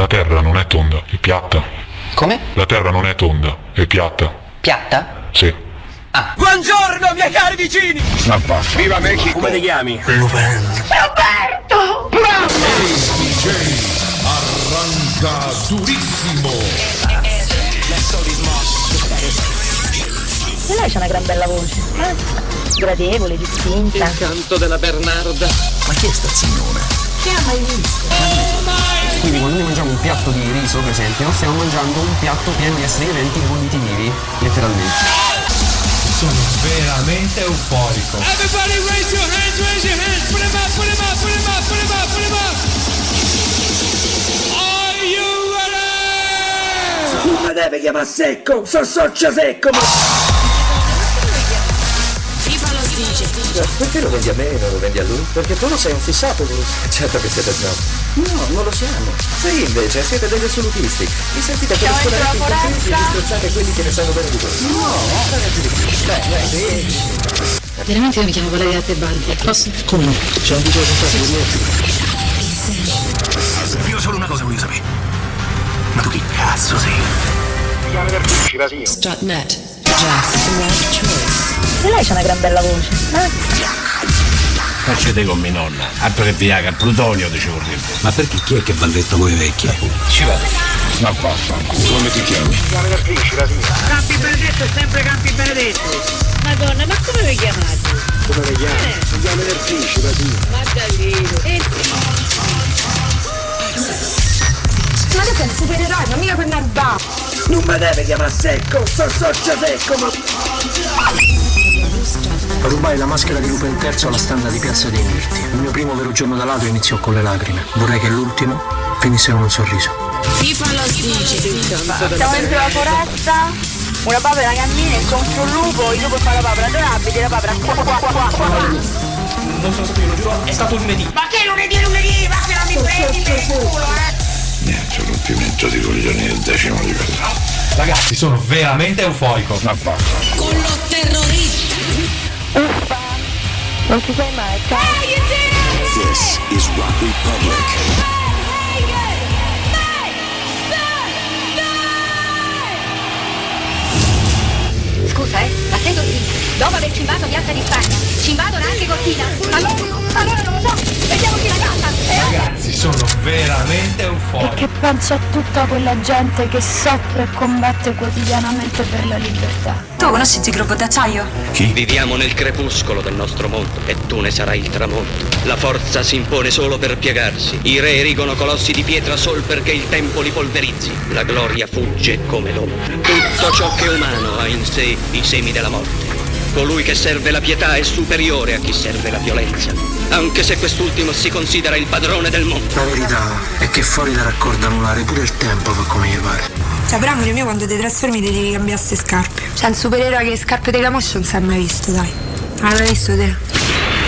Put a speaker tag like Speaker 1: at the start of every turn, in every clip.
Speaker 1: La terra non è tonda, è piatta.
Speaker 2: Come?
Speaker 1: La terra non è tonda, è piatta.
Speaker 2: Piatta?
Speaker 1: Sì.
Speaker 2: Ah.
Speaker 3: Buongiorno miei cari vicini!
Speaker 4: Viva Mexico!
Speaker 3: Come ti chiami?
Speaker 5: Roberto!
Speaker 3: Bravo!
Speaker 6: DJ arranca durissimo.
Speaker 5: E lei c'ha una gran bella voce, gradevole, distinta.
Speaker 2: Il canto della Bernarda.
Speaker 4: Ma chi è sta signora?
Speaker 5: Che ha mai visto?
Speaker 7: Quindi quando noi mangiamo un piatto di riso, per esempio, stiamo mangiando un piatto pieno di esseri viventi bolliti vivi, letteralmente.
Speaker 8: Sono veramente euforico.
Speaker 9: Everybody raise your hands, put 'em up, put 'em up, put 'em up, put 'em up, put 'em up. Are you ready?
Speaker 3: Non mi deve chiamare secco, sono socio secco, ma...
Speaker 10: FIFA lo dice.
Speaker 4: Perché lo vendi a me e non lo vendi a lui? Perché tu lo sei un fissato, lui. Certo che siete snob. No, non lo siamo. Sì, invece, siete degli assolutisti. Vi sentite come scolaristi incontenti e disprezzate quelli che ne sanno bene di voi. No, ragazzi di più. Dai,
Speaker 10: Veramente io mi chiamo Valeria Tebaldi. Posso?
Speaker 4: come no? C'è un video contatto di me.
Speaker 11: Io solo una cosa voglio sapere. Ma tu chi cazzo sei?
Speaker 4: Mi chiami per Gucci, Rasino.
Speaker 10: Strutnet. Just the right choice.
Speaker 5: E lei c'ha una gran bella voce,
Speaker 11: Facete con mia nonna. Altro che Viagra, Plutonio ti ci vorrebbe. Ma perché chi è che va detto voi vecchi? Ci vado.
Speaker 6: Ma vaffanculo. Come ti chiami?
Speaker 4: Mi chiami per Gucci, Rasino.
Speaker 3: Campi Benedetto è sempre Campi Benedetto.
Speaker 5: Madonna, ma come vi chiamate?
Speaker 4: Come mi chiami? Mi chiami per Gucci, Rasino.
Speaker 5: Ma tu sei un supereroe, ma mica per narvare.
Speaker 3: Non mi deve chiamare secco, sono socio secco, ma...
Speaker 7: Rubai la maschera di Lupo III alla standa di Piazza dei Mirti. Il mio primo vero giorno da ladro iniziò con le lacrime. Vorrei che l'ultimo finisse con un sorriso.
Speaker 10: FIFA lo dice.
Speaker 5: Siamo dentro la foresta, una papera cammina incontro un lupo, il lupo fa la papera, dove abiti la papera? Qua.
Speaker 7: Non sono stato io, lo giuro, è stato lunedì.
Speaker 5: Ma che lunedì? Ma che non mi prendi per il culo,
Speaker 6: Niente, rompimento di coglioni del 10° livello.
Speaker 8: Ragazzi, sono veramente euforico.
Speaker 6: Ma vaffanculo.
Speaker 10: Con lo terrorista.
Speaker 5: Uffa, non ci sei mai, ciao.
Speaker 11: This is Rock Republic.
Speaker 5: Scusa, ma sei Cortina? Dopo aver cimbato Piazza di Spagna, ci invadono anche Cortina? Allora non lo so, vediamo chi la canta.
Speaker 8: Ragazzi, sono veramente euforico.
Speaker 12: E che penso a tutta quella gente che soffre e combatte quotidianamente per la libertà.
Speaker 10: Tu conosci Gigro d'acciaio?
Speaker 11: Chi?
Speaker 2: Viviamo nel crepuscolo del nostro mondo e tu ne sarai il tramonto. La forza si impone solo per piegarsi. I re erigono colossi di pietra sol perché il tempo li polverizzi. La gloria fugge come l'ombra. Tutto ciò che è umano ha in sé i semi della morte. Colui che serve la pietà è superiore a chi serve la violenza, anche se quest'ultimo si considera il padrone del mondo.
Speaker 7: La verità è che fuori da raccordo anulare pure il tempo fa come gli pare.
Speaker 10: Cioè, però amore mio, quando ti trasformi ti devi cambiare ste scarpe. C'è un supereroe che scarpe di camoscio non si è mai visto, dai. Ah, l'hai visto te?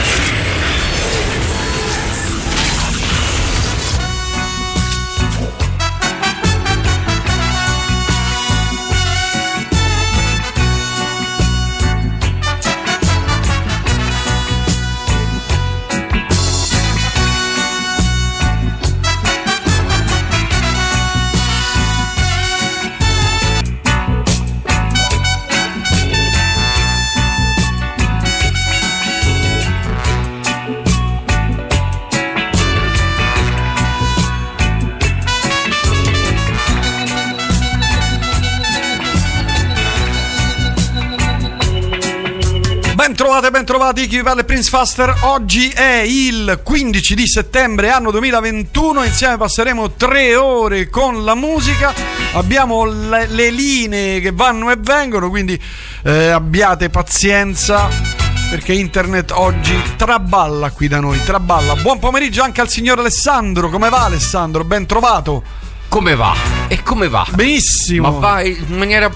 Speaker 13: Bentrovati, chi vi parla è Prince Faster. Oggi è il 15 di settembre anno 2021. Insieme passeremo 3 ore con la musica. Abbiamo le linee che vanno e vengono, quindi abbiate pazienza perché internet oggi traballa qui da noi, traballa. Buon pomeriggio anche al signor Alessandro. Come va Alessandro? Ben trovato.
Speaker 14: Come va? E come va?
Speaker 13: Benissimo.
Speaker 14: Ma va in maniera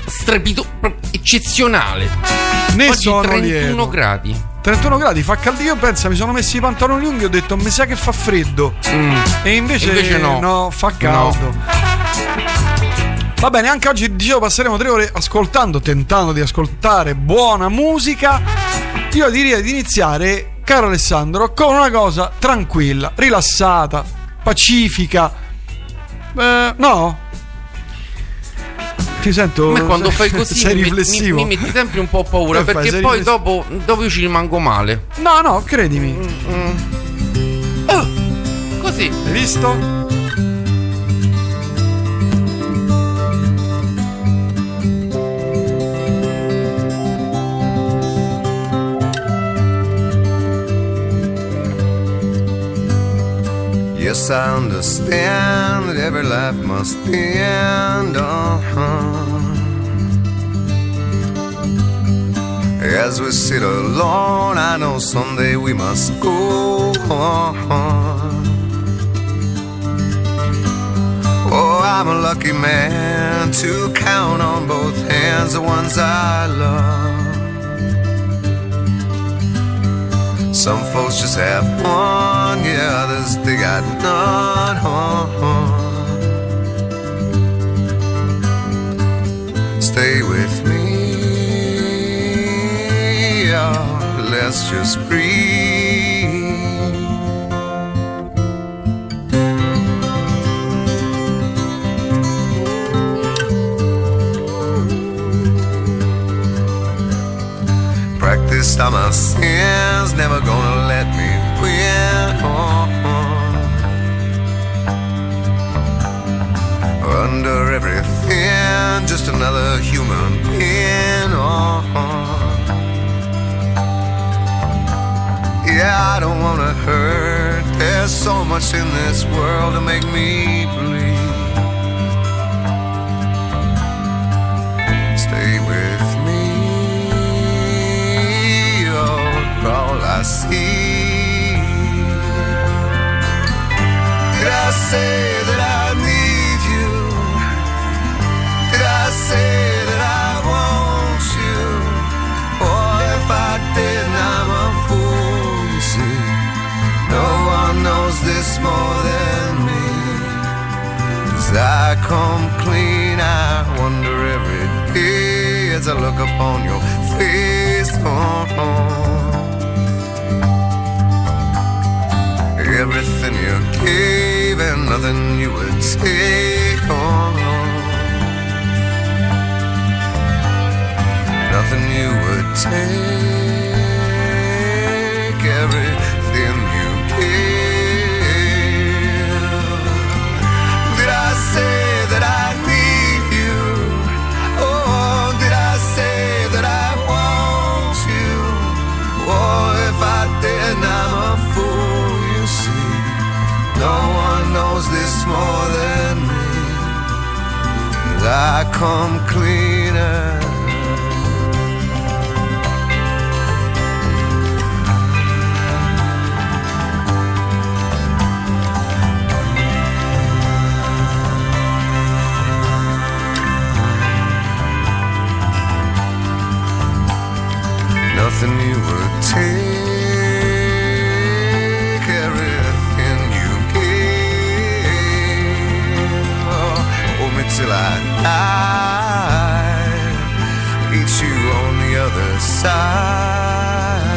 Speaker 14: eccezionale.
Speaker 13: Ne
Speaker 14: oggi
Speaker 13: sono
Speaker 14: 31
Speaker 13: lieto.
Speaker 14: gradi.
Speaker 13: 31 gradi, fa caldo. Io penso, mi sono messi i pantaloni lunghi e ho detto mi sa che fa freddo. E invece no, fa caldo. No. Va bene, anche oggi dicevo passeremo 3 ore tentando di ascoltare buona musica. Io direi di iniziare, caro Alessandro, con una cosa tranquilla, rilassata, pacifica. No. Ti sento.
Speaker 14: Ma quando fai così
Speaker 13: sei riflessivo.
Speaker 14: mi metti sempre un po' paura, perché poi dopo io ci rimango male.
Speaker 13: No, credimi.
Speaker 14: Così.
Speaker 13: Hai visto?
Speaker 15: Yes, I understand that every life must end. As we sit alone, I know someday we must go on. Oh, I'm a lucky man to count on both hands the ones I love. Some folks just have one, yeah, others they got none. Stay with me, oh, let's just breathe. Practiced all my sins, never gonna let me win. Under everything, just another human being. Yeah, I don't wanna hurt. There's so much in this world to make me bleed. Stay with me. All I see. Did I say that I need you? Did I say that I want you? Or if I did, I'm a fool, you see. No one knows this more than me. As I come clean, I wonder every day as I look upon your face. Everything you gave and nothing you would take on. Nothing you would take. Everything you gave. Did I say that I need you? Oh, did I say that I want you? Oh, if I did, I'm a fool, you see. No one knows this more than me. As I come cleaner. Nothing you would take, everything you gave. Oh, hold me till I die, eat you on the other side.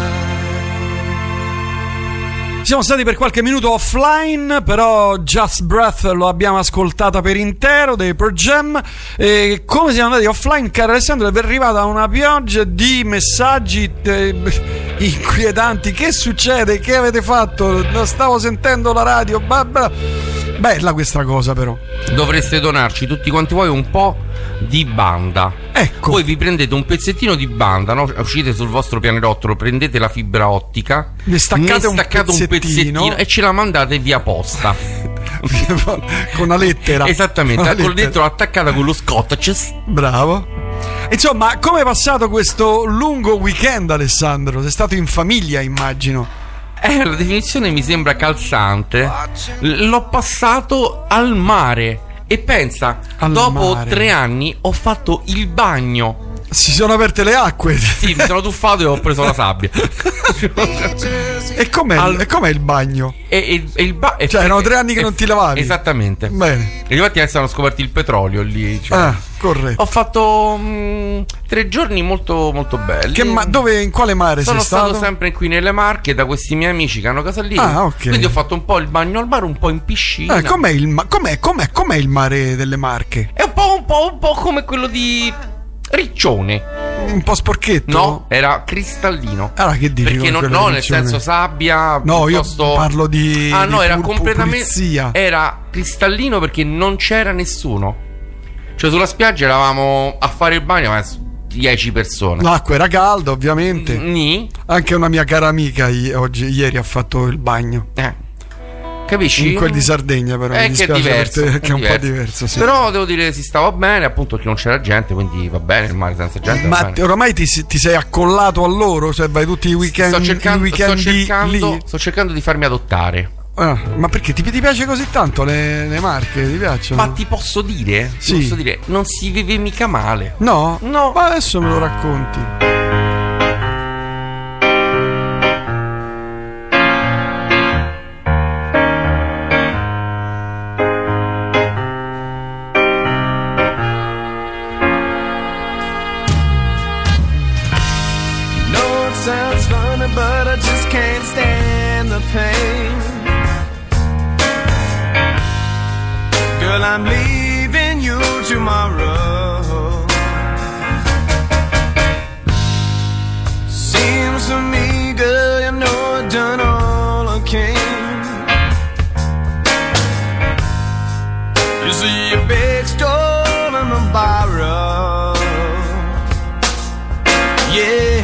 Speaker 13: Siamo stati per qualche minuto offline, però Just Breath lo abbiamo ascoltata per intero dei Pearl Jam. E come siamo andati offline, caro Alessandro, è arrivata una pioggia di messaggi inquietanti. Che succede? Che avete fatto? Non stavo sentendo la radio. Bella questa cosa, però.
Speaker 14: Dovreste donarci tutti quanti voi un po' di banda.
Speaker 13: Ecco.
Speaker 14: Voi vi prendete un pezzettino di banda, no? Uscite sul vostro pianerottolo, prendete la fibra ottica,
Speaker 13: ne staccate
Speaker 14: un pezzettino e ce la mandate via posta.
Speaker 13: Con una lettera.
Speaker 14: Esattamente, con dentro attaccata con lo scotch.
Speaker 13: Bravo. Insomma, come è passato questo lungo weekend, Alessandro? Sei stato in famiglia, immagino.
Speaker 14: La definizione mi sembra calzante. L'ho passato al mare. E pensa, dopo 3 anni ho fatto il bagno
Speaker 13: Si sono aperte le acque.
Speaker 14: Sì, mi sono tuffato e ho preso la sabbia.
Speaker 13: E com'è il bagno?
Speaker 14: Cioè
Speaker 13: erano 3 anni che non ti lavavi.
Speaker 14: Esattamente.
Speaker 13: Bene.
Speaker 14: E infatti adesso hanno scoperto il petrolio lì, cioè.
Speaker 13: Corretto.
Speaker 14: Ho fatto 3 giorni molto molto belli.
Speaker 13: Dove, in quale mare
Speaker 14: sono
Speaker 13: sei stato?
Speaker 14: Sono stato sempre qui nelle Marche da questi miei amici che hanno casa lì.
Speaker 13: Ok.
Speaker 14: Quindi ho fatto un po' il bagno al mare, un po' in piscina.
Speaker 13: Com'è il mare delle Marche?
Speaker 14: È un po' come quello di Riccione.
Speaker 13: Un po' sporchetto?
Speaker 14: No, era cristallino.
Speaker 13: Allora che dici?
Speaker 14: Perché no, nel senso sabbia.
Speaker 13: No,
Speaker 14: piuttosto...
Speaker 13: io parlo di.
Speaker 14: No, era completamente.
Speaker 13: Pulizia.
Speaker 14: Era cristallino perché non c'era nessuno. Cioè sulla spiaggia eravamo a fare il bagno, ma 10 persone.
Speaker 13: L'acqua era calda, ovviamente. Anche una mia cara amica ieri ha fatto il bagno.
Speaker 14: Capisci?
Speaker 13: In quel di Sardegna, però.
Speaker 14: Che è diverso.
Speaker 13: Che è un po' diverso, sì.
Speaker 14: Però devo dire si stava bene, appunto, perché non c'era gente, quindi va bene il mare senza gente.
Speaker 13: Ma oramai ti sei accollato a loro? Cioè vai tutti i weekend?
Speaker 14: Sto cercando di farmi adottare.
Speaker 13: Ma perché ti piace così tanto le Marche? Ti piacciono?
Speaker 14: Ma ti posso dire?
Speaker 13: Sì.
Speaker 14: Posso dire, non si vive mica male.
Speaker 13: No?
Speaker 14: No.
Speaker 13: Ma adesso me lo racconti.
Speaker 15: No, it sounds funny, but I just can't stand the pain. Girl, I'm leaving you tomorrow. Seems to me, girl, you know I've done all I can. You see a big store in the borrow. Yeah.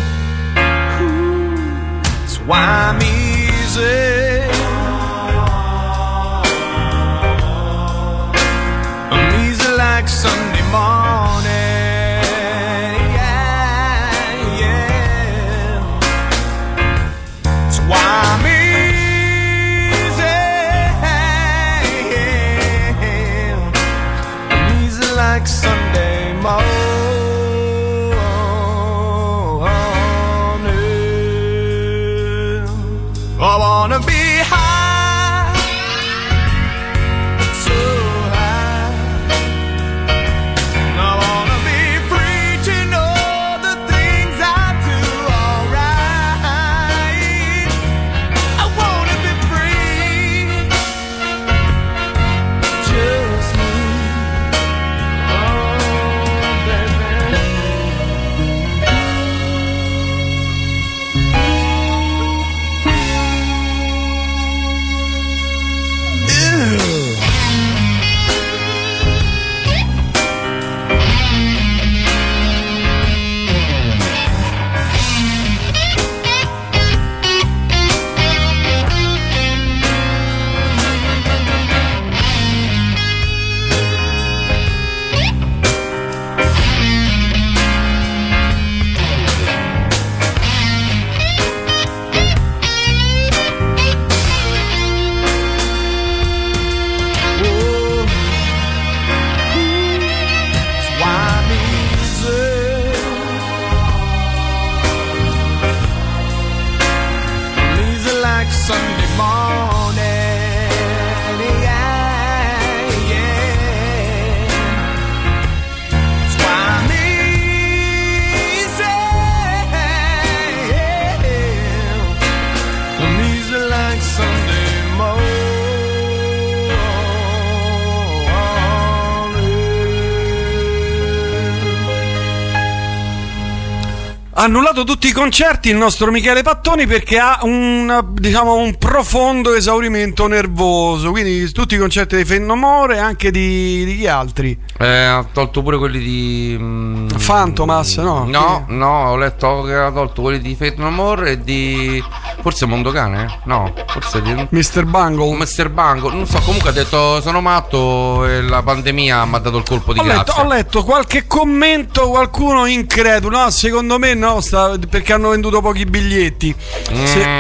Speaker 15: That's why I'm easy. Like Sunday morning, yeah. That's why I'm easy, I'm easy like Sunday morning. I wanna be high, so high. I wanna be free to know the things I do alright. I wanna be free, just me, oh baby. Sunday morning, yeah, yeah. That's why I'm easy, I'm easy like Sunday morning.
Speaker 13: Ha annullato tutti i concerti il nostro Michele Pattoni perché ha un profondo esaurimento nervoso. Quindi tutti i concerti dei Faith No More e anche di chi altri?
Speaker 14: Ha tolto pure quelli di
Speaker 13: Fantomas, no?
Speaker 14: No, ho letto che ha tolto quelli di Faith No More e di forse Mondocane? No, forse di
Speaker 13: Mr. Bungle.
Speaker 14: Non so, comunque ha detto sono matto e la pandemia mi ha dato il colpo di grazia.
Speaker 13: Ho letto qualche commento, qualcuno incredulo. No, secondo me no, perché hanno venduto pochi biglietti.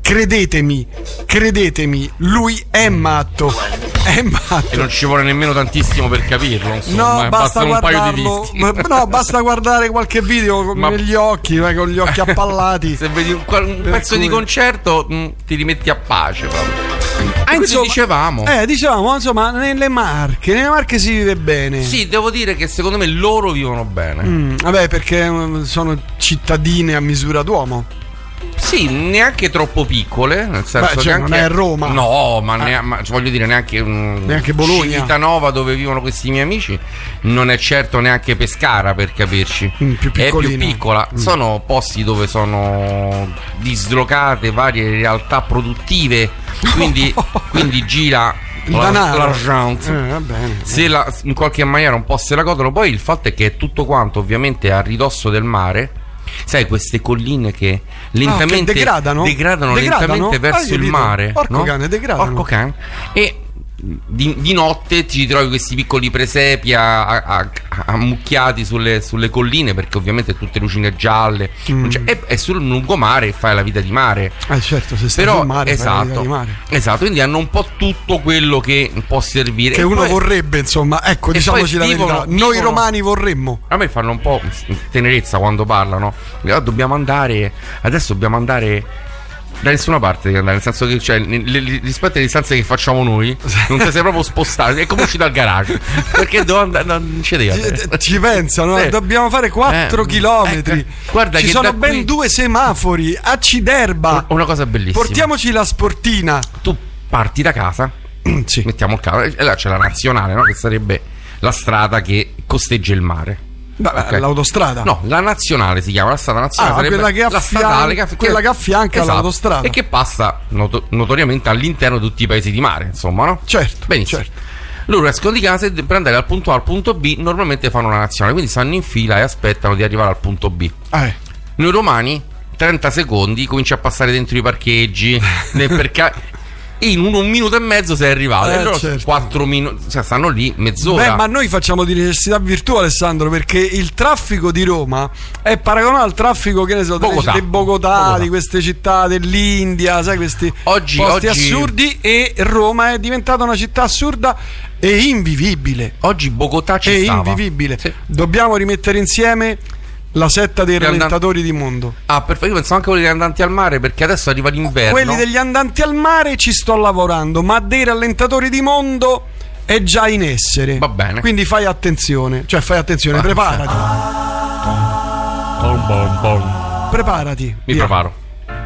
Speaker 13: credetemi, lui è matto. È matto.
Speaker 14: E non ci vuole nemmeno tantissimo per capirlo, insomma.
Speaker 13: No, basta
Speaker 14: un paio di
Speaker 13: guardarlo.
Speaker 14: visti.
Speaker 13: No, basta guardare qualche video negli occhi, con gli occhi appallati.
Speaker 14: Se vedi un pezzo di concerto, ti rimetti a pace proprio.
Speaker 13: Insomma,
Speaker 14: dicevamo,
Speaker 13: insomma, nelle Marche si vive bene.
Speaker 14: Sì, devo dire che secondo me loro vivono bene.
Speaker 13: Vabbè, perché sono cittadine a misura d'uomo.
Speaker 14: Sì, neanche troppo piccole, nel senso che
Speaker 13: non è Roma.
Speaker 14: No, ma voglio dire neanche
Speaker 13: Bologna,
Speaker 14: Civitanova, dove vivono questi miei amici, non è certo neanche Pescara, per capirci.
Speaker 13: Più
Speaker 14: è più piccola. Sono posti dove sono dislocate varie realtà produttive, quindi gira l'argent. Se in qualche maniera un po' se la godono. Poi il fatto è che è tutto quanto ovviamente a ridosso del mare. Sai, queste colline che lentamente
Speaker 13: degradano
Speaker 14: lentamente verso il mare.
Speaker 13: Porco cane, degradano.
Speaker 14: Porco cane. E di notte ti trovi questi piccoli presepi ammucchiati sulle colline, perché ovviamente tutte lucine gialle. È sul lungomare e fai la vita di mare.
Speaker 13: Certo, se stai sul mare fai la vita di mare.
Speaker 14: Esatto, quindi hanno un po' tutto quello che può servire.
Speaker 13: Che uno vorrebbe, insomma. Ecco, diciamoci la verità. Noi romani vorremmo.
Speaker 14: A me fanno un po' tenerezza quando parlano. Dobbiamo andare da nessuna parte devi andare, nel senso che rispetto alle distanze che facciamo noi non ti sei proprio spostato, è come uscire dal garage, perché devo andare, non ci devi
Speaker 13: ci pensano, sì. Dobbiamo fare 4 chilometri,
Speaker 14: guarda,
Speaker 13: ci
Speaker 14: che
Speaker 13: sono ben 2 semafori a Ciderba,
Speaker 14: una cosa bellissima.
Speaker 13: Portiamoci la sportina.
Speaker 14: Tu parti da casa,
Speaker 13: sì.
Speaker 14: Mettiamo il carro e là c'è la nazionale, no? Che sarebbe la strada che costeggia il mare.
Speaker 13: L'autostrada?
Speaker 14: No, la nazionale si chiama, la strada nazionale.
Speaker 13: Quella che affianca
Speaker 14: esatto,
Speaker 13: l'autostrada.
Speaker 14: E che passa notoriamente all'interno di tutti i paesi di mare, insomma, no?
Speaker 13: Certo.
Speaker 14: Benissimo.
Speaker 13: Certo.
Speaker 14: Loro escono di casa e per andare dal punto A al punto B normalmente fanno la nazionale, quindi stanno in fila e aspettano di arrivare al punto B. Noi romani 30 secondi cominci a passare dentro i parcheggi in un minuto e mezzo sei arrivato, e loro 4 minuti, stanno lì mezz'ora.
Speaker 13: Ma noi facciamo di necessità virtù, Alessandro, perché il traffico di Roma è paragonato al traffico, che ne so, di Bogotà, di queste città dell'India, sai, questi posti assurdi, e Roma è diventata una città assurda e invivibile.
Speaker 14: Oggi Bogotà è
Speaker 13: invivibile.
Speaker 14: Sì.
Speaker 13: Dobbiamo rimettere insieme la setta dei rallentatori di mondo.
Speaker 14: Perfetto, io pensavo anche a quelli degli andanti al mare, perché adesso arriva l'inverno.
Speaker 13: Quelli degli andanti al mare ci sto lavorando, ma dei rallentatori di mondo è già in essere.
Speaker 14: Va bene.
Speaker 13: Quindi fai attenzione, preparati. Preparati.
Speaker 14: Mi preparo.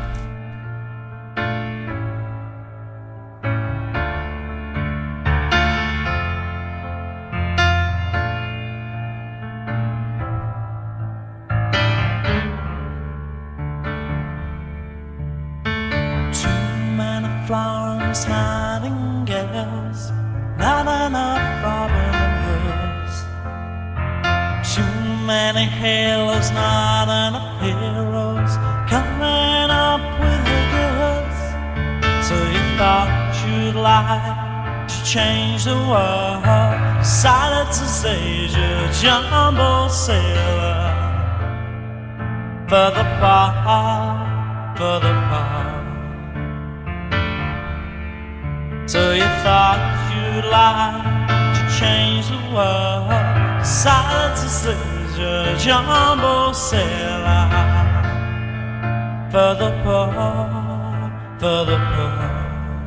Speaker 16: Florence Nightingales, not enough Robin Hoods. Too many halos, not enough heroes coming up with the goods. So you thought you'd like to change the world, decided to stage a jumbo sailor for the bar, for the bar. So you thought you'd like to change the world, decided to stage a jumbo sailor for the poor, for the poor.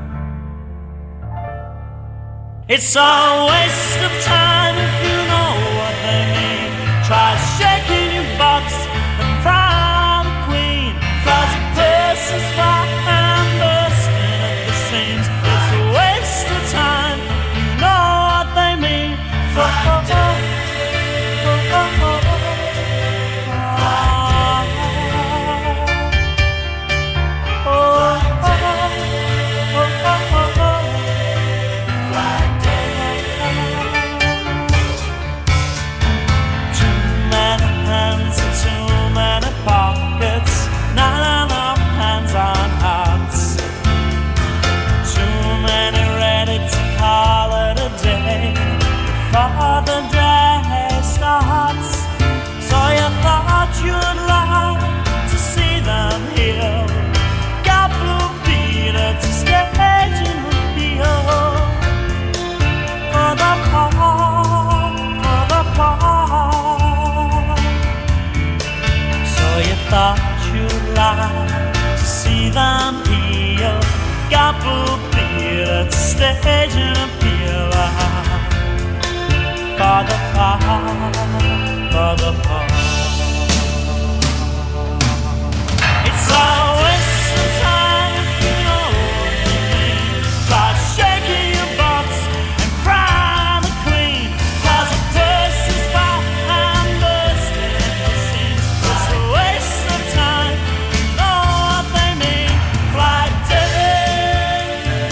Speaker 16: It's a waste of time if you know what they mean. Try shaking your box and fry the queen. Flies a person's fly and bursting at the seams. Time, you know what they mean. Too many hands and too many pockets, not enough hands on hearts. Too many ready to call it a day before the day. thought you'd like to see them here. Capoeira, stage and appeal. For the part, for the part. It's a waste of time if you know what I mean. Try shaking your butts and cry the queen. 'Cause a person's fire and bursting the seams. It's a waste of time, you know what they mean. Fly day,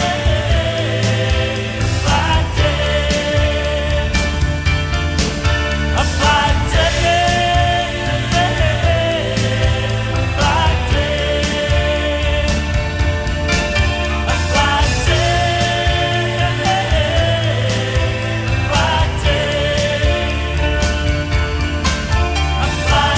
Speaker 16: fly day, a fly day, fly day, a fly day, fly day, a fly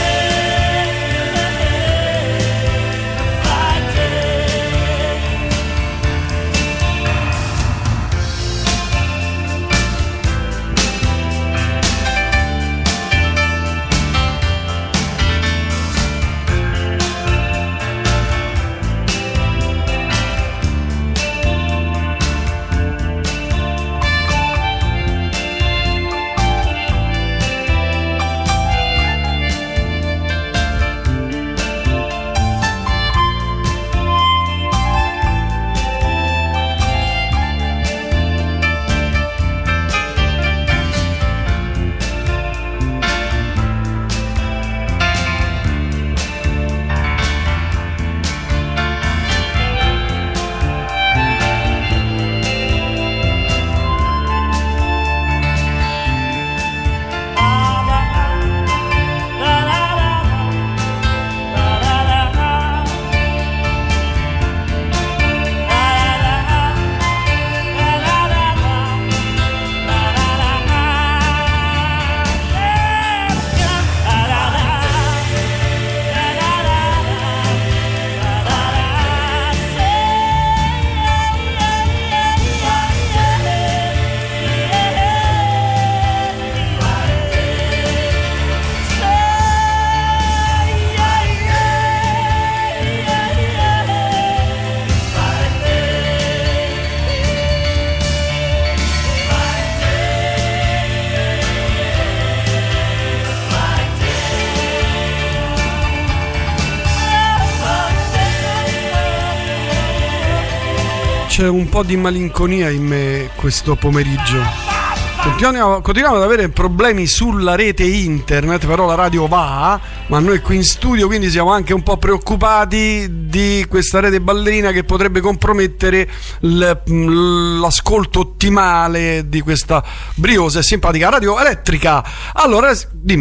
Speaker 13: C'è un po' di malinconia in me questo pomeriggio. Continuiamo ad avere problemi sulla rete internet, però la radio va, ma noi qui in studio quindi siamo anche un po' preoccupati di questa rete ballerina che potrebbe compromettere l'ascolto ottimale di questa briosa e simpatica radio elettrica. Allora, dimmi.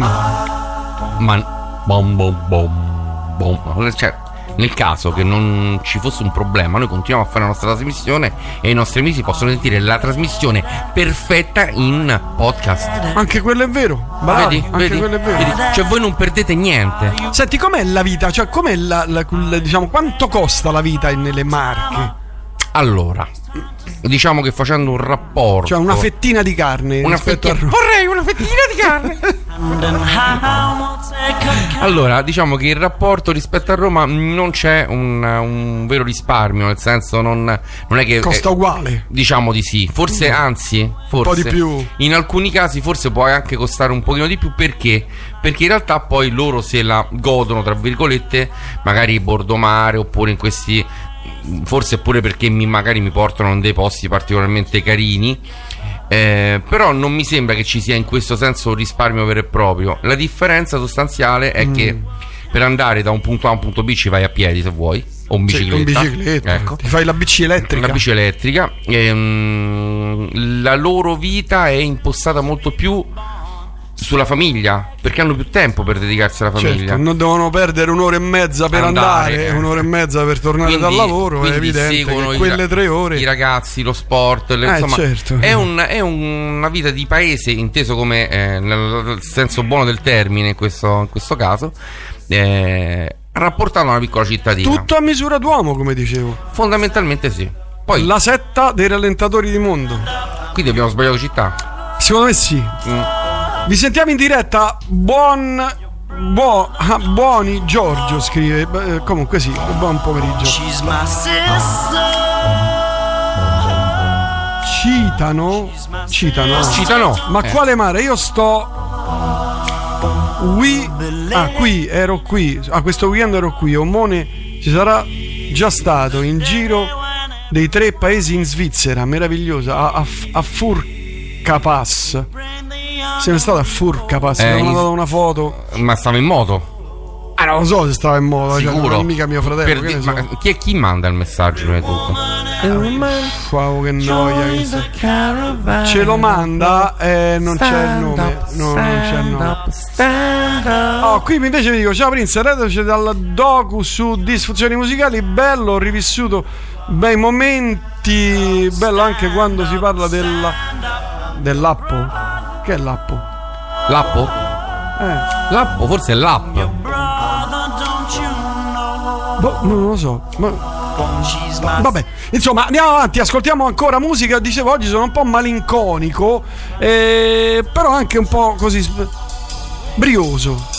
Speaker 14: Cioè, nel caso che non ci fosse un problema, noi continuiamo a fare la nostra trasmissione e i nostri amici possono sentire la trasmissione perfetta in podcast.
Speaker 13: Anche quello è vero. Bravo,
Speaker 14: vedi?
Speaker 13: Anche quello è vero.
Speaker 14: Vedi? Cioè voi non perdete niente.
Speaker 13: Senti, com'è la vita? Cioè, com'è diciamo, quanto costa la vita nelle Marche?
Speaker 14: Allora, diciamo che facendo un rapporto,
Speaker 13: cioè una fettina di carne,
Speaker 14: vorrei una fettina di carne. Allora, diciamo che il rapporto rispetto a Roma non c'è un vero risparmio, nel senso non è che
Speaker 13: costa uguale.
Speaker 14: Diciamo di sì, forse anzi, forse
Speaker 13: un po' di più.
Speaker 14: In alcuni casi forse può anche costare un pochino di più, perché in realtà poi loro se la godono, tra virgolette, magari Bordomare, oppure in questi, forse pure perché magari mi portano in dei posti particolarmente carini, però non mi sembra che ci sia in questo senso un risparmio vero e proprio. La differenza sostanziale è che per andare da un punto A a un punto B ci vai a piedi, se vuoi, o in bicicletta,
Speaker 13: ecco. Ti fai la bici elettrica.
Speaker 14: La bici elettrica. La loro vita è impostata molto più sulla famiglia, perché hanno più tempo per dedicarsi alla famiglia.
Speaker 13: Certo, non devono perdere un'ora e mezza per andare, un'ora e mezza per tornare dal lavoro. È evidente che quelle 3 ore
Speaker 14: i ragazzi, lo sport, insomma,
Speaker 13: certo.
Speaker 14: è una vita di paese, inteso come nel senso buono del termine in questo caso, rapportato a una piccola cittadina.
Speaker 13: Tutto a misura d'uomo, come dicevo.
Speaker 14: Fondamentalmente sì. Poi
Speaker 13: la setta dei rallentatori di mondo.
Speaker 14: Quindi abbiamo sbagliato città?
Speaker 13: Secondo me sì. Vi sentiamo in diretta. Buon Buoni Giorgio scrive. Comunque sì, buon pomeriggio. Citano. Ma quale mare? Io sto questo weekend ero qui. Omone ci sarà già stato in giro dei 3 paesi in Svizzera, meravigliosa, a Furkapass. Se ne è stato a Furkapass, mi hanno mandato una foto.
Speaker 14: Ma stava in moto?
Speaker 13: Non lo so se stava in moto,
Speaker 14: sicuro.
Speaker 13: Cioè, non è mica mio fratello.
Speaker 14: Ma chi manda il messaggio? Non è tutto.
Speaker 13: Wow, che noia. Ce lo manda e non c'è il nome. No, non c'è il nome. Qui invece vi dico: ciao Prince, redaci dal docu su disfunzioni musicali. Bello, ho rivissuto bei momenti. Bello anche quando si parla dell'appo. Che è l'appo?
Speaker 14: L'appo? L'appo, forse è l'app.
Speaker 13: Non lo so. Vabbè, insomma, andiamo avanti, ascoltiamo ancora musica. Dicevo, oggi sono un po' malinconico, però anche un po' così brioso.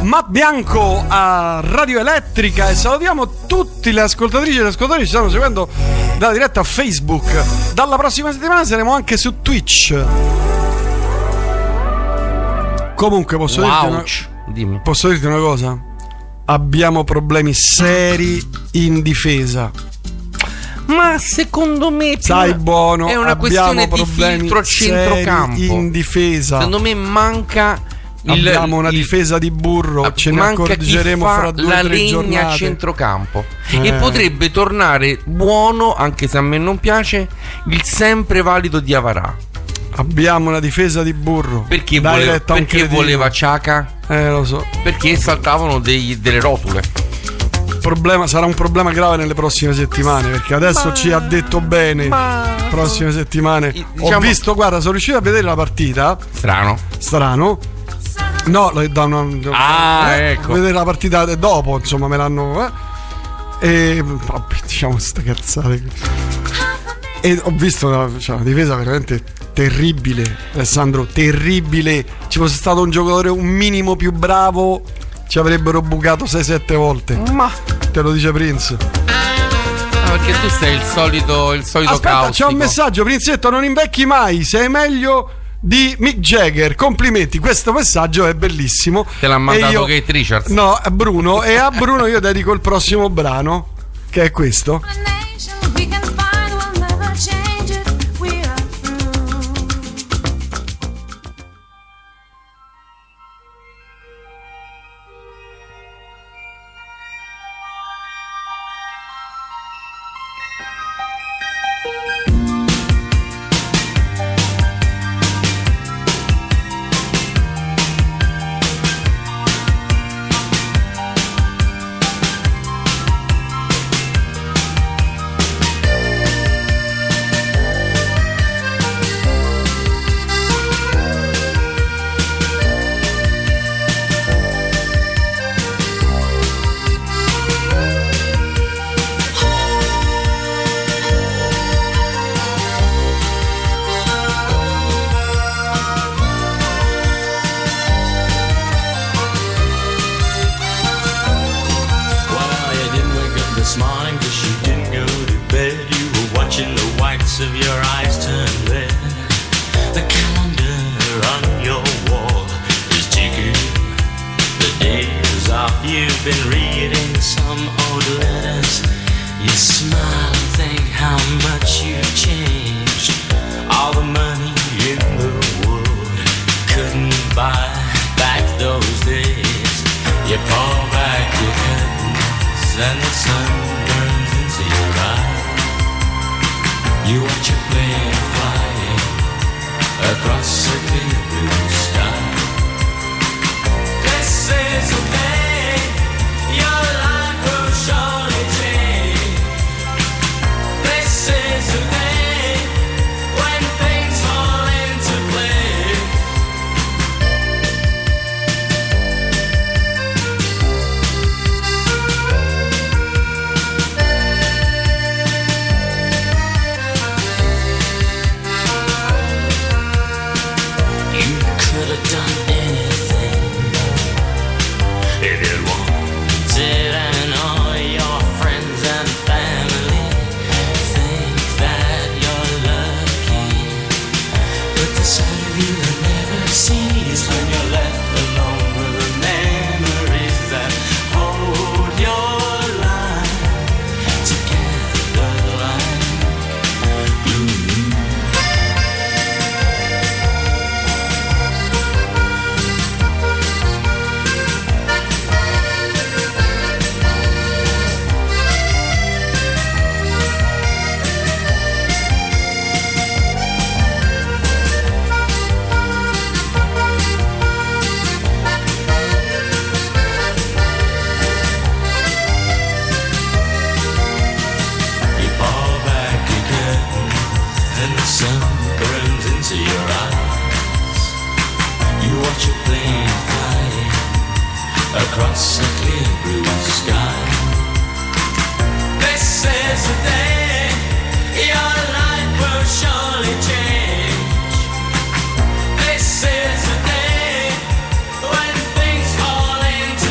Speaker 13: Matt Bianco a Radio Elettrica e salutiamo tutti le ascoltatrici e gli ascoltatori che ci stanno seguendo dalla diretta a Facebook. Dalla prossima settimana saremo anche su Twitch. Comunque posso dirti una cosa? Abbiamo problemi seri in difesa.
Speaker 14: Ma secondo me
Speaker 13: sai buono,
Speaker 14: è una questione di filtro centrocampo
Speaker 13: in difesa.
Speaker 14: Secondo me manca
Speaker 13: abbiamo una difesa di burro, ce ne accorgeremo fra 2 o 3 giornate.
Speaker 14: La legna a centrocampo e potrebbe tornare buono, anche se a me non piace, il sempre valido di Avarà.
Speaker 13: Abbiamo una difesa di burro.
Speaker 14: Perché voleva Ciaca?
Speaker 13: Lo so.
Speaker 14: Perché saltavano delle rotule.
Speaker 13: Sarà un problema grave nelle prossime settimane, perché adesso ci ha detto bene. Prossime settimane ho visto, guarda, sono riuscito a vedere la partita. Strano. No, ecco. Vedere la partita dopo, insomma, me l'hanno e diciamo sta cazzate. E ho visto una difesa veramente terribile, Alessandro, terribile. Ci fosse stato un giocatore un minimo più bravo, ci avrebbero bucato 6-7 volte. Ma te lo dice Prince.
Speaker 14: Perché tu sei il solito
Speaker 13: Aspetta,
Speaker 14: caustico.
Speaker 13: c'è un messaggio, Prinzetto, non invecchi mai, sei meglio di Mick Jagger, complimenti, questo messaggio è bellissimo.
Speaker 14: Te l'ha mandato Kate Richards?
Speaker 13: No, è Bruno, e a Bruno io dedico il prossimo brano, che è questo.
Speaker 15: This is the day when things fall into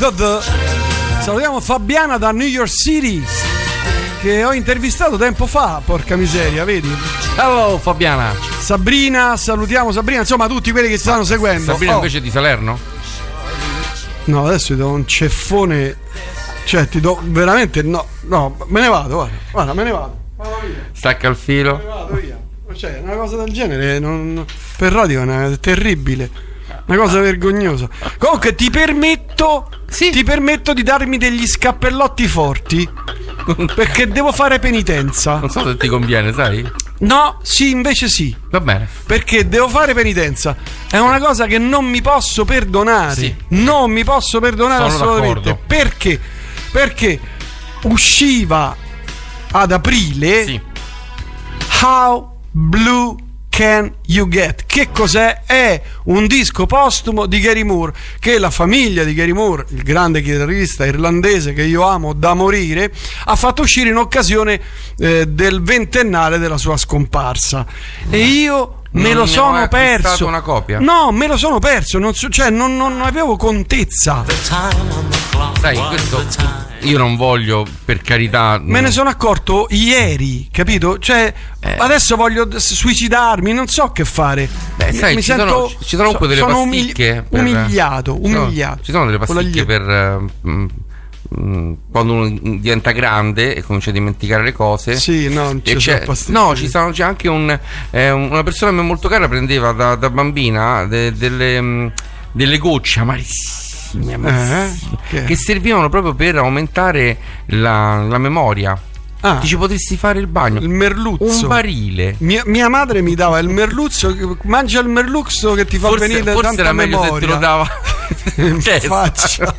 Speaker 13: Salutiamo Fabiana da New York City, che ho intervistato tempo fa, porca miseria, vedi?
Speaker 14: Hello Fabiana.
Speaker 13: Sabrina, salutiamo Sabrina, insomma tutti quelli che ci stanno seguendo.
Speaker 14: Sabrina invece di Salerno?
Speaker 13: No, adesso ti do un ceffone, cioè ti do veramente, no, me ne vado, guarda, me ne vado.
Speaker 14: Stacca il filo.
Speaker 13: Me ne vado via. Cioè, una cosa del genere per radio è terribile. Una cosa vergognosa. Comunque ti permetto di darmi degli scappellotti forti, perché devo fare penitenza.
Speaker 14: Non so se ti conviene, sai?
Speaker 13: No, sì, invece sì.
Speaker 14: Va bene.
Speaker 13: Perché devo fare penitenza. È una cosa che non mi posso perdonare.
Speaker 14: Sì.
Speaker 13: Non mi posso perdonare.
Speaker 14: Sono
Speaker 13: assolutamente.
Speaker 14: d'accordo.
Speaker 13: Perché? Perché usciva ad aprile,
Speaker 14: sì,
Speaker 13: How Blue Can You Get? Che cos'è? È un disco postumo di Gary Moore, che la famiglia di Gary Moore, il grande chitarrista irlandese che io amo da morire, ha fatto uscire in occasione del ventennale della sua scomparsa. E io me lo sono perso.
Speaker 14: Una copia?
Speaker 13: No, me lo sono perso, non avevo contezza.
Speaker 14: Sai, questo io non voglio, per carità.
Speaker 13: Me ne sono accorto ieri, capito? Cioè, adesso voglio suicidarmi, non so che fare.
Speaker 14: Beh, sai, ci sono comunque delle pasticche.
Speaker 13: Umiliato.
Speaker 14: Ci sono delle pasticche per quando uno diventa grande e comincia a dimenticare le cose.
Speaker 13: Sì, no, c'è
Speaker 14: anche una persona a me molto cara prendeva da bambina delle gocce amarissime che servivano proprio per aumentare la memoria. Ti ci potresti fare il bagno.
Speaker 13: Il merluzzo.
Speaker 14: Un barile.
Speaker 13: Mia madre mi dava il merluzzo. Mangia il merluzzo che ti fa venire tanta memoria.
Speaker 14: Forse era meglio se te lo dava
Speaker 13: in faccia.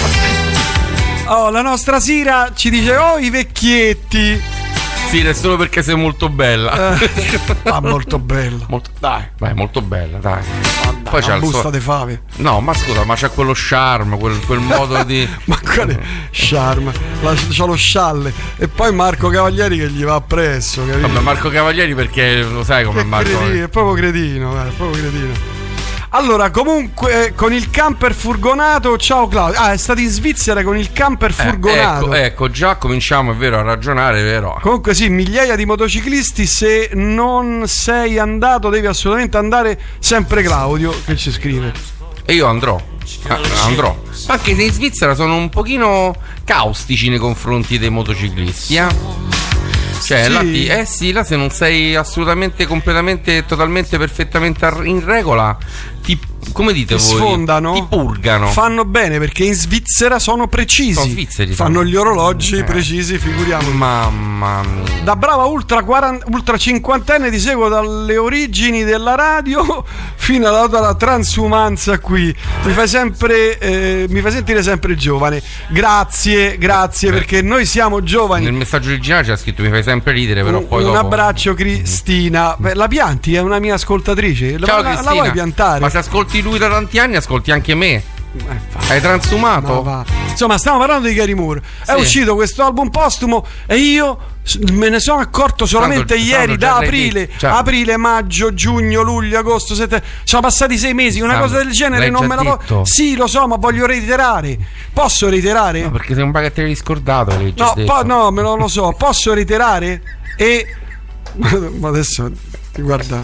Speaker 13: La nostra Sira ci dice: oh, i vecchietti.
Speaker 14: Sì, è solo perché sei molto bella.
Speaker 13: Molto bella.
Speaker 14: Dai, molto bella, dai.
Speaker 13: Poi c'ha busta de fave.
Speaker 14: No, ma scusa, ma c'ha quello charme, quel modo di.
Speaker 13: Ma quale charme? C'ha lo scialle. E poi Marco Cavalieri che gli va appresso, capito?
Speaker 14: Vabbè, Marco Cavalieri perché lo sai come Marco.
Speaker 13: È proprio cretino, Allora, comunque, con il camper furgonato, ciao Claudio. È stato in Svizzera con il camper furgonato.
Speaker 14: Ecco, già cominciamo, è vero, a ragionare, vero?
Speaker 13: Comunque sì, migliaia di motociclisti. Se non sei andato, devi assolutamente andare. Sempre Claudio che ci scrive.
Speaker 14: E io andrò. Anche se in Svizzera sono un pochino caustici nei confronti dei motociclisti, Cioè,
Speaker 13: sì.
Speaker 14: Là se non sei assolutamente, completamente, totalmente, perfettamente in regola, come dite voi?
Speaker 13: Sfondano,
Speaker 14: ti purgano.
Speaker 13: Fanno bene perché in Svizzera sono precisi.
Speaker 14: Sono svizzeri.
Speaker 13: Fanno gli orologi precisi, figuriamoci.
Speaker 14: Mamma mia.
Speaker 13: Da brava ultra cinquantenne ti seguo dalle origini della radio fino alla transumanza qui. Mi fai sentire sempre giovane. Grazie, perché noi siamo giovani.
Speaker 14: Nel messaggio originale c'è scritto: mi fai sempre ridere, però poi
Speaker 13: un
Speaker 14: dopo.
Speaker 13: abbraccio Cristina. La pianti, è una mia ascoltatrice.
Speaker 14: Ciao
Speaker 13: la
Speaker 14: Cristina.
Speaker 13: vuoi piantare?
Speaker 14: Ma se ascolti lui da tanti anni, ascolti anche me. Hai transumato?
Speaker 13: Insomma, stiamo parlando di Gary Moore. È uscito questo album postumo e io me ne sono accorto solamente ieri, da aprile, maggio, giugno, luglio, agosto, settembre. Sono passati 6 mesi. Una cosa del genere non me la posso. Sì, lo so, ma voglio reiterare. Posso reiterare?
Speaker 14: No, perché sei un bagatelle riscordato.
Speaker 13: No, me lo so. Posso reiterare? Ma adesso guarda.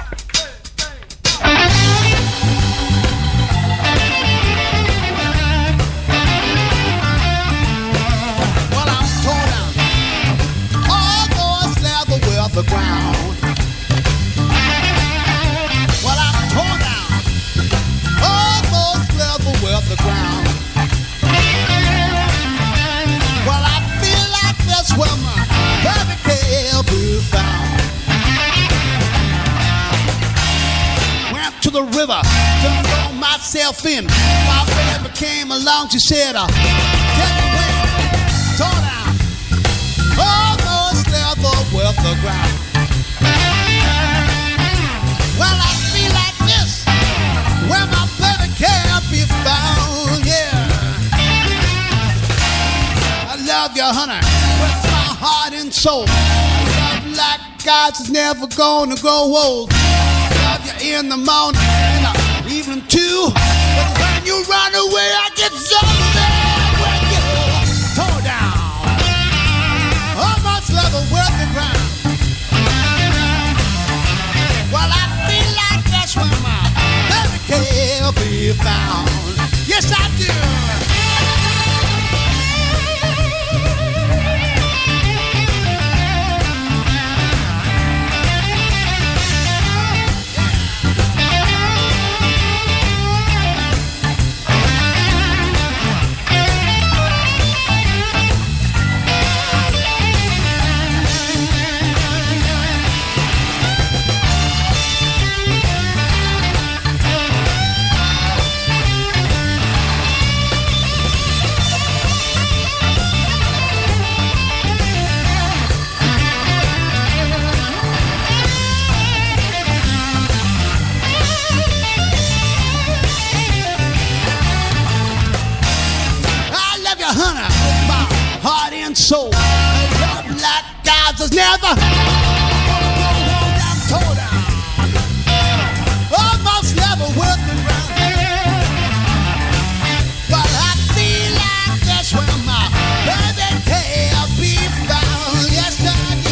Speaker 17: The ground. Well, I'm torn down, almost level with the ground. Well, I feel like that's where my perfect hell be found. Went to the river, dumped on myself in. My baby came along, she said, "Get away, torn down, almost level with the ground." Well, I feel like this, where my baby can't be found, yeah. I love you, honey, with my heart and soul. Love like God's is never gonna grow old. Love you in the morning and the evening too. But when you run away, I get so mad when you tore down almost level worth the ground. Well, I feel like that's where my baby can't be found. Yes, I do. Soul, love like gods has never I'm tore down, almost never worth the ground. But I feel like that's where my baby can't be found. Yes, I do.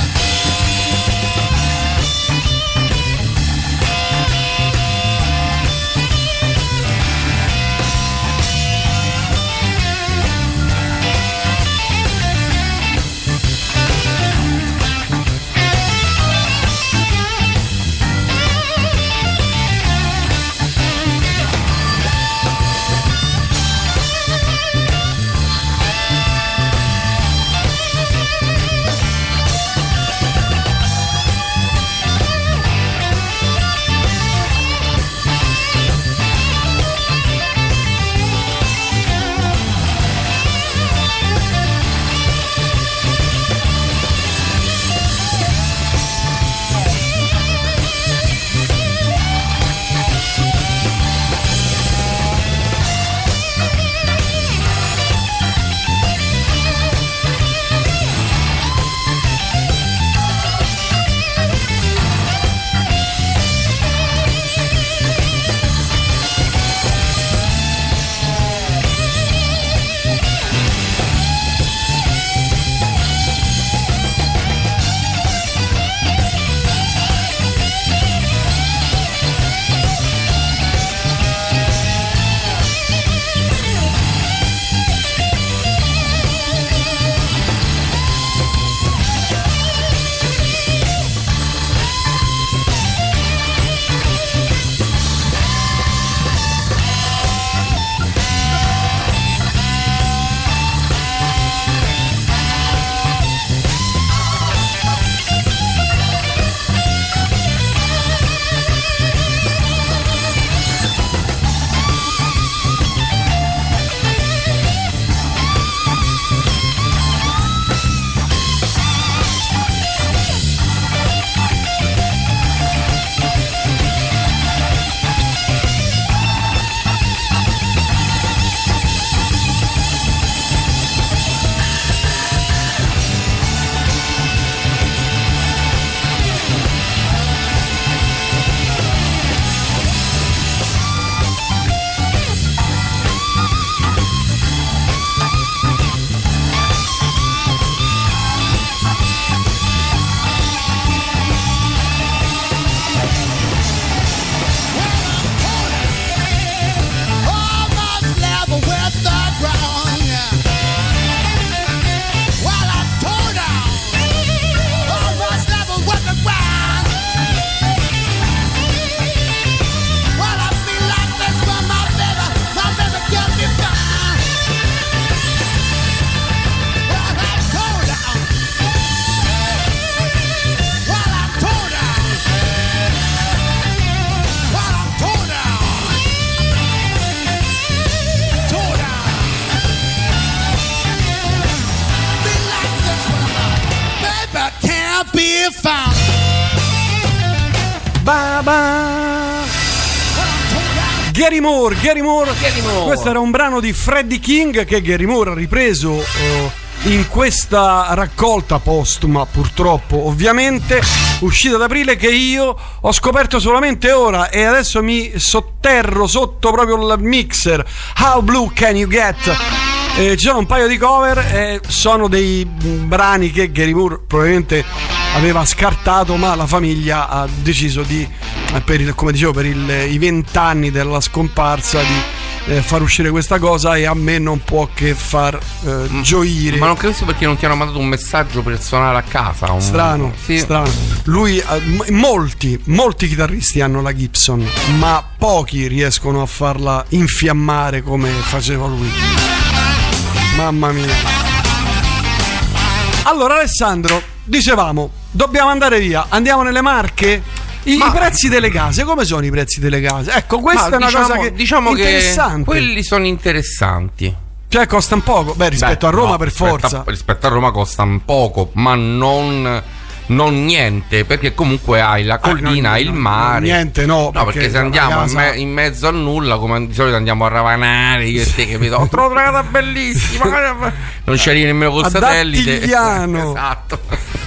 Speaker 13: Gary Moore. Questo era un brano di Freddie King che Gary Moore ha ripreso in questa raccolta postuma, purtroppo ovviamente, uscita ad aprile, che io ho scoperto solamente ora e adesso mi sotterro sotto proprio il mixer. How Blue Can You Get? Ci sono un paio di cover, sono dei brani che Gary Moore probabilmente aveva scartato, ma la famiglia ha deciso di, come dicevo, per i 20 anni della scomparsa, di far uscire questa cosa, e a me non può che far gioire.
Speaker 14: Ma non capisco perché non ti hanno mandato un messaggio personale a casa.
Speaker 13: Strano, sì. Strano. Lui, molti chitarristi hanno la Gibson, ma pochi riescono a farla infiammare come faceva lui. Mamma mia. Allora Alessandro, dicevamo, dobbiamo andare via, andiamo nelle Marche? I prezzi delle case, come sono i prezzi delle case? Ecco, questa è una cosa che interessante.
Speaker 14: Che quelli sono interessanti.
Speaker 13: Cioè costano poco? Beh, rispetto a Roma per forza.
Speaker 14: Rispetto a Roma costano poco, ma non niente, perché comunque hai la collina, hai il mare.
Speaker 13: Niente, no.
Speaker 14: No, perché se andiamo in mezzo a nulla, come di solito andiamo a ravanare, io e te, capito? Ho trovato una casa bellissima. Non c'eri nemmeno col satellite. Esatto.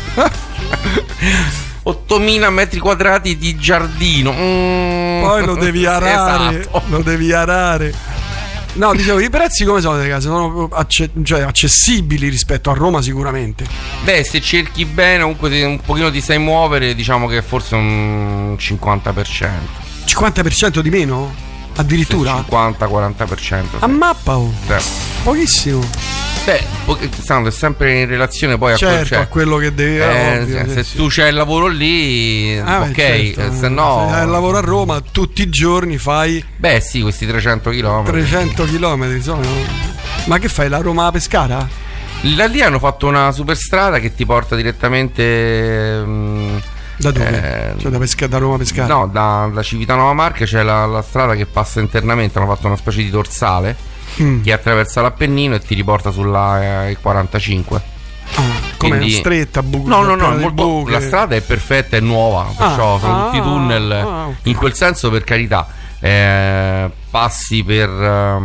Speaker 14: 8.000 metri quadrati di giardino.
Speaker 13: Poi lo devi arare. Esatto. Lo devi arare. No, dicevo, i prezzi come sono delle case? Sono accessibili rispetto a Roma sicuramente.
Speaker 14: Beh, se cerchi bene, comunque se un pochino ti sai muovere, diciamo che forse un 50%.
Speaker 13: 50% di meno? Addirittura?
Speaker 14: 50-40%.
Speaker 13: A mappa, oh. Pochissimo.
Speaker 14: Beh, è sempre in relazione poi
Speaker 13: a quello che devi
Speaker 14: se tu c'hai il lavoro lì, ok,
Speaker 13: certo.
Speaker 14: Se no,
Speaker 13: se hai il lavoro a Roma tutti i giorni fai.
Speaker 14: Beh sì, questi 300 km.
Speaker 13: 300 km sono. Ma che fai, la Roma Pescara?
Speaker 14: Da lì hanno fatto una superstrada che ti porta direttamente
Speaker 13: da dove? Cioè da Roma Pescara?
Speaker 14: No, da Civitanova Marche c'è la strada che passa internamente, hanno fatto una specie di dorsale che attraversa l'Appennino e ti riporta sulla 45.
Speaker 13: Come quindi, stretta,
Speaker 14: no, la strada è perfetta, è nuova, perciò sono tutti tunnel.
Speaker 13: Okay.
Speaker 14: In quel senso, per carità, passi per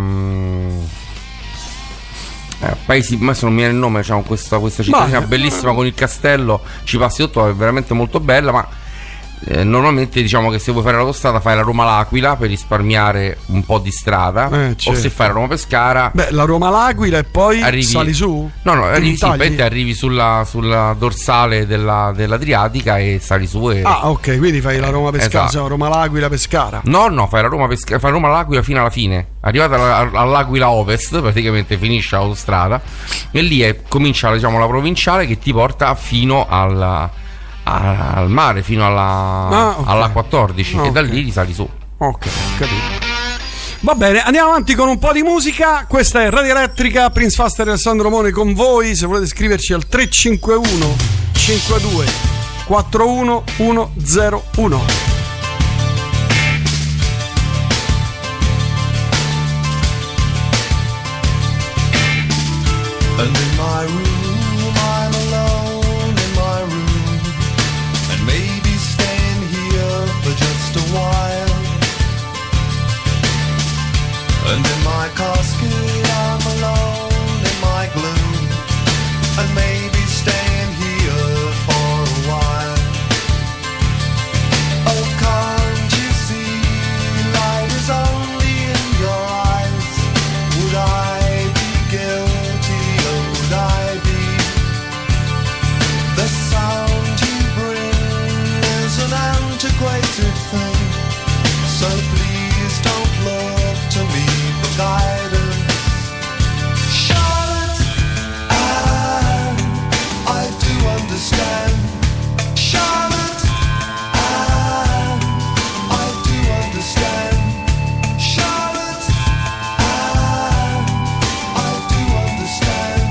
Speaker 14: paesi, adesso non mi viene il nome, diciamo, questa cittadina bellissima con il castello, ci passi tutto, è veramente molto bella, ma normalmente diciamo che se vuoi fare l'autostrada fai la Roma-L'Aquila per risparmiare un po' di strada, certo. O se fai la Roma-Pescara,
Speaker 13: la Roma-L'Aquila e poi sali su?
Speaker 14: No, arrivi sulla dorsale dell'Adriatica e sali su
Speaker 13: ok, quindi fai la Roma-Pescara, esatto. Roma-L'Aquila, Pescara.
Speaker 14: No, fai la Roma-L'Aquila fino alla fine, arrivata all'Aquila Ovest, praticamente finisce l'autostrada e lì comincia, diciamo, la provinciale che ti porta fino al mare, fino alla 14, e da lì risali su.
Speaker 13: Ok, capito. Va bene, andiamo avanti con un po' di musica. Questa è Radio Elettrica, Prince Faster e Alessandro Mone con voi. Se volete scriverci al 351 52 41 101.
Speaker 15: And in my room I'm alone in my room, and maybe staying here for just a while. And in my casket I'm alone in my gloom, and maybe staying here for a while. Oh, can't you see light is only in your eyes? Would I be guilty? Would I be? The sound you bring is an antiquated thing, so please don't look to me for guidance. Charlotte, I do understand. Charlotte, I do understand. Charlotte, I do understand.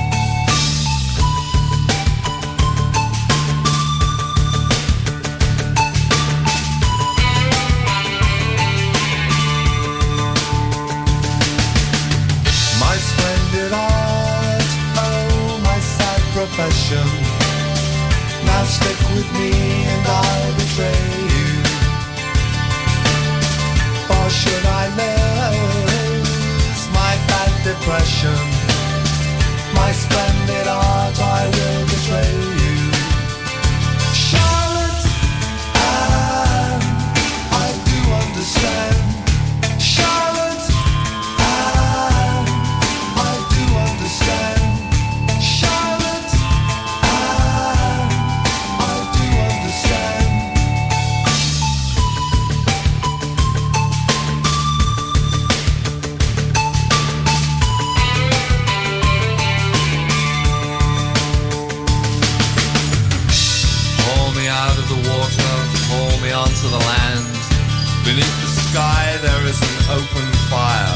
Speaker 15: My splendid art, oh my sad profession. Now stick with me and I'll betray you. Or should I lose my bad depression? My spend it all, I will betray you. Charlotte, I do understand. Charlotte, I do understand. Charlotte, I do understand.
Speaker 18: Haul me out of the water, haul me onto the land. Beneath the sky there is an open fire.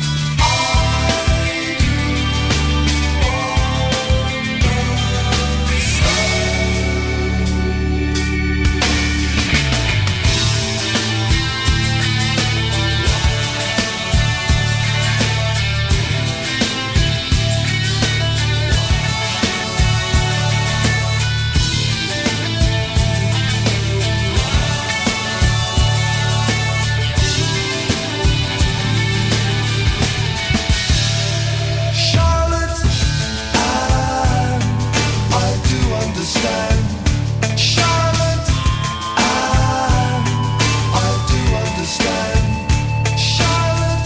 Speaker 18: Charlotte, I do understand. Charlotte, I do understand. Charlotte,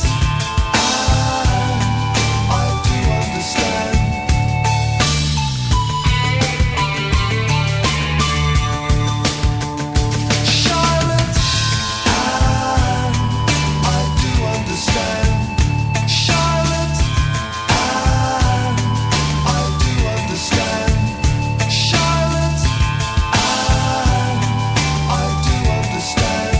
Speaker 18: I do understand. Charlotte, I do understand. Charlotte, I do understand. Charlotte, I do understand.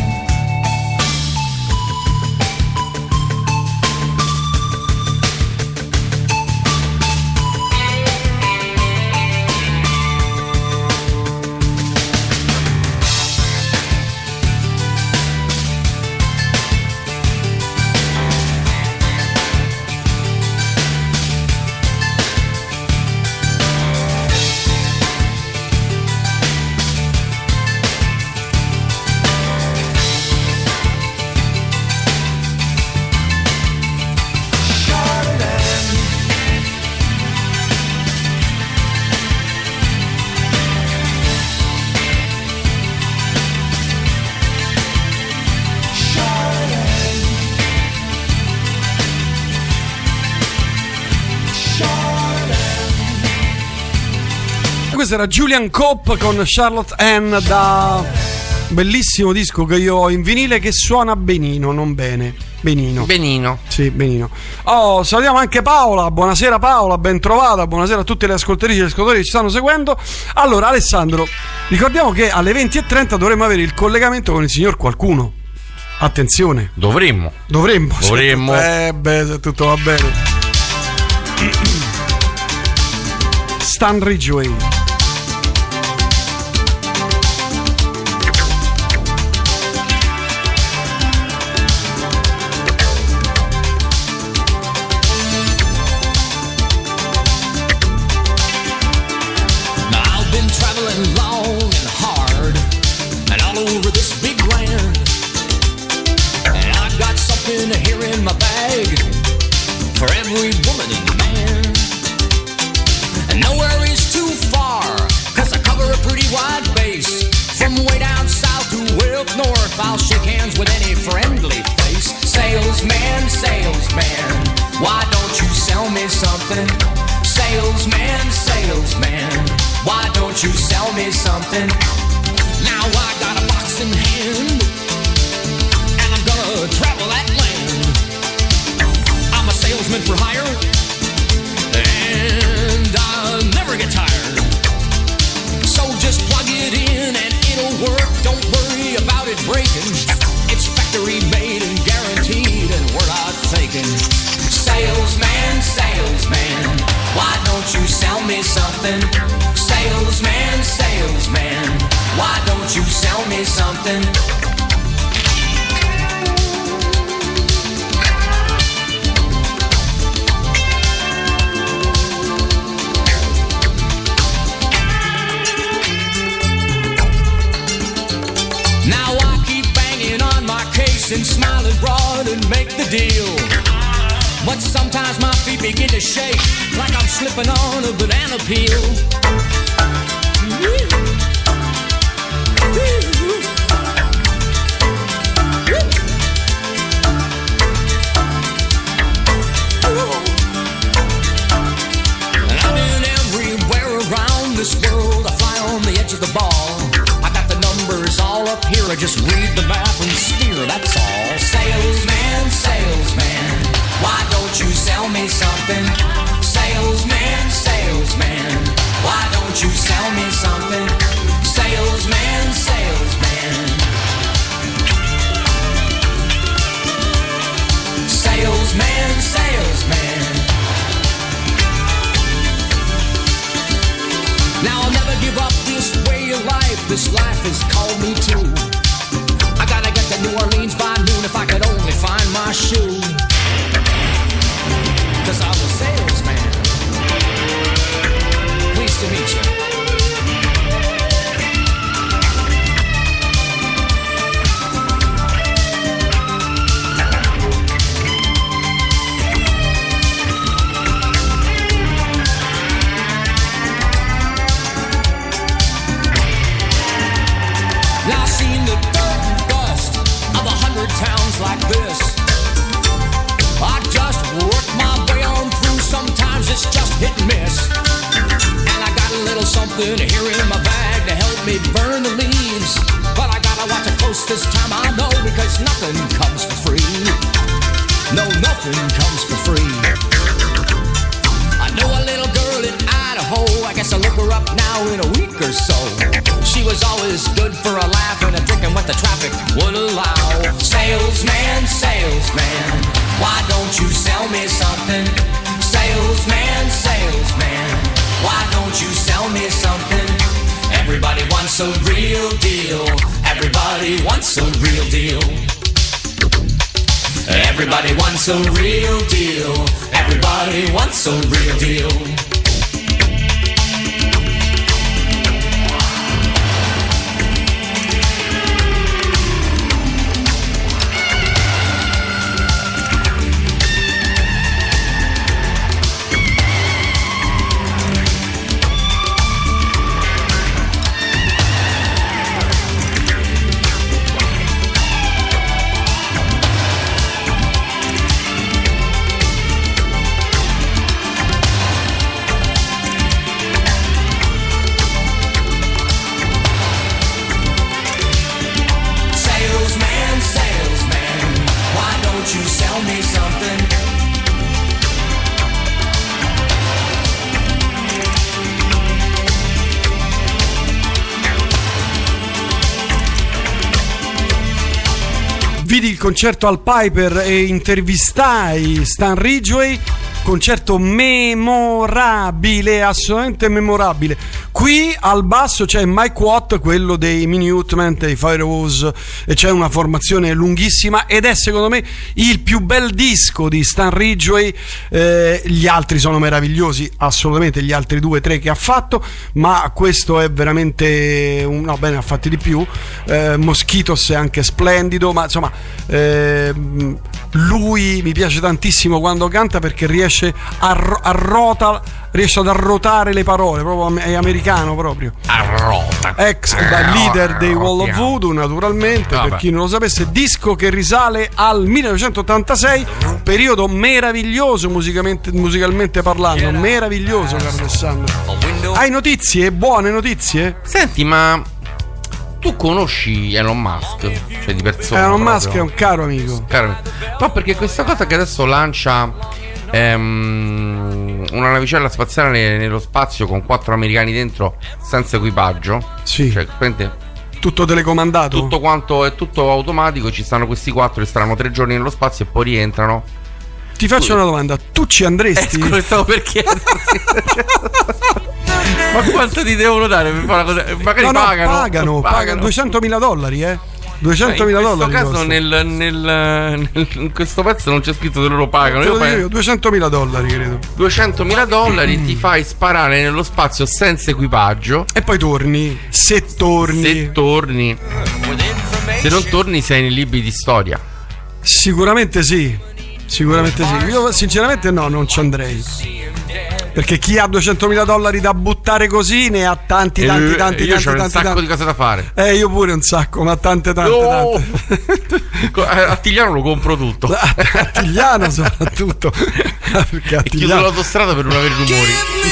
Speaker 13: Questo era Julian Cope con Charlotte Ann, da bellissimo disco che io ho in vinile, che suona benino, non bene. Benino.
Speaker 14: Benino.
Speaker 13: Sì, benino. Oh, salutiamo anche Paola. Buonasera Paola, ben trovata. Buonasera a tutte le ascoltatrici e gli ascoltatori che ci stanno seguendo. Allora, Alessandro, ricordiamo che alle 20:30 dovremmo avere il collegamento con il signor Qualcuno. Attenzione.
Speaker 14: Dovremmo.
Speaker 13: Se tutto va bene. Stan Ridgway.
Speaker 19: For every woman and man, and nowhere is too far, 'cause I cover a pretty wide base. From way down south to way up north, I'll shake hands with any friendly face. Salesman, salesman, why don't you sell me something? Salesman, salesman, why don't you sell me something? Now I got a box in hand, and I'm gonna travel that land. I'm a salesman for hire, and I'll never get tired. So just plug it in and it'll work. Don't worry about it breaking. It's factory made and guaranteed, and we're not faking. Salesman, salesman, why don't you sell me something? Salesman, salesman, why don't you sell me something? Now I keep banging on my case and smiling broad and make the deal. But sometimes my feet begin to shake like I'm slipping on a banana peel. And I've been everywhere around this world. I fly on the edge of the ball. I got the numbers all up here. I just read the map and steer, that's all. Salesman, salesman, why don't you sell me something? Salesman, salesman, why don't you sell me something? Salesman, salesman. Salesman, salesman. Now I'll never give up this way of life. This life has called me to. I gotta get to New Orleans by noon if I could only find my shoe. 'Cause I'm a salesman. Pleased to meet you. Now I've seen the dirt and dust of 100 towns like this. I just work my way on through. Sometimes it's just hit and miss. And I got a little something here in my bag to help me burn the leaves. But I gotta watch it close this time, I know, because nothing comes for free. No, nothing comes for free. I know a little girl in Idaho. I guess I'll look her up now in a week or so. She was always good for a laugh and a drinking what the traffic would allow. Salesman, salesman, why don't you sell me something? Salesman, salesman, why don't you sell me something? Everybody wants a real deal. Everybody wants a real deal. Everybody wants a real deal. Everybody wants a real deal.
Speaker 13: Vidi il concerto al Piper e intervistai Stan Ridgway. Concerto memorabile, assolutamente memorabile. Qui al basso c'è Mike Watt, quello dei Minutemen, dei Firewalls, e c'è una formazione lunghissima ed è secondo me il più bel disco di Stan Ridgway. Gli altri sono meravigliosi, assolutamente, gli altri 2-3 che ha fatto, ma questo è veramente no, bene, ha fatti di più. Mosquitos è anche splendido, ma insomma lui mi piace tantissimo quando canta perché riesce riesce ad arrotare le parole, proprio è americano proprio.
Speaker 14: Arrota.
Speaker 13: Ex leader dei Wall of Voodoo, naturalmente. Vabbè. Per chi non lo sapesse, disco che risale al 1986, periodo meraviglioso musicalmente parlando, meraviglioso, caro Alessandro. Hai notizie? Buone notizie?
Speaker 14: Senti, ma tu conosci Elon Musk? Cioè di persona?
Speaker 13: Elon Musk è un caro amico.
Speaker 14: No, perché questa cosa che adesso lancia una navicella spaziale nello spazio con 4 americani dentro senza equipaggio.
Speaker 13: Sì.
Speaker 14: Cioè,
Speaker 13: tutto telecomandato?
Speaker 14: Tutto quanto è tutto automatico. Ci stanno questi 4 che staranno 3 giorni nello spazio e poi rientrano.
Speaker 13: Ti faccio una domanda: tu ci andresti?
Speaker 14: Stavo per chiederti. Ma quanto ti devono dare per fare una cosa? Magari
Speaker 13: pagano $200.000, $200.000.
Speaker 14: In questo caso in questo pezzo non c'è scritto che loro pagano.
Speaker 13: Io $200.000 credo.
Speaker 14: $200.000 ti fai sparare nello spazio senza equipaggio
Speaker 13: e poi torni. Se torni.
Speaker 14: Se non torni sei nei libri di storia.
Speaker 13: Sicuramente sì. Sicuramente sì. Io sinceramente no, non ci andrei. Perché chi ha $200.000 da buttare così ne ha tanti.
Speaker 14: Io ho un sacco di cose da fare.
Speaker 13: Io pure un sacco, ma tante.
Speaker 14: A Tigliano lo compro tutto.
Speaker 13: A Tigliano soprattutto. Perché a
Speaker 14: e chiudo l'autostrada per non avere rumori.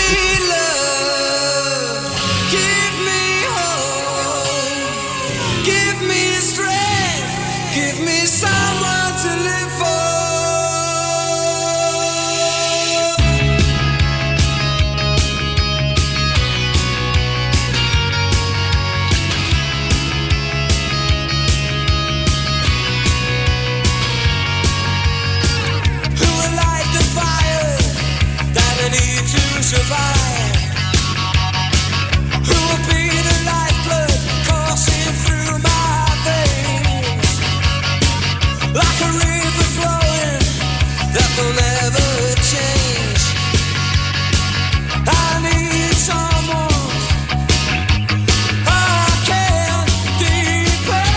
Speaker 15: Survive. Who will be the lifeblood coursing through my veins, like a river flowing that will never change. I need someone I can depend.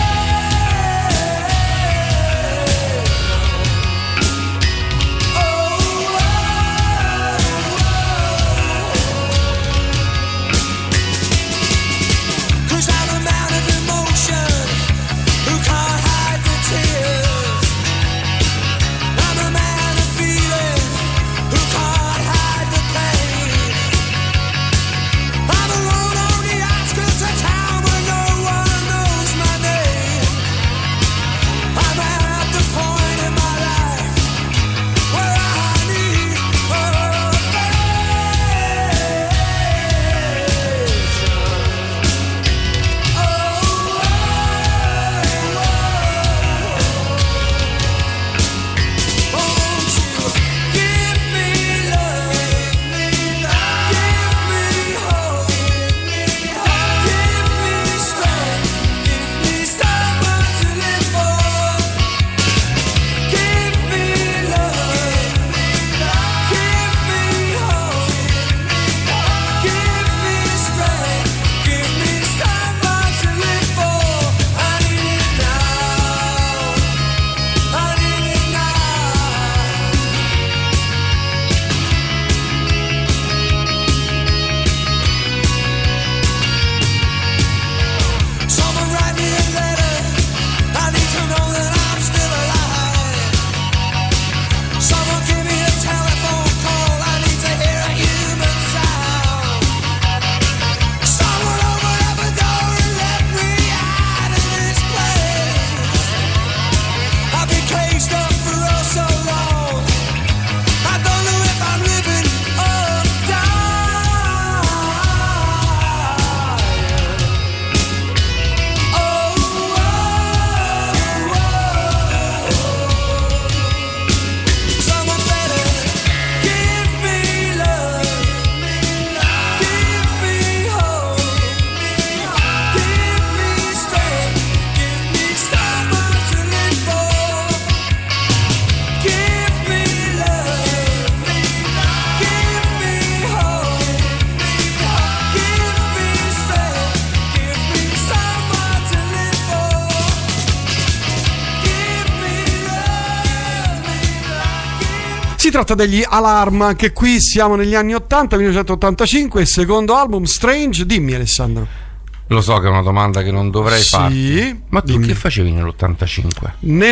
Speaker 13: Si tratta degli Alarm, anche qui siamo negli anni 80, 1985, il secondo album Strange. Dimmi Alessandro.
Speaker 14: Lo so che è una domanda che non dovrei farti. Ma tu
Speaker 13: dimmi.
Speaker 14: Che facevi nell'85?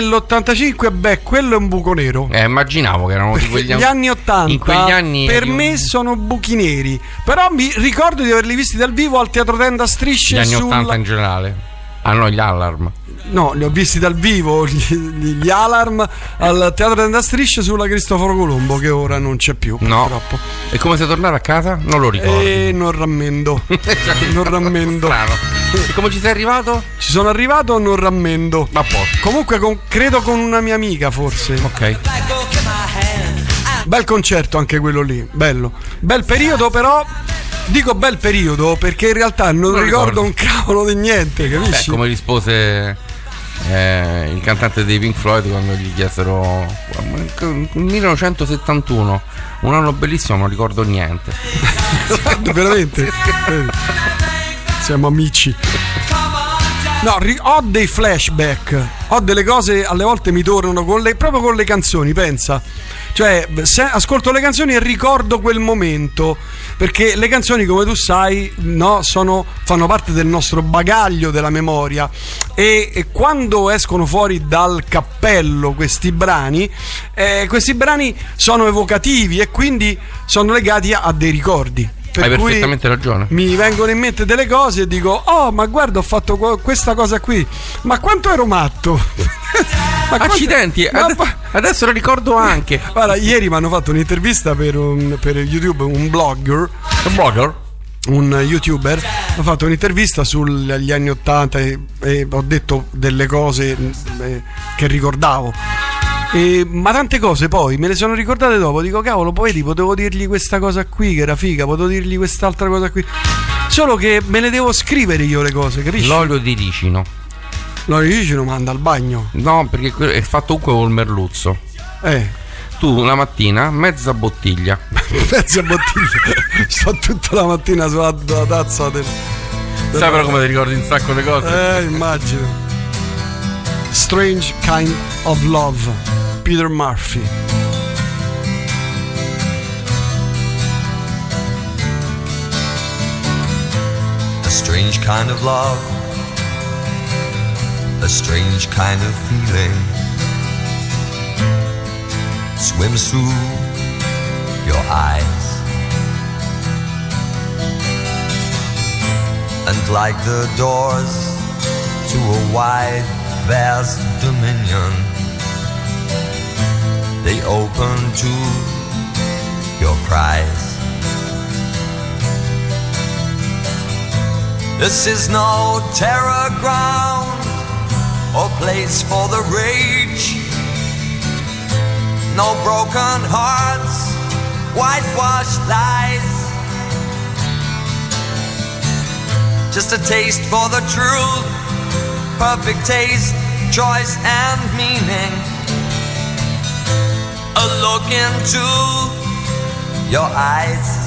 Speaker 13: Nell'85, quello è un buco nero.
Speaker 14: Immaginavo che erano
Speaker 13: perché
Speaker 14: di quegli
Speaker 13: gli anni 80
Speaker 14: in quegli anni
Speaker 13: per me sono buchi neri. Però mi ricordo di averli visti dal vivo al Teatro Tenda Strisce.
Speaker 14: Gli anni 80 in generale. Ah no, gli Alarm.
Speaker 13: No, li ho visti dal vivo gli Alarm al Teatro Tenda Strisce sulla Cristoforo Colombo, che ora non c'è più, purtroppo.
Speaker 14: E come sei tornato a casa? Non lo ricordo.
Speaker 13: Non rammendo. Non rammendo.
Speaker 14: Strano. E come ci sei arrivato?
Speaker 13: Ci sono arrivato, non rammendo.
Speaker 14: Ma posto.
Speaker 13: Comunque credo con una mia amica, forse.
Speaker 14: Ok.
Speaker 13: Bel concerto anche quello lì, bello. Bel periodo, però. Dico bel periodo perché in realtà non ricordo un cavolo di niente, capisci?
Speaker 14: Come rispose il cantante dei Pink Floyd quando gli chiesero 1971, un anno bellissimo, non ricordo niente.
Speaker 13: Veramente? Siamo amici. No, ho dei flashback, ho delle cose, alle volte mi tornano proprio con le canzoni, pensa. Cioè, se ascolto le canzoni e ricordo quel momento, perché le canzoni, come tu sai, no, fanno parte del nostro bagaglio della memoria, e quando escono fuori dal cappello questi brani sono evocativi e quindi sono legati a dei ricordi.
Speaker 14: Hai perfettamente ragione.
Speaker 13: Mi vengono in mente delle cose e dico: oh, ma guarda, ho fatto questa cosa qui, ma quanto ero matto.
Speaker 14: Accidenti, adesso lo ricordo anche.
Speaker 13: Guarda, ieri mi hanno fatto un'intervista per YouTube, un blogger, un youtuber. Ho fatto un'intervista sugli anni 80 e ho detto delle cose che ricordavo. Ma tante cose poi me le sono ricordate dopo. Dico, cavolo, poi vedi, potevo dirgli questa cosa qui che era figa, potevo dirgli quest'altra cosa qui. Solo che me le devo scrivere io le cose, capisci?
Speaker 14: L'olio di ricino.
Speaker 13: L'olio di ricino manda al bagno.
Speaker 14: No, perché è fatto comunque col merluzzo. Tu la mattina mezza bottiglia.
Speaker 13: Mezza bottiglia. Sto tutta la mattina sulla tazza
Speaker 14: sai però come ti ricordi un sacco di cose?
Speaker 13: Immagino. Strange Kind of Love, Peter Murphy.
Speaker 15: A strange kind of love, a strange kind of feeling swims through your eyes, and like the doors to a wide, vast dominion, they open to your cries. This is no terror ground or place for the rage, no broken hearts, whitewashed lies, just a taste for the truth, perfect taste, choice and meaning, a look into your eyes.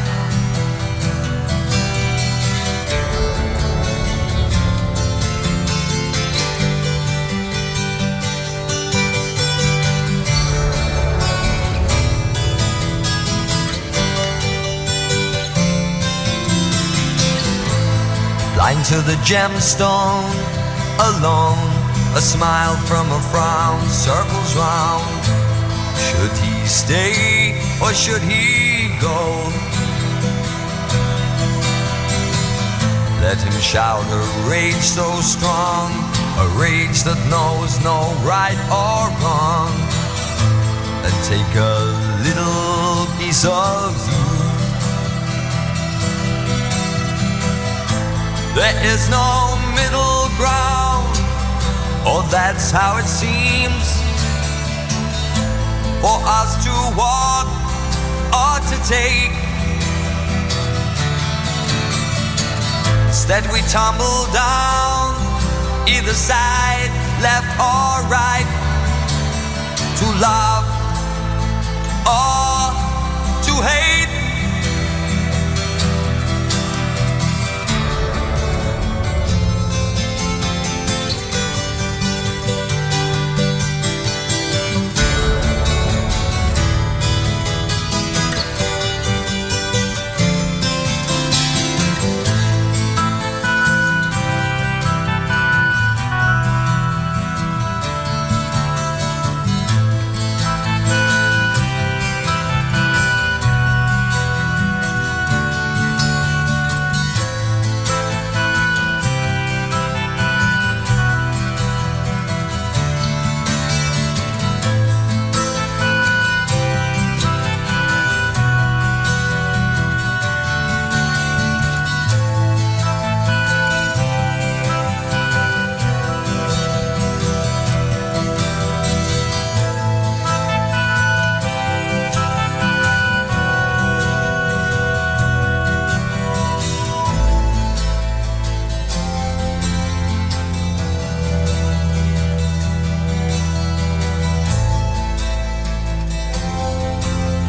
Speaker 15: Blind to the gemstone, alone, a smile from a frown circles round. Should he stay or should he go? Let him shout a rage so strong, a rage that knows no right or wrong, and take a little piece of you. There is no middle ground, or that's how it seems, for us to walk or to take. Instead we tumble down, either side, left or right, to love or to hate.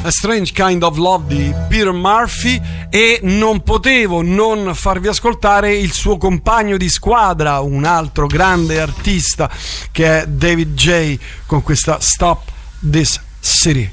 Speaker 13: A Strange Kind of Love di Peter Murphy, e non potevo non farvi ascoltare il suo compagno di squadra, un altro grande artista che è David J, con questa Stop This City.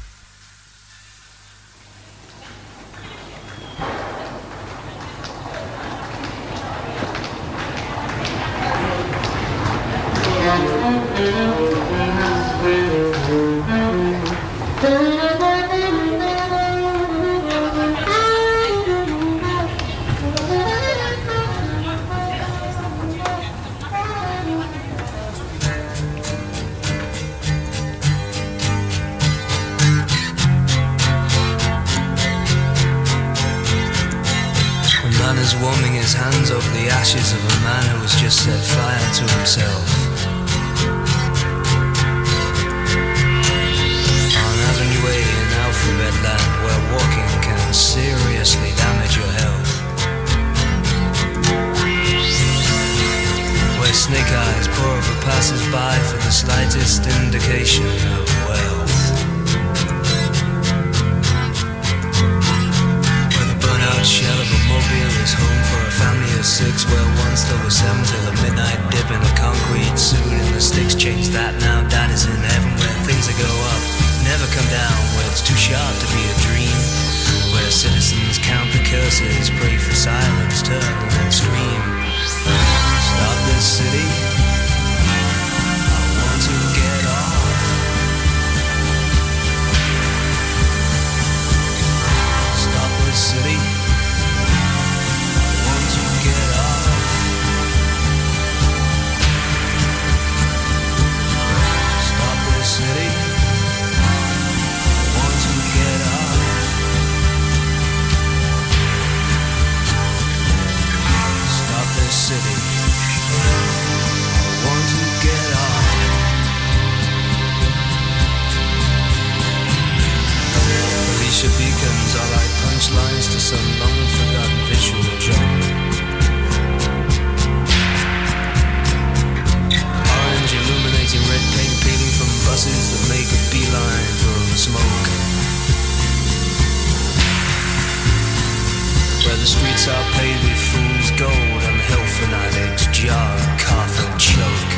Speaker 20: Warming his hands over the ashes of a man who has just set fire to himself. On Avenue A in Alphabet Land, where walking can seriously damage your health, where snake eyes pour over passers-by for the slightest indication of wealth. Shell of a mobile is home for a family of 6, where once there was 7 till a midnight dip in a concrete suit in the sticks. Change that now, dad is in heaven, where things that go up never come down, where it's too sharp to be a dream, where citizens count the curses, pray for silence, turn and then scream. Stop this city, I want to get off. Stop this city, get off. Stop this city, I want to get off. Stop this city, I want to get off. Alicia beacons are like punchlines to some long forgotten visual joke. Illuminating red paint peeling from buses that make a beeline for smoke, where the streets are paved with fool's gold and health fanatics jar, cough and choke,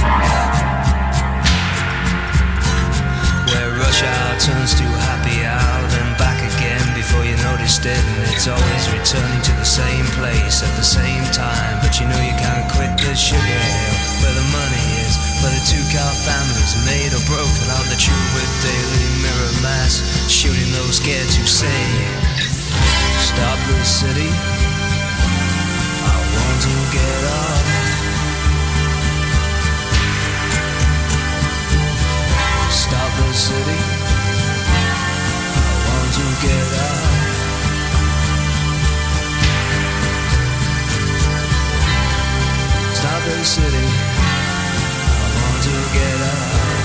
Speaker 20: where rush hour turns to happy hour, then back again before you noticed it, and it's always returning to the same place at the same time, but you know you can't quit the sugar hill, where the money is, where the two-car families made or broken on the true with Daily Mirror mass, shooting those scared to say, stop the city, I want to get off. Stop the city, I want to get off. Stop the city, to get up.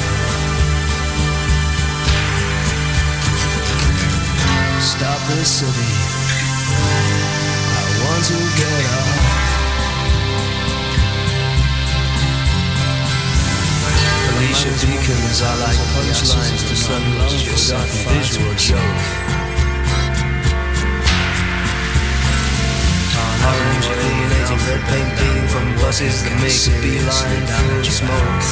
Speaker 20: Stop this city, I want to get up. Alicia beacons are like punchlines to some long-forgotten visual joke. Orange illuminating red paint beating from buses that make a beeline through smoke,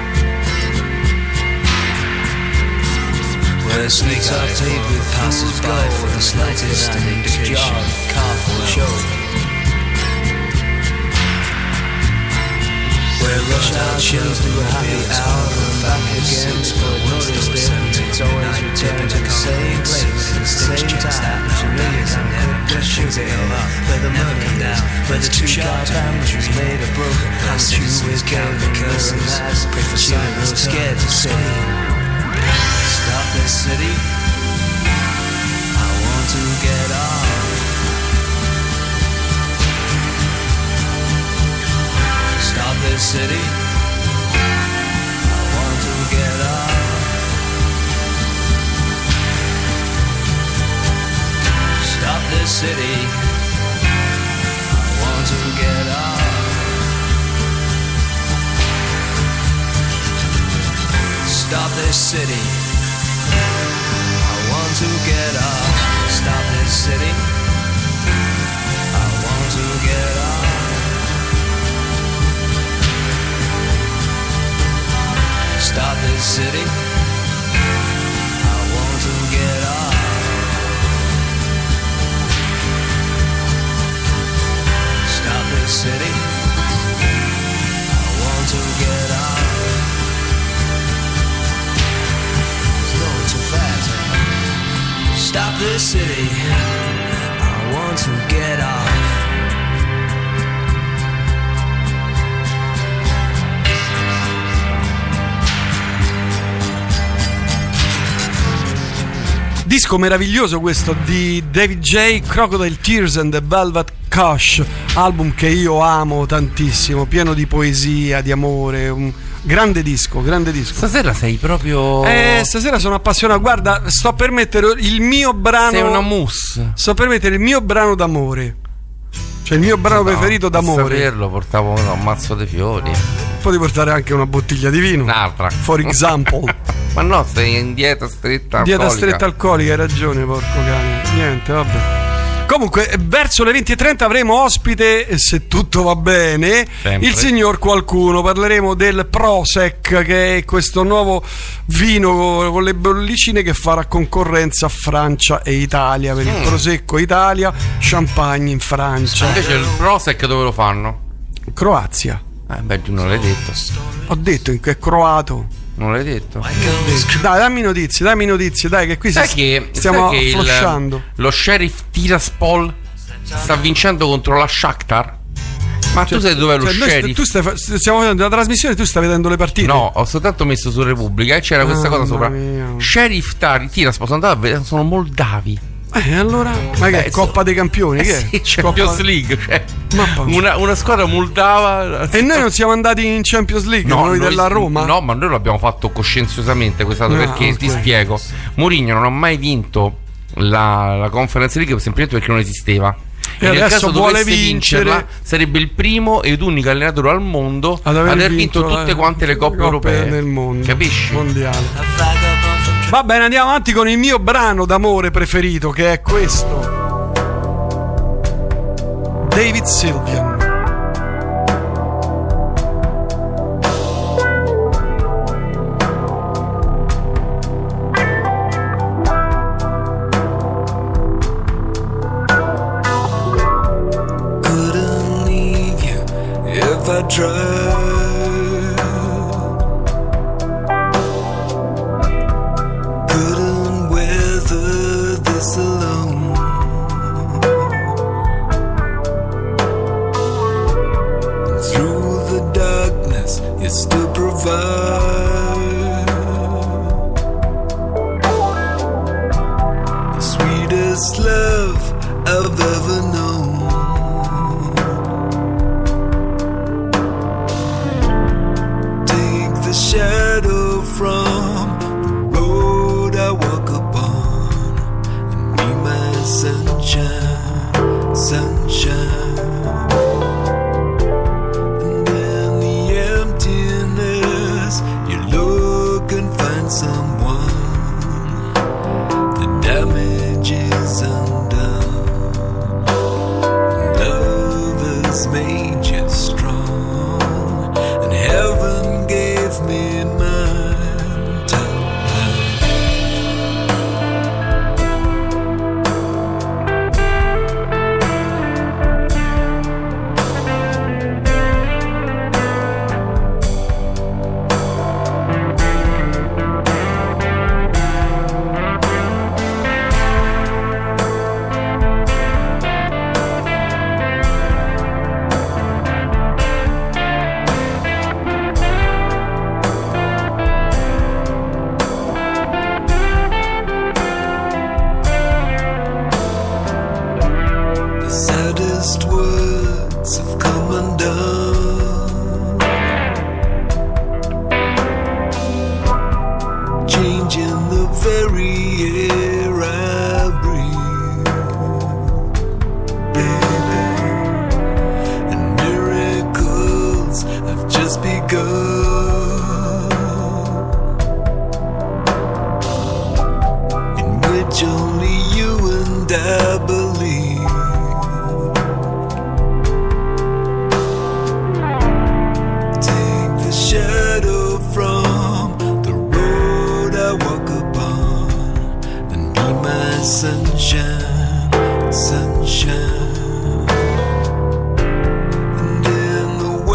Speaker 20: where snakes are paved with passers-by for the slightest indication, cough or choke, where rush hour chills to a happy hour and back again, but notice them, it's always returning to the same place at the same time, so you can never get sugar up, where the money down, where the two-car families made or broken, past you with count the curses, pray for silence, scared to say, stop this city, I want to get off. Stop this city, I want to get off. Stop this city, I want to get off. Stop this city, I want to get off. Stop this city. I want to get off. Stop this city. I want to get off. Stop this city. I want to get off. It's going too fast, huh? Stop this city. I want to get off.
Speaker 13: Disco meraviglioso questo di David J. Crocodile Tears and the Velvet Cush, album che io amo tantissimo, pieno di poesia, di amore, un grande disco, grande disco.
Speaker 14: Stasera sei proprio...
Speaker 13: stasera sono appassionato, guarda, sto per mettere il mio brano...
Speaker 14: Sei una mousse.
Speaker 13: Sto per mettere il mio brano d'amore, cioè il mio brano preferito d'amore.
Speaker 14: Per saperlo portavo un mazzo di fiori.
Speaker 13: Puoi portare anche una bottiglia di vino.
Speaker 14: Un'altra.
Speaker 13: For example.
Speaker 14: Ma no, sei in dieta stretta alcolica.
Speaker 13: Dieta stretta alcolica, hai ragione, porco cane. Niente, vabbè. Comunque, verso le 20:30 avremo ospite, se tutto va bene,
Speaker 14: sempre,
Speaker 13: il signor Qualcuno. Parleremo del Prosec, che è questo nuovo vino con le bollicine che farà concorrenza a Francia e Italia. Per il Prosecco Italia, Champagne in Francia.
Speaker 14: Invece il Prosec dove lo fanno?
Speaker 13: Croazia.
Speaker 14: Beh, tu non l'hai detto.
Speaker 13: Ho detto che è croato.
Speaker 14: Non l'hai detto?
Speaker 13: Dai, dammi notizie, dai, che qui stiamo afflosciando.
Speaker 14: Lo Sheriff Tiraspol sta vincendo contro la Shakhtar. Ma tu sai dov'è lo Sheriff?
Speaker 13: Stiamo vedendo la trasmissione, tu stai vedendo le partite?
Speaker 14: No, ho soltanto messo su Repubblica e c'era questa cosa sopra.
Speaker 13: Mia.
Speaker 14: Sheriff Tiraspol, sono andato a vedere, sono moldavi.
Speaker 13: Allora, ma che è Coppa dei Campioni? Che è?
Speaker 14: Sì, Champions League, cioè una squadra moldava.
Speaker 13: E noi non siamo andati in Champions League,
Speaker 14: no,
Speaker 13: noi della Roma?
Speaker 14: No, ma noi l'abbiamo fatto coscienziosamente quest'anno, perché
Speaker 13: okay.
Speaker 14: Ti spiego. Mourinho non ha mai vinto la Conference League semplicemente perché non esisteva. E nel caso vuole vincerla, sarebbe il primo ed unico allenatore al mondo ad aver vinto tutte quante le coppe europee
Speaker 13: del mondo,
Speaker 14: capisci?
Speaker 13: Mondiale. Va bene, andiamo avanti con il mio brano d'amore preferito, che è questo. David Sylvian.
Speaker 20: Couldn't leave you if I tried.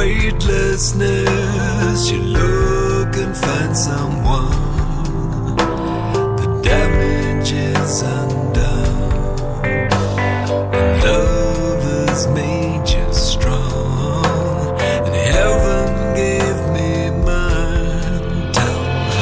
Speaker 15: weightlessness, you look and find someone. The damage is undone, and love has made you strong, and heaven gave me mine. Tell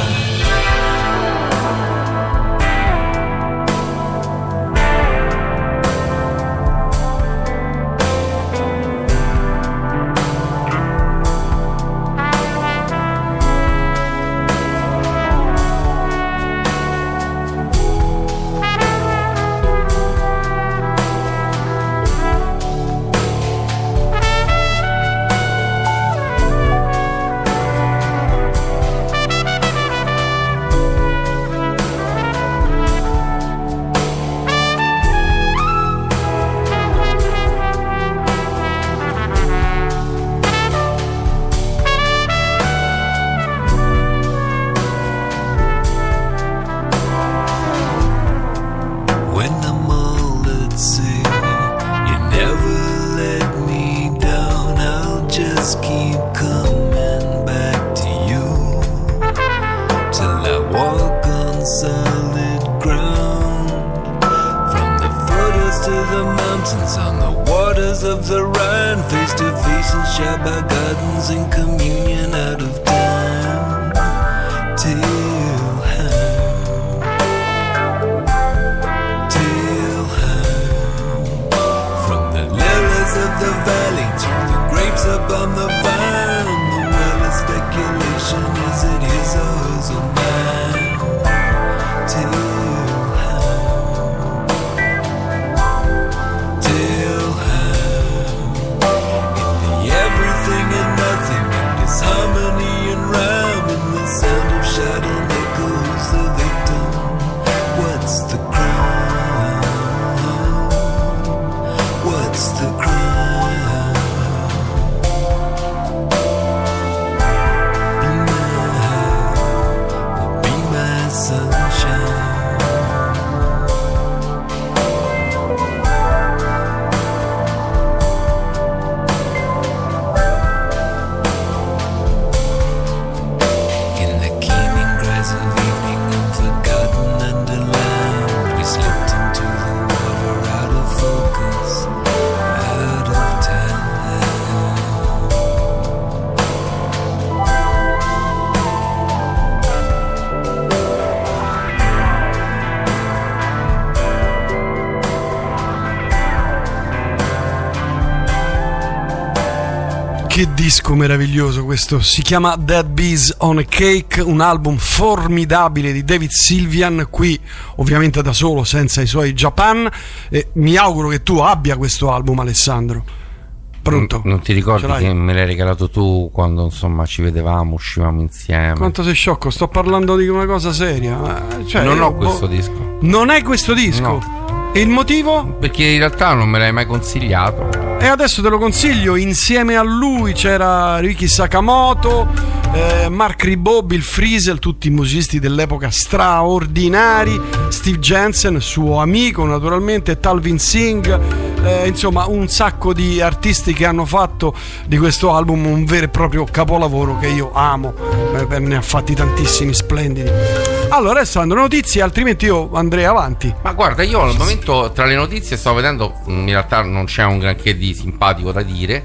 Speaker 13: Che disco meraviglioso questo, si chiama Dead Bees on a Cake, un album formidabile di David Sylvian, qui ovviamente da solo, senza i suoi Japan, e mi auguro che tu abbia questo album, Alessandro. Pronto?
Speaker 14: Non ti ricordi che me l'hai regalato tu quando insomma ci vedevamo, uscivamo insieme?
Speaker 13: Quanto sei sciocco, sto parlando di una cosa seria. Cioè,
Speaker 14: non ho questo disco.
Speaker 13: Non hai questo disco?
Speaker 14: No.
Speaker 13: E il motivo?
Speaker 14: Perché in realtà non me l'hai mai consigliato.
Speaker 13: E adesso te lo consiglio. Insieme a lui c'era Ryuki Sakamoto, Mark Ribot, Bill Frisell, tutti i musicisti dell'epoca straordinari, Steve Jensen, suo amico naturalmente, Talvin Singh, insomma un sacco di artisti che hanno fatto di questo album un vero e proprio capolavoro che io amo, ne ha fatti tantissimi splendidi. Allora Alessandro, notizie, altrimenti io andrei avanti.
Speaker 14: Ma guarda, io al momento tra le notizie stavo vedendo, in realtà non c'è un granché di simpatico da dire.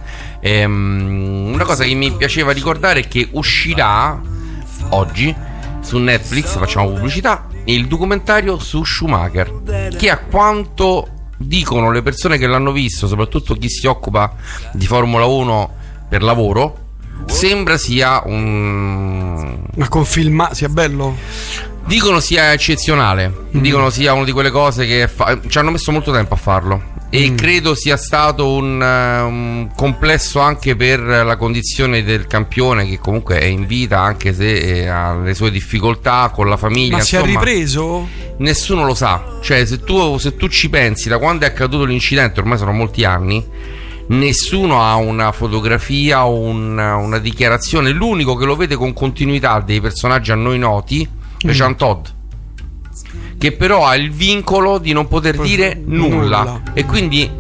Speaker 14: Una cosa che mi piaceva ricordare è che uscirà oggi su Netflix, facciamo pubblicità, il documentario su Schumacher, che a quanto dicono le persone che l'hanno visto, soprattutto chi si occupa di Formula 1 per lavoro, sembra sia
Speaker 13: una sia bello?
Speaker 14: Dicono sia eccezionale, dicono sia una di quelle cose che ci hanno messo molto tempo a farlo. E credo sia stato un complesso anche per la condizione del campione, che comunque è in vita anche se ha le sue difficoltà con la famiglia.
Speaker 13: Ma insomma, si è ripreso?
Speaker 14: Nessuno lo sa. Cioè se tu ci pensi, da quando è accaduto l'incidente, ormai sono molti anni, nessuno ha una fotografia o una dichiarazione. L'unico che lo vede con continuità dei personaggi a noi noti è Jean Todt, che però ha il vincolo di non poter dire nulla. E quindi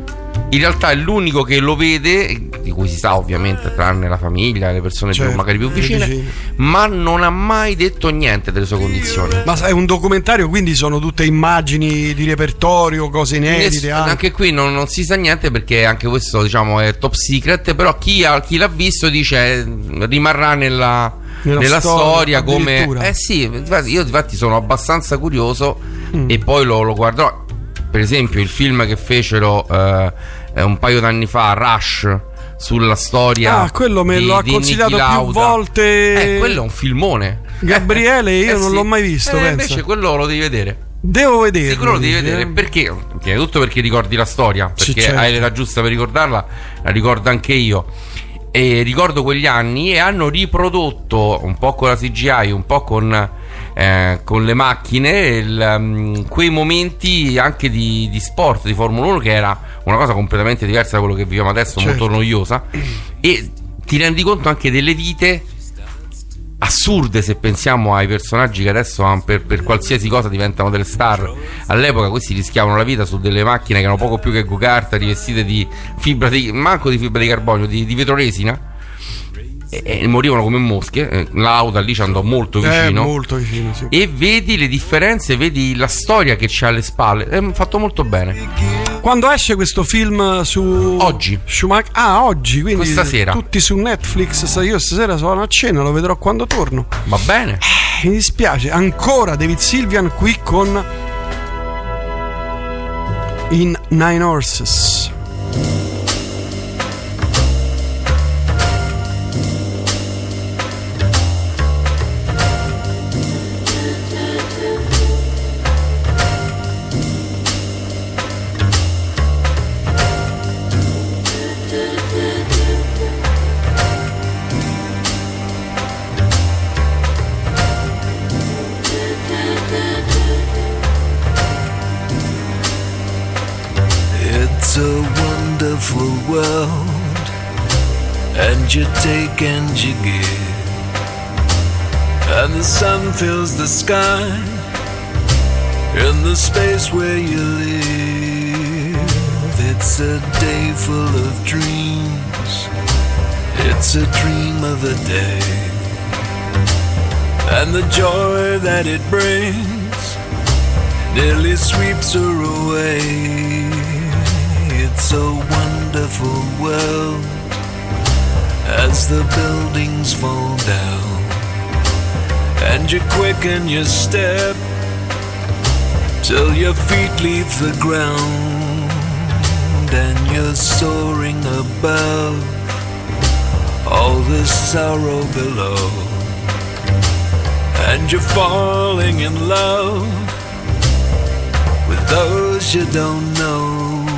Speaker 14: in realtà è l'unico che lo vede, di cui si sa ovviamente, tranne la famiglia, le persone più, magari più vicine, ma non ha mai detto niente delle sue condizioni.
Speaker 13: Ma è un documentario, quindi sono tutte immagini di repertorio, cose inedite.
Speaker 14: Anche qui non si sa niente, perché anche questo, diciamo, è top secret, però chi l'ha visto dice rimarrà nella storia come... sì, io infatti sono abbastanza curioso e poi lo guarderò. Per esempio il film che fecero un paio d'anni fa, Rush, sulla storia
Speaker 13: quello me lo ha consigliato più volte.
Speaker 14: Quello è un filmone,
Speaker 13: Gabriele. Io non l'ho mai visto, pensa.
Speaker 14: Invece quello lo devi vedere.
Speaker 13: Devo vederlo.
Speaker 14: Sì, quello lo devi vedere. Perché? Prima di tutto perché ricordi la storia, perché hai l'età giusta per ricordarla. La ricordo anche io, e ricordo quegli anni, e hanno riprodotto un po' con la CGI, un po' con le macchine, quei momenti anche di sport, di Formula 1, che era una cosa completamente diversa da quello che viviamo adesso, molto noiosa, e ti rendi conto anche delle vite assurde se pensiamo ai personaggi che adesso per qualsiasi cosa diventano delle star. All'epoca questi rischiavano la vita su delle macchine che erano poco più che go-kart, rivestite di fibra manco di fibra di carbonio, di vetroresina, e morivano come mosche. L'auto lì ci andò molto vicino, sì. E vedi le differenze, vedi la storia che c'è alle spalle. È fatto molto bene.
Speaker 13: Quando esce questo film su...
Speaker 14: Oggi.
Speaker 13: Oggi, quindi
Speaker 14: questa sera. Tutti
Speaker 13: su Netflix. Io stasera sono a cena, lo vedrò quando torno.
Speaker 14: Va bene.
Speaker 13: Mi dispiace. Ancora David Sylvian qui con In Nine Horses.
Speaker 15: It's a wonderful world, and you take and you give, and the sun fills the sky in the space where you live. It's a day full of dreams, it's a dream of a day, and the joy that it brings nearly sweeps her away. It's a wonderful world as the buildings fall down, and you quicken your step till your feet leave the ground, and you're soaring above all the sorrow below, and you're falling in love with those you don't know.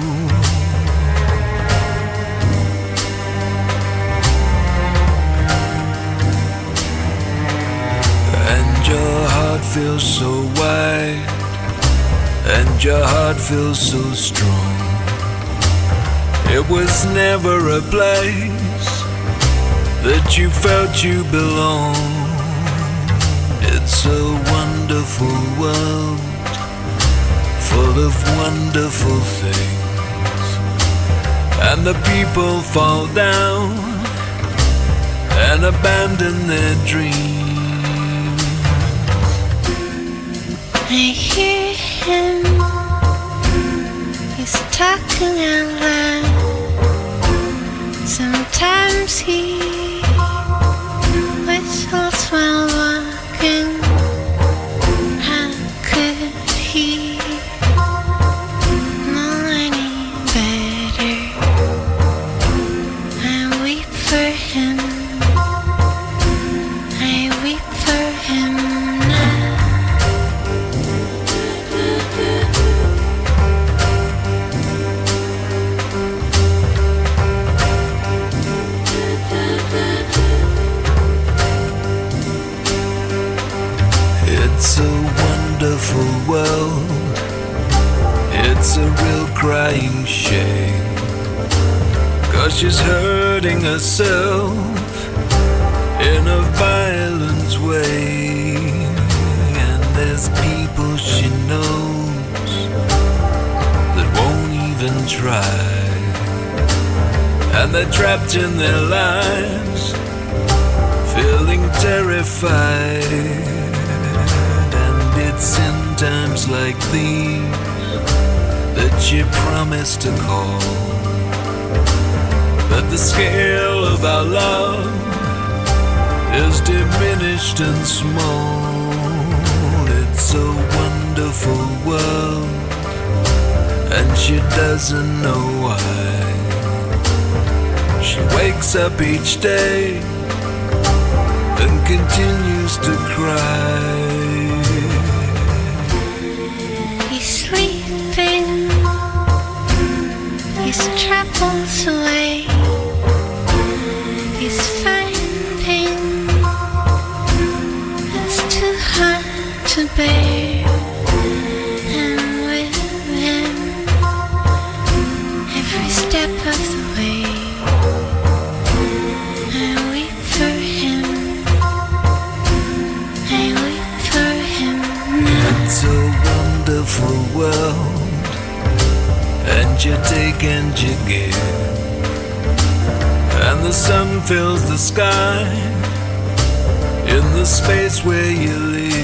Speaker 15: And your heart feels so wide, and your heart feels so strong. It was never a place that you felt you belonged. It's a wonderful world full of wonderful things, and the people fall down and abandon their dreams.
Speaker 21: I hear him, he's talking out loud. Sometimes he whistles while walking. How could he know any better? I weep for him, I weep for him now. It's a wonderful world, it's a real crying shame, 'cause she's hurting herself in a violent way, and there's people she knows that won't even try. and they're trapped in their lives, feeling terrified. And it's in times like these that you promise to call, but the scale of our love is diminished and small. It's a wonderful world, and she doesn't know why. She wakes up each day and continues to cry.
Speaker 1: He's sleeping, his troubles away, he's finding it's too hard to bear, and with him every step of the way I weep for him, I weep for him now.
Speaker 21: It's a wonderful world, and you take and you give, and the sun fills the sky in the space where you live.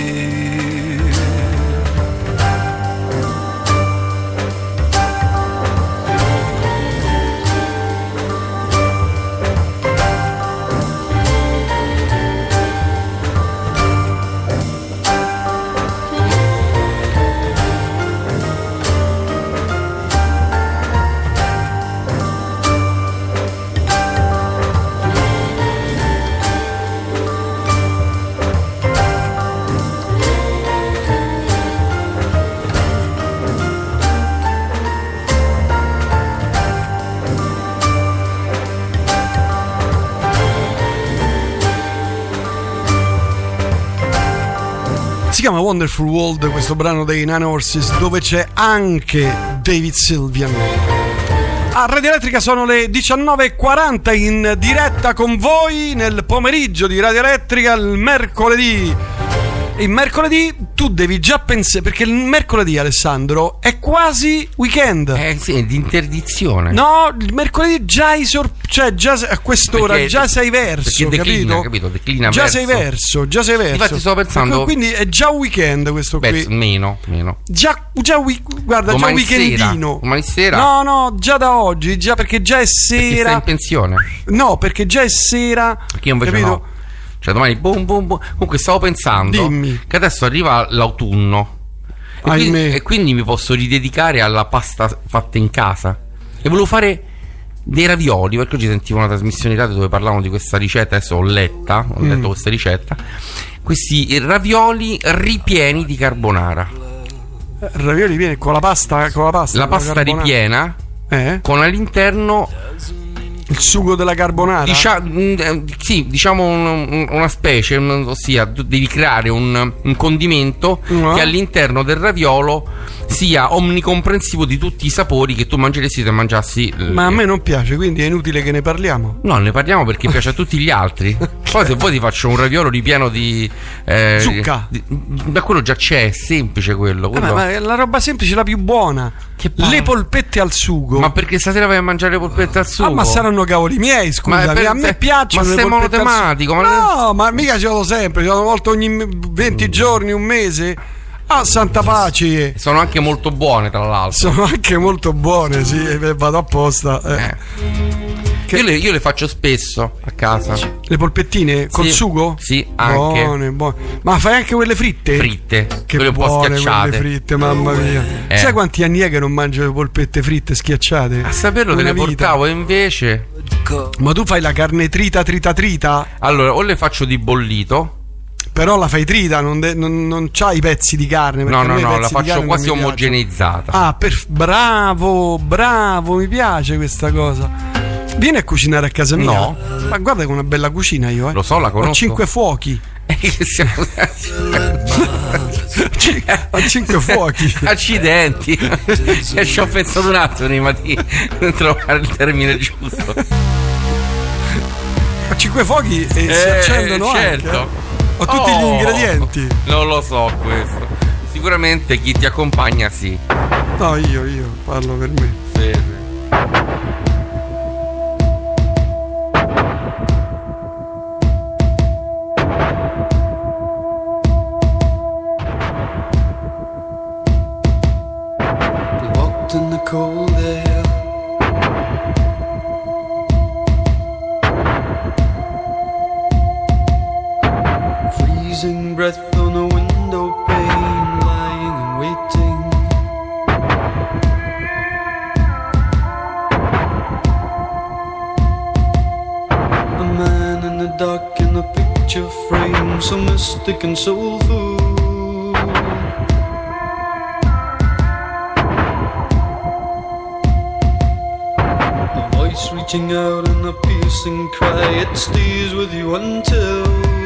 Speaker 13: Si chiama Wonderful World questo brano dei Nine Horses, dove c'è anche David Sylvian. A Radio Elettrica sono le 19.40, in diretta con voi nel pomeriggio di Radio Elettrica il mercoledì. Il mercoledì tu devi già pensare, perché il mercoledì, Alessandro, è quasi weekend.
Speaker 14: Sì, è di interdizione.
Speaker 13: No, il mercoledì già cioè già a quest'ora perché, già sei verso,
Speaker 14: declina,
Speaker 13: capito?
Speaker 14: Declina
Speaker 13: già
Speaker 14: verso.
Speaker 13: Già sei verso.
Speaker 14: Infatti sto pensando,
Speaker 13: quindi è già weekend questo qui.
Speaker 14: Meno.
Speaker 13: Guarda,
Speaker 14: domani
Speaker 13: già weekendino.
Speaker 14: Domani sera?
Speaker 13: No, già da oggi, già perché già è sera.
Speaker 14: Perché stai in pensione?
Speaker 13: No, perché già è sera.
Speaker 14: Perché io invece
Speaker 13: capito?
Speaker 14: no. Cioè domani boom. Comunque stavo pensando che adesso arriva l'autunno e quindi mi posso ridedicare alla pasta fatta in casa. E volevo fare dei ravioli, perché oggi sentivo una trasmissione radio dove parlavano di questa ricetta. Adesso ho letto questa ricetta. Questi ravioli ripieni di carbonara.
Speaker 13: Ravioli ripieni con la pasta?
Speaker 14: La pasta ripiena con all'interno
Speaker 13: il sugo della carbonara?
Speaker 14: Sì, diciamo una specie, ossia tu devi creare un condimento che all'interno del raviolo sia omnicomprensivo di tutti i sapori che tu mangeresti se mangiassi.
Speaker 13: Ma a me non piace, quindi è inutile che ne parliamo.
Speaker 14: No, ne parliamo perché piace a tutti gli altri. Poi se vuoi ti faccio un raviolo ripieno di
Speaker 13: zucca.
Speaker 14: Ma quello già c'è, è semplice quello.
Speaker 13: Ma la roba semplice è la più buona. Le polpette al sugo.
Speaker 14: Ma perché stasera vai a mangiare le polpette al sugo?
Speaker 13: Ma saranno cavoli miei, scusami. A me piacciono.
Speaker 14: Ma sei monotematico.
Speaker 13: No, ma mica ce l'ho sempre. Ce l'ho una volta ogni 20 giorni, un mese. Ah, santa pace.
Speaker 14: Sono anche molto buone, tra l'altro.
Speaker 13: Sono anche molto buone, sì. Vado apposta.
Speaker 14: Io le faccio spesso a casa.
Speaker 13: Le polpettine col sugo?
Speaker 14: Sì, anche.
Speaker 13: Buone. Ma fai anche quelle fritte?
Speaker 14: Fritte.
Speaker 13: Che
Speaker 14: quelle
Speaker 13: buone,
Speaker 14: un po' schiacciate.
Speaker 13: Quelle fritte, mamma mia. Sai quanti anni è che non mangio le polpette fritte schiacciate?
Speaker 14: A saperlo te le portavo, e invece.
Speaker 13: Ma tu fai la carne trita?
Speaker 14: Allora, o le faccio di bollito.
Speaker 13: Però la fai trita, non c'ha i pezzi di carne.
Speaker 14: No, la faccio quasi omogeneizzata.
Speaker 13: Ah, bravo, mi piace questa cosa. Vieni a cucinare a casa mia.
Speaker 14: No.
Speaker 13: Ma guarda che una bella cucina io,
Speaker 14: Lo so, la conosco.
Speaker 13: Ho 5 fuochi. A 5 fuochi.
Speaker 14: Accidenti. Ci ho pensato un attimo prima di trovare il termine giusto.
Speaker 13: A 5 fuochi si accendono
Speaker 14: certo.
Speaker 13: Anche. Ho tutti gli ingredienti.
Speaker 14: Non lo so questo. Sicuramente chi ti accompagna sì.
Speaker 13: No, io parlo per me.
Speaker 14: Sì.
Speaker 9: freezing breath on a window pane, lying and waiting. A man in the dark in a picture frame, so mystic and soulful. A voice reaching out in a piercing cry, it stays with you until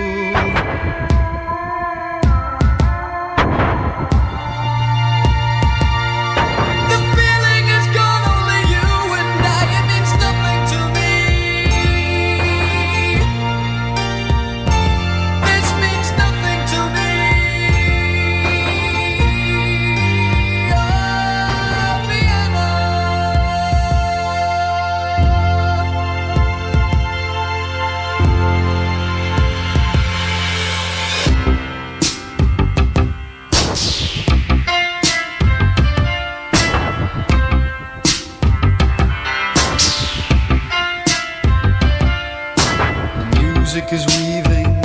Speaker 9: is weaving.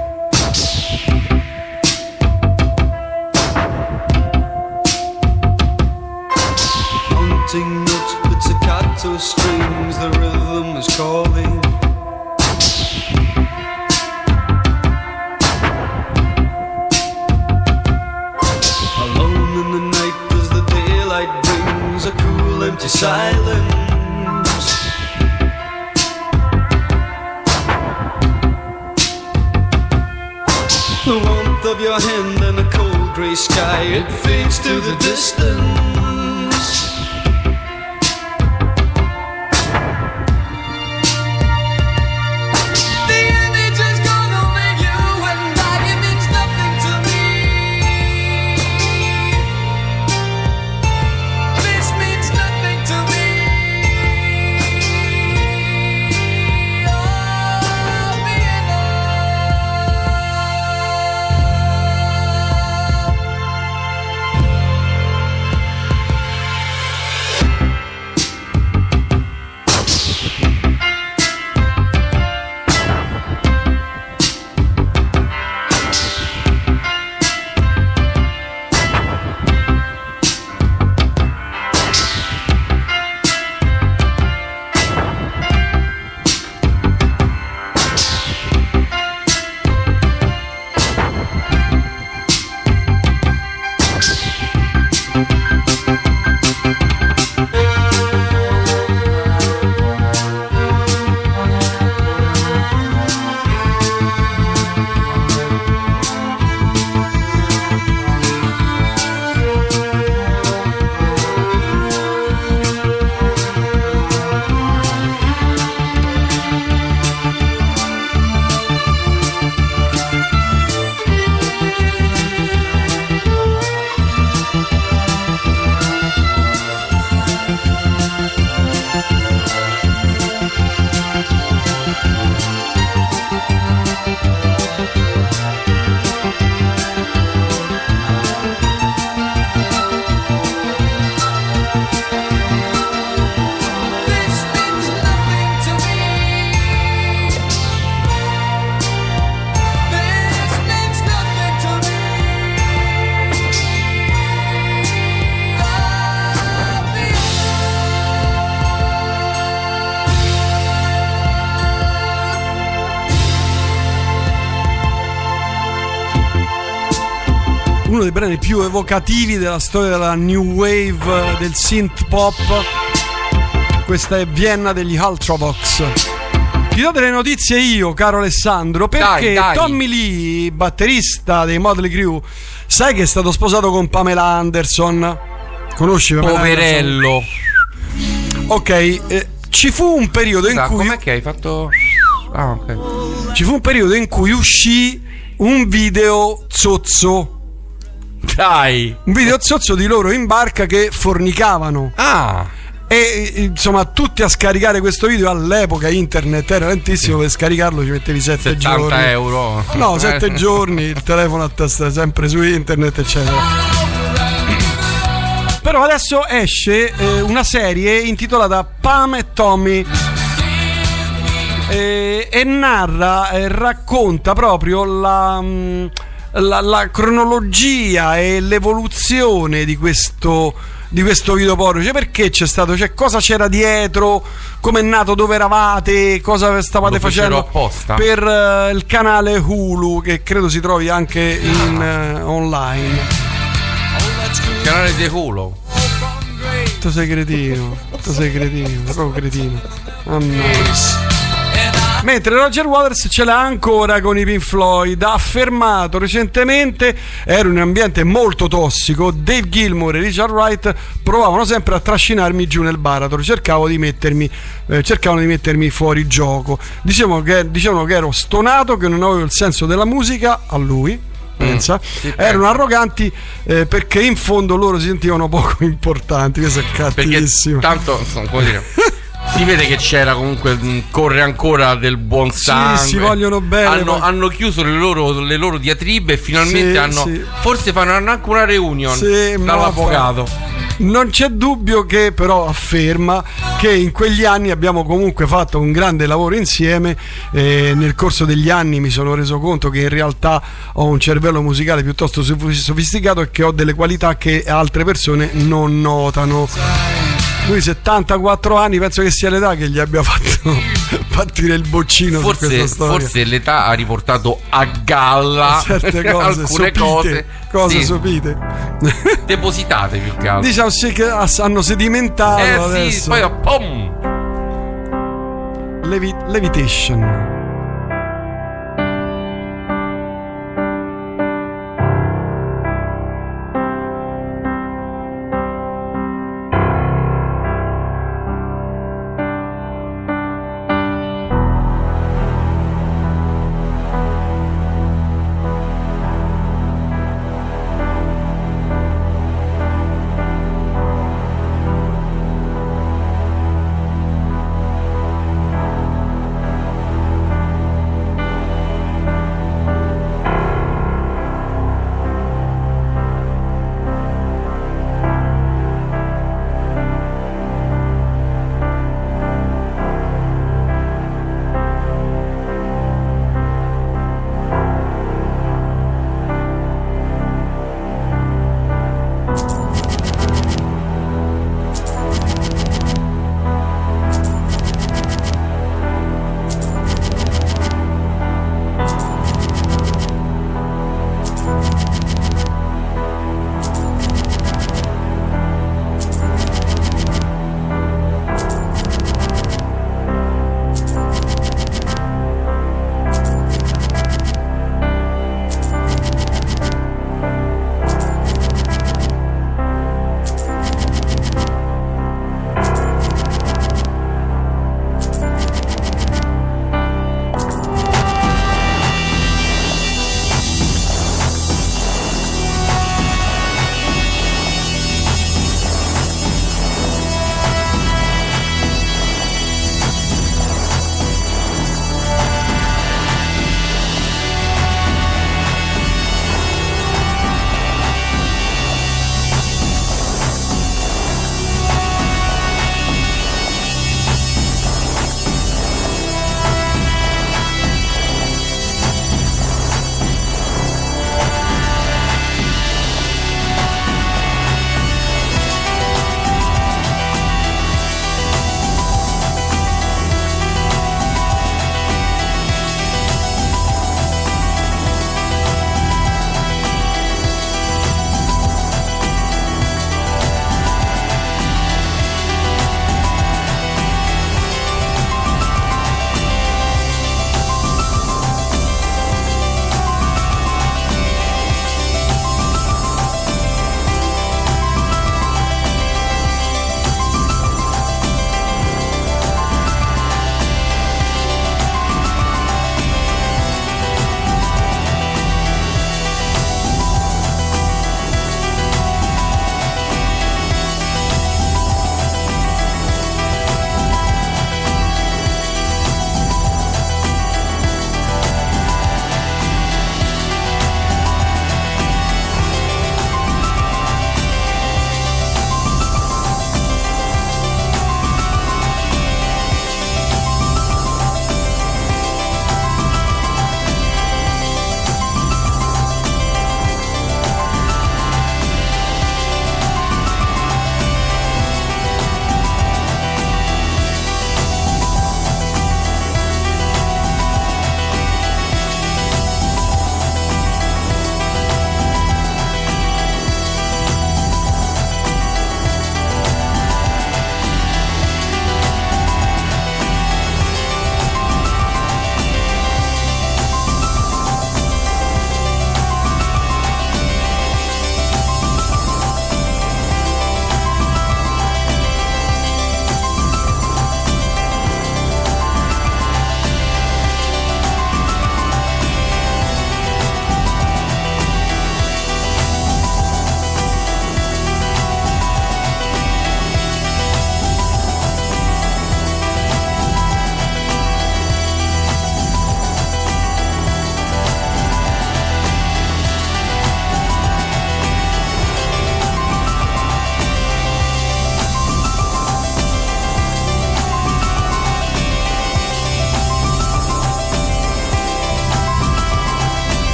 Speaker 9: Haunting notes, pizzicato strings, the rhythm is calling. Alone in the night as the daylight brings a cool empty silence. The warmth of your hand and a cold grey sky, it fades to the distance. The image has gone over you and I, it means nothing to me. This means nothing to me.
Speaker 13: Uno dei brani più evocativi della storia della new wave, del synth pop. Questa è Vienna degli Ultravox. Ti do delle notizie io, caro Alessandro, perché
Speaker 14: dai.
Speaker 13: Tommy Lee, batterista dei Motley Crue, sai che è stato sposato con Pamela Anderson? Conosci Pamela
Speaker 14: Poverello.
Speaker 13: Anderson? Ok, ci fu un periodo in cui...
Speaker 14: Com'è che hai fatto... Ah, ok.
Speaker 13: Ci fu un periodo in cui uscì un video zozzo.
Speaker 14: Dai!
Speaker 13: Un video zozzo di loro in barca che fornicavano.
Speaker 14: Ah!
Speaker 13: E insomma, tutti a scaricare questo video. All'epoca internet era lentissimo, per scaricarlo ci mettevi 7 giorni.
Speaker 14: 70 euro.
Speaker 13: No, 7 giorni, il telefono a testa sempre su internet, eccetera. Però adesso esce una serie intitolata Pam e Tommy. e narra e racconta proprio la cronologia e l'evoluzione di questo video porno, cioè perché c'è stato, cioè cosa c'era dietro, come è nato, dove eravate, cosa stavate facendo
Speaker 14: apposta
Speaker 13: per il canale Hulu, che credo si trovi anche in online.
Speaker 14: Canale di Hulu.
Speaker 13: Tu sei cretino, sei proprio cretino. Mentre Roger Waters ce l'ha ancora con i Pink Floyd. Ha affermato recentemente: ero in un ambiente molto tossico, Dave Gilmour e Richard Wright provavano sempre a trascinarmi giù nel baratro, cercavano di mettermi fuori gioco. Dicevano che ero stonato, che non avevo il senso della musica, a lui pensa. Erano arroganti perché in fondo loro si sentivano poco importanti. Questo è cattivissimo.
Speaker 14: Perché tanto, come dire, si vede che c'era comunque, corre ancora del buon sangue.
Speaker 13: Sì, si vogliono bene.
Speaker 14: Hanno chiuso le loro diatribe e finalmente forse faranno anche una reunion dall'avvocato.
Speaker 13: Non c'è dubbio che però afferma che in quegli anni abbiamo comunque fatto un grande lavoro insieme. Nel corso degli anni mi sono reso conto che in realtà ho un cervello musicale piuttosto sofisticato e che ho delle qualità che altre persone non notano. Lui 74 anni, penso che sia l'età che gli abbia fatto partire il boccino su questa storia.
Speaker 14: Forse l'età ha riportato a galla
Speaker 13: certe cose,
Speaker 14: alcune
Speaker 13: cose sopite,
Speaker 14: depositate più che altro.
Speaker 13: Diciamo sì, che hanno sedimentato adesso.
Speaker 14: Sì, poi pom!
Speaker 13: Levitation.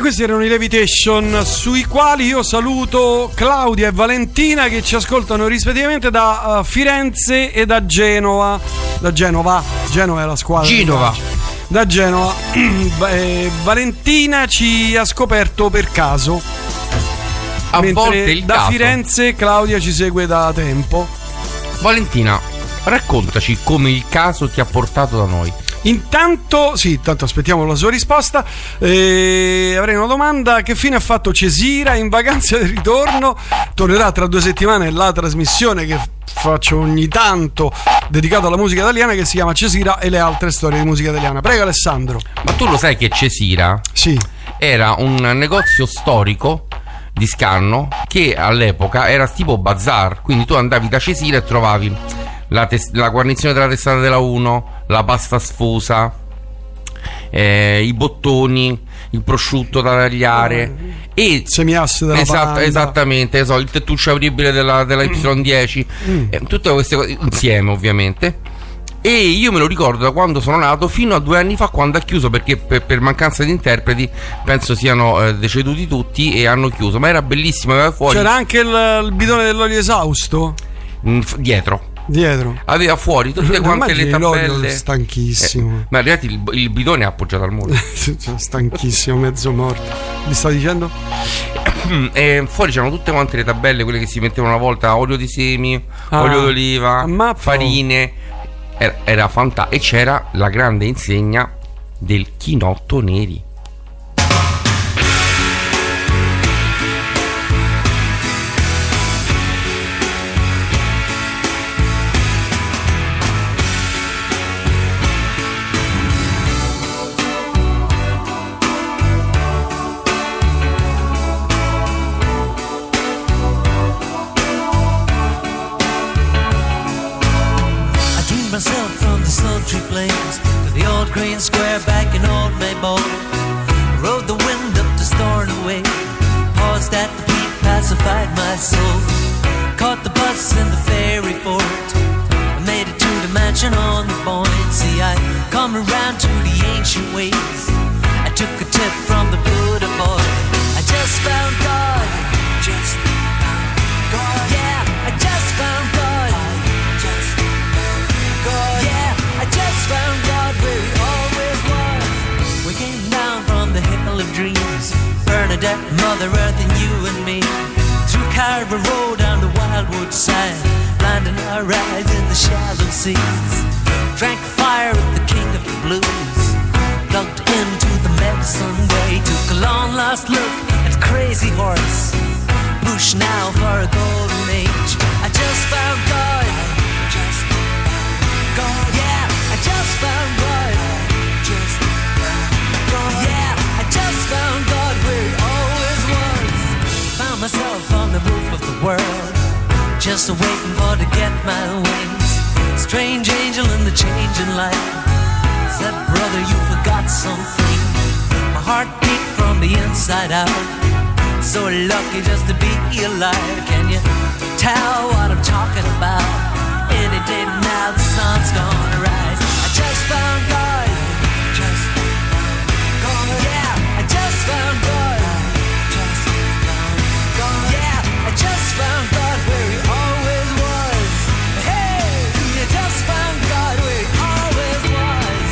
Speaker 13: questi erano i Levitation, sui quali io saluto Claudia e Valentina che ci ascoltano rispettivamente da Firenze e da Genova. Genova è la squadra. Da Genova. Valentina ci ha scoperto per caso.
Speaker 14: A volte il
Speaker 13: da
Speaker 14: caso.
Speaker 13: Firenze Claudia ci segue da tempo.
Speaker 14: Valentina, raccontaci come il caso ti ha portato da noi.
Speaker 13: Intanto aspettiamo la sua risposta. Avrei una domanda: che fine ha fatto Cesira in vacanza del ritorno? Tornerà tra 2 settimane la trasmissione che faccio ogni tanto dedicata alla musica italiana, che si chiama Cesira e le altre storie di musica italiana. Prego Alessandro.
Speaker 14: Ma tu lo sai che Cesira era un negozio storico di Scanno che all'epoca era tipo bazar, quindi tu andavi da Cesira e trovavi la guarnizione della testata della 1, la pasta sfusa, i bottoni, il prosciutto da tagliare e
Speaker 13: semiasse della Panda.
Speaker 14: Esattamente, il tettuccio apribile della Y10, tutte queste cose insieme ovviamente. E io me lo ricordo da quando sono nato fino a 2 anni fa, quando ha chiuso, perché per mancanza di interpreti penso siano deceduti tutti e hanno chiuso. Ma era bellissimo, aveva fuori.
Speaker 13: C'era anche il bidone dell'olio esausto
Speaker 14: dietro. Aveva fuori tutte quante le tabelle.
Speaker 13: Stanchissimo.
Speaker 14: Ma arrivati il bidone è appoggiato al muro.
Speaker 13: Stanchissimo, mezzo morto. Mi stavi dicendo?
Speaker 14: Fuori c'erano tutte quante le tabelle, quelle che si mettevano una volta: olio di semi, olio d'oliva, farine. Era fantastico. E c'era la grande insegna del chinotto neri.
Speaker 20: Green Square back in Old Maybole. Rode the wind up to Stornoway. Paused at the peak, pacified my soul. Caught the bus in the ferry fort. I made it to the mansion on the Boyne. I come around to the ancient ways. I took a tip from the Buddha boy. I just found God. Just found God. Yeah, I just found God. Just found God. Yeah, I just found God where he always was. We came down from the hill of dreams, Bernadette, Mother Earth, and you and me. Through Carver Road down the Wildwood side, blinding our eyes in the shallow seas. Drank fire with the king of the blues, plugged into the medicine way. Took a long lost look at the crazy horse, push now for a golden age. I just found God. Just found God. Yeah, I just found God. Just found God. Yeah, I just found God where he always was. Found myself on the roof of the world, just waiting for to get my wings. Strange angel in the changing light said, brother, you forgot something. My heart beat from the inside out. So lucky just to be alive. Can you tell what I'm talking about? Any day now the sun's gonna rise. I just found God. Just found God. Yeah, I just found God. Just found God. Yeah, I just found God where he always was. Hey, you just found God where he always was.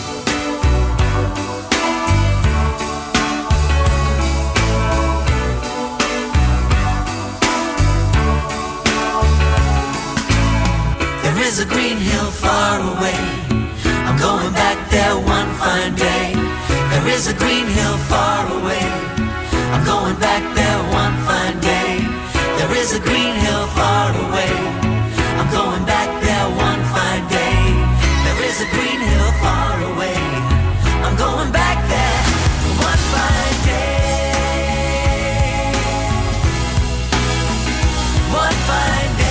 Speaker 20: There is a green hill far away. I'm going back there one fine day. There is a green hill far away. I'm going back there one fine day. There is a green hill far away. I'm going back there one fine day. There is a green hill far away. I'm going back there one fine day. One fine day.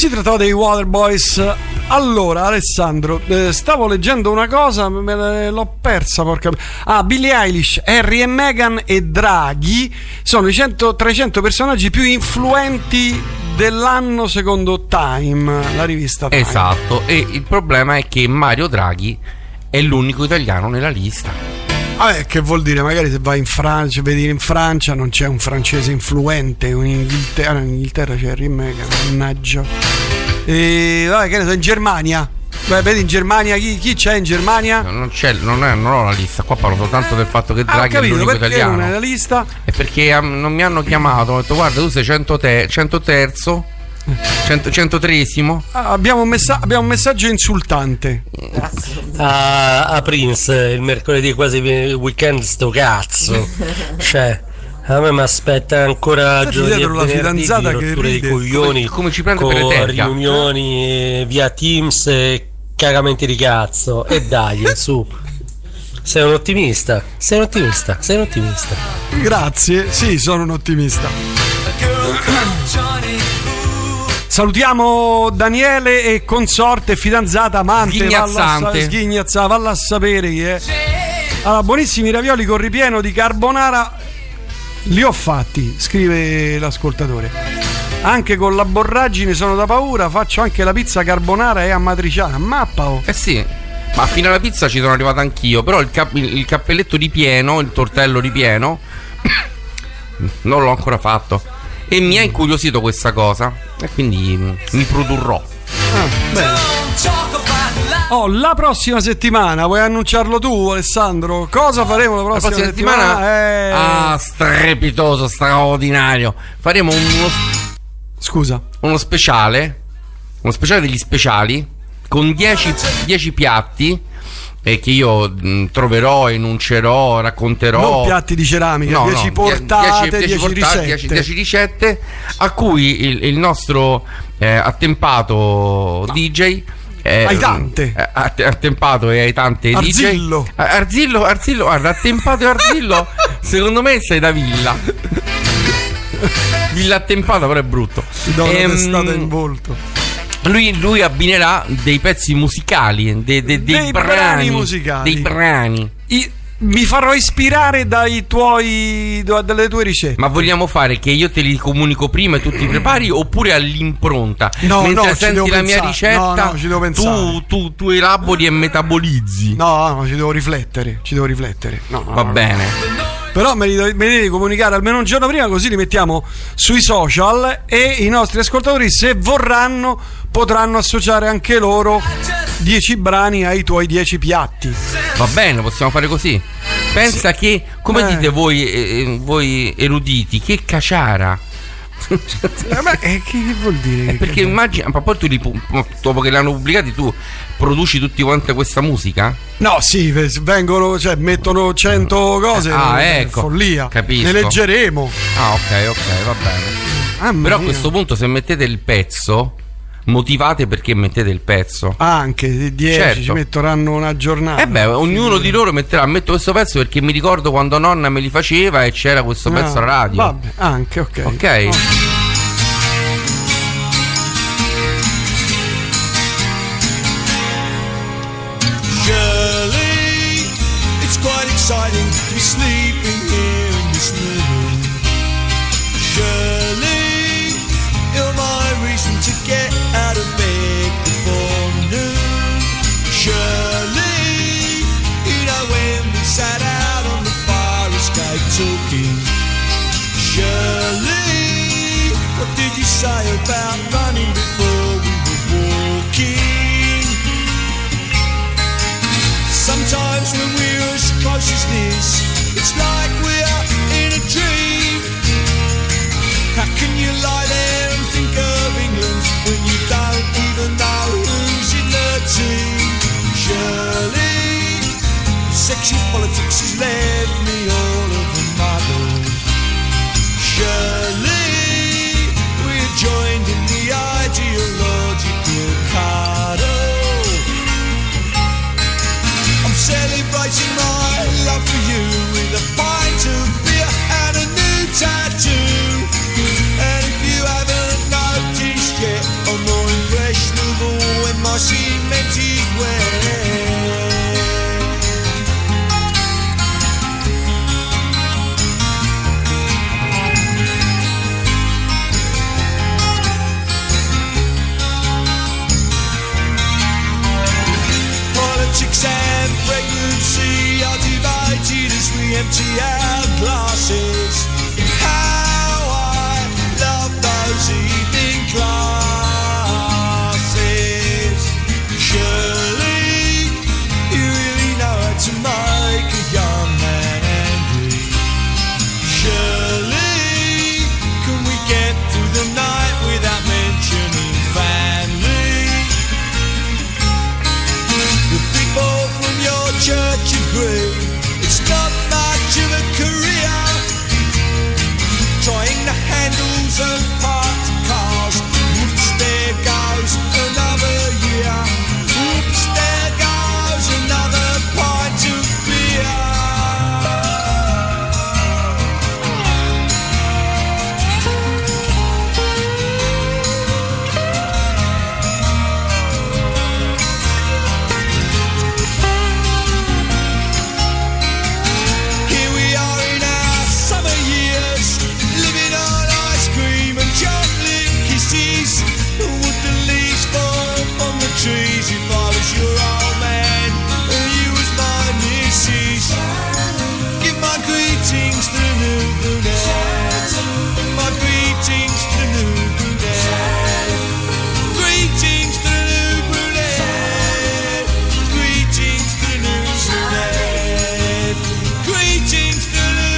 Speaker 13: Si trattava dei Waterboys. Allora, Alessandro, stavo leggendo una cosa, l'ho persa, porca. Billie Eilish, Harry e Meghan e Draghi sono i 300 personaggi più influenti dell'anno secondo Time, la rivista Time.
Speaker 14: Esatto, e il problema è che Mario Draghi è l'unico italiano nella lista.
Speaker 13: Vabbè, che vuol dire? Magari se vai in Francia, vedi in Francia non c'è un francese influente, in Inghilterra c'è Harry e Meghan, mannaggia. E vabbè, che ne so, in Germania. Beh, vedi in Germania chi c'è in Germania?
Speaker 14: Non ho la lista, qua parlo soltanto del fatto che Draghi è l'unico italiano.
Speaker 13: Non è la lista?
Speaker 14: È perché non mi hanno chiamato, hanno detto guarda tu sei 103esimo.
Speaker 13: Abbiamo un messaggio insultante.
Speaker 4: A Prince il mercoledì quasi weekend sto cazzo. Cioè, a me mi aspetta ancora giovedì e venerdì di rotture di coglioni,
Speaker 14: come ci prende
Speaker 4: con
Speaker 14: per le terga,
Speaker 4: riunioni via Teams e cagamenti di cazzo. E dai, su. Sei un ottimista.
Speaker 13: Grazie, sì, sono un ottimista. Salutiamo Daniele e consorte, fidanzata, amante, sghignazzante, valla a sapere chi è. Allora, buonissimi ravioli con ripieno di carbonara. Li ho fatti, scrive l'ascoltatore. Anche con la borragine sono da paura. Faccio anche la pizza carbonara e amatriciana. Mappa.
Speaker 14: Eh sì, ma fino alla pizza ci sono arrivato anch'io. Però il cappelletto ripieno, il tortello ripieno non l'ho ancora fatto. E mi ha incuriosito questa cosa, e quindi mi produrrò.
Speaker 13: Bene. La prossima settimana, vuoi annunciarlo tu, Alessandro? Cosa faremo la prossima settimana?
Speaker 14: Strepitoso, straordinario. Faremo uno speciale degli speciali con 10 piatti che io troverò, enuncerò, racconterò.
Speaker 13: Non piatti di ceramica, 10 portate, 10
Speaker 14: ricette a cui il nostro attempato DJ attempato e aitante
Speaker 13: Arzillo.
Speaker 14: DJ Arzillo, guarda, attempato e Arzillo secondo me sei da Villa attempata, però è brutto.
Speaker 13: Ti do una testata in volto.
Speaker 14: Lui abbinerà dei pezzi musicali, dei brani musicali, dei brani.
Speaker 13: Mi farò ispirare dalle tue ricette.
Speaker 14: Ma vogliamo fare che io te li comunico prima e tu ti prepari, oppure all'impronta?
Speaker 13: Mentre
Speaker 14: senti la mia ricetta,
Speaker 13: ci devo pensare.
Speaker 14: Tu elabori e metabolizzi.
Speaker 13: No, ci devo riflettere.
Speaker 14: Va bene.
Speaker 13: Però me li devi comunicare almeno un giorno prima, così li mettiamo sui social e i nostri ascoltatori, se vorranno, potranno associare anche loro 10 brani ai tuoi 10 piatti.
Speaker 14: Va bene, possiamo fare così. Pensa che, come dite voi eruditi, che caciara.
Speaker 13: Che vuol dire?
Speaker 14: Perché immagina, ma poi dopo che l'hanno pubblicati tu produci tutti quanti questa musica?
Speaker 13: No, sì, vengono, mettono 100 cose.
Speaker 14: Ecco,
Speaker 13: follia.
Speaker 14: Capisco.
Speaker 13: Ne leggeremo.
Speaker 14: Ok, va bene. Però a questo punto, se mettete il pezzo, motivate perché mettete il pezzo.
Speaker 13: Anche 10 ci metteranno una giornata.
Speaker 14: Ognuno di loro metto questo pezzo perché mi ricordo quando nonna me li faceva e c'era questo pezzo alla radio.
Speaker 13: Vabbè, anche, ok.
Speaker 15: Shirley, it's quite exciting to be sleeping here in this room. Shirley, you're my reason to get out of bed before noon. Shirley, you know when we sat out on the fire escape talking. Shirley, what did you say about running before we were walking? Sometimes when we're as close as this, it's like we're in a dream. How can you lie there and think of England when you don't even know who's in the team? Shirley, sexy politics has left me all of a muddle. Shirley, we're joined in the ideological cuddle. I'm celebrating my love for you with a pint of beer and a new tattoo. And if you haven't noticed yet, I'm more in
Speaker 21: mentees wear. Politics and pregnancy are divided as we empty our glasses. How I love those evening classes. Surely you really know how to make a young man angry. Surely can we get through the night without mentioning family? The people from your church agree it's not much of a career. Trying the handles of parked cars. Oops, there goes another year. Oops, there goes another pint of beer. Here we are in our summer years, living on ice cream and chocolate kisses. Would the leaves fall from the trees if I was your old man and you was my missus? Give my greetings to the new brunette. My greetings to the new brunette. Greetings to the new brunette. Greetings to the new brunette. Greetings to the new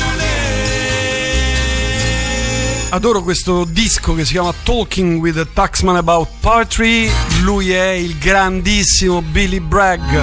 Speaker 21: brunette.
Speaker 13: Adoro questo disco che si chiama Talking with a Taxman About Poetry. Lui è il grandissimo Billy Bragg.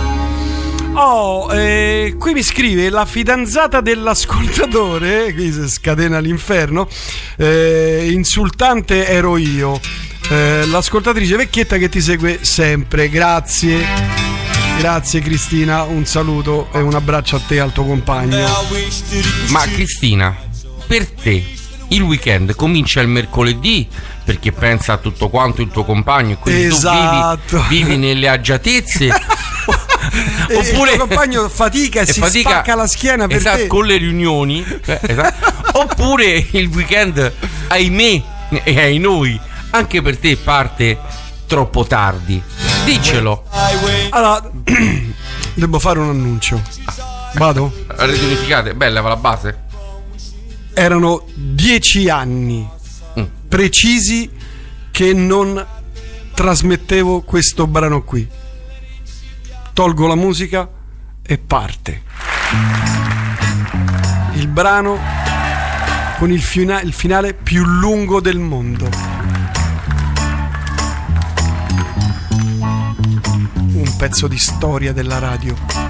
Speaker 13: Qui mi scrive la fidanzata dell'ascoltatore, qui si scatena l'inferno, insultante ero io, l'ascoltatrice vecchietta che ti segue sempre. Grazie Cristina, un saluto e un abbraccio a te e al tuo compagno.
Speaker 14: Ma Cristina, per te il weekend comincia il mercoledì perché pensa a tutto quanto il tuo compagno e quindi
Speaker 13: esatto.
Speaker 14: tu vivi nelle agiatezze.
Speaker 13: Oppure il tuo compagno fatica e si spacca la schiena per te
Speaker 14: con le riunioni, esatto. Oppure il weekend, ahimè e ai noi, anche per te parte troppo tardi. Diccelo.
Speaker 13: Allora devo fare un annuncio. Vado?
Speaker 14: Rete unificate, bella la base.
Speaker 13: Erano 10 anni precisi che non trasmettevo questo brano qui. Tolgo la musica e parte il brano con il finale più lungo del mondo. Un pezzo di storia della radio.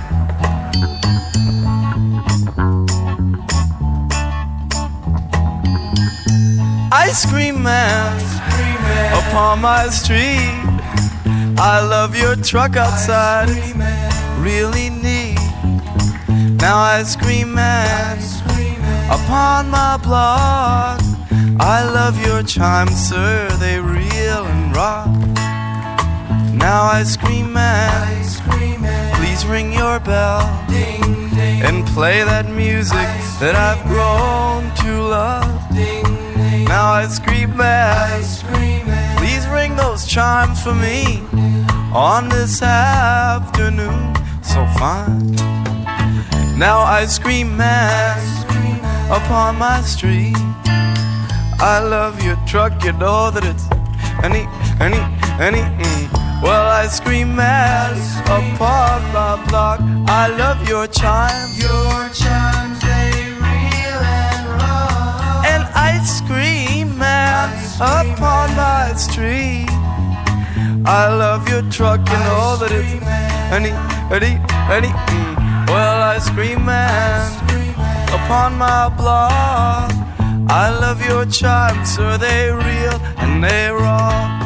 Speaker 21: Ice cream man upon my street. I love your truck outside, really neat. Now ice cream man upon my block. I love your chimes, sir, they reel and rock. Now ice cream man, please ring your bell and play that music that I've grown to love. Now ice cream man, please ring those chimes for me on this afternoon so fine. Now ice cream man upon my street. I love your truck, you know that it's any. Well, ice cream man upon my block. I love your chimes. Your chimes, they reel and roll. And ice cream man upon my street. I love your truck, you know that it's any. Well, ice cream man upon my block. I love your chimes, sir, they reel and they roll.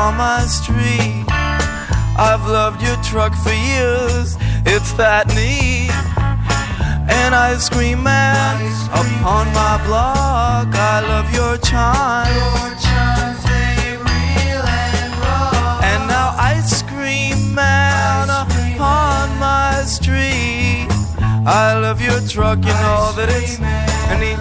Speaker 21: upon my street. I've loved your truck for years, it's that neat. An ice cream man upon my block, I love your chime. Your chimes, they real and raw. And now ice cream man upon my street, I love your truck, you know that it's I need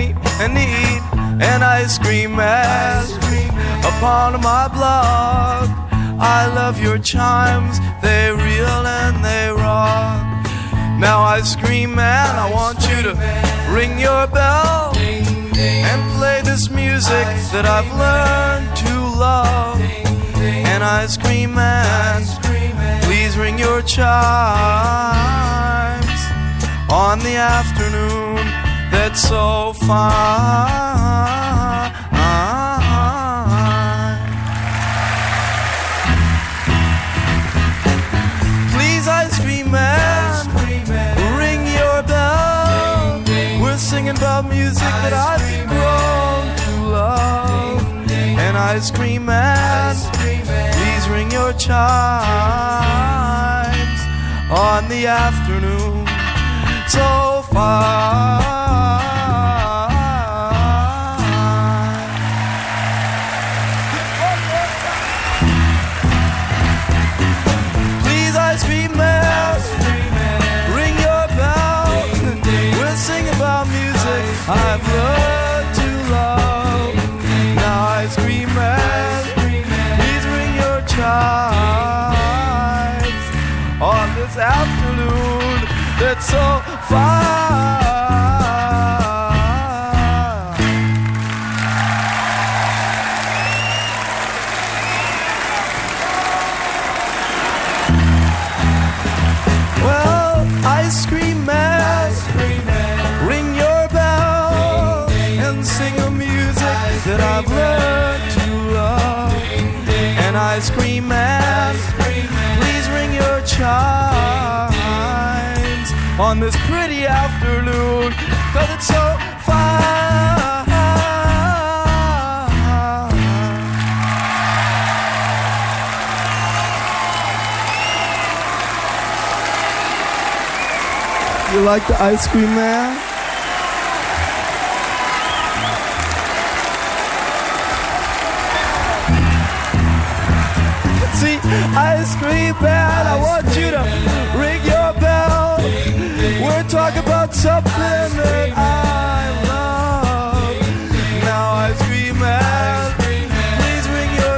Speaker 21: an ice cream man upon my block. I love your chimes, they real and they rock. Now ice cream man, I want you to ring your bell and play this music that I've learned to love. And ice cream man, please ring your chimes on the afternoon that's so fine. Please, ice cream man, ring your bell. We're singing about music that I've grown to love. And ice cream man, please ring your chimes on the afternoon so fine. Please, ice cream man, ring your bell. We're singing about music I've learned to love. Now, ice cream man, please ring your chimes on this afternoon that's so fine. Well, ice cream man, ring your bell and sing a music that I've learned to love. And ice cream man, please ring your chimes on this pretty afternoon, 'cause it's so fine. You like the ice cream man? See, ice cream man, I want you to ring your bell. We're talking about something that I love. Now, ice cream man, please ring your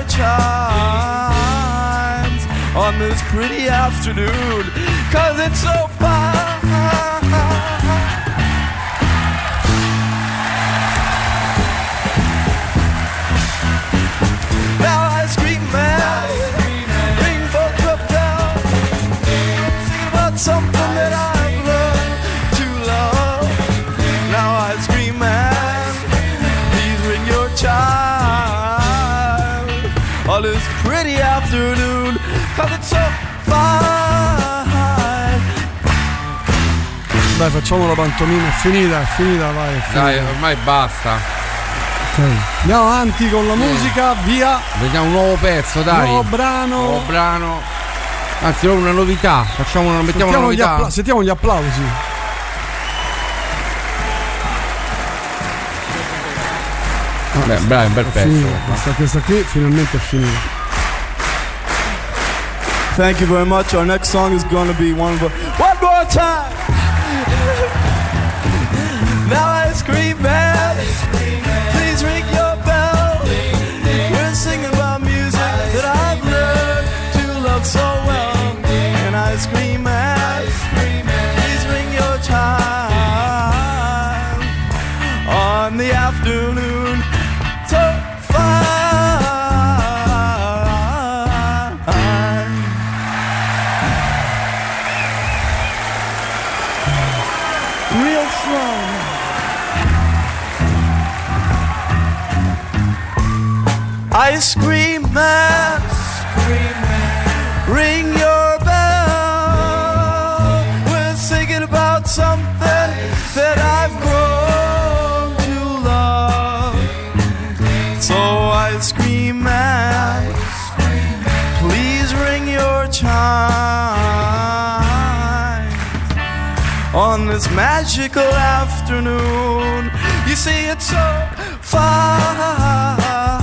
Speaker 21: chimes on this pretty afternoon, 'cause it's so fine. Now, ice cream man, ring for the bell. Sing about something that I've learned to love. Now, ice cream man, please ring your child on this pretty afternoon, 'cause it's so fine.
Speaker 13: Dai, facciamo la pantomima, è finita, vai. È finita.
Speaker 14: Dai, ormai basta.
Speaker 13: Okay. Andiamo avanti con la musica, via.
Speaker 14: Vediamo un nuovo pezzo, dai.
Speaker 13: Nuovo brano.
Speaker 14: Anzi, una novità. Mettiamo una novità.
Speaker 13: Sentiamo gli applausi.
Speaker 14: Beh, bravo, un bel pezzo.
Speaker 13: Questa qui finalmente è finita.
Speaker 21: Thank you very much. Our next song is gonna be one more time. Now, ice cream man, please ring your bell. We're singing about music that I've learned to love so well. And ice cream man, please ring your chime on the afternoon so fine. Real slow. Ice cream man, ring your bell. We're singing about something that I've grown to love. So ice cream man, this magical afternoon. You see it's so far.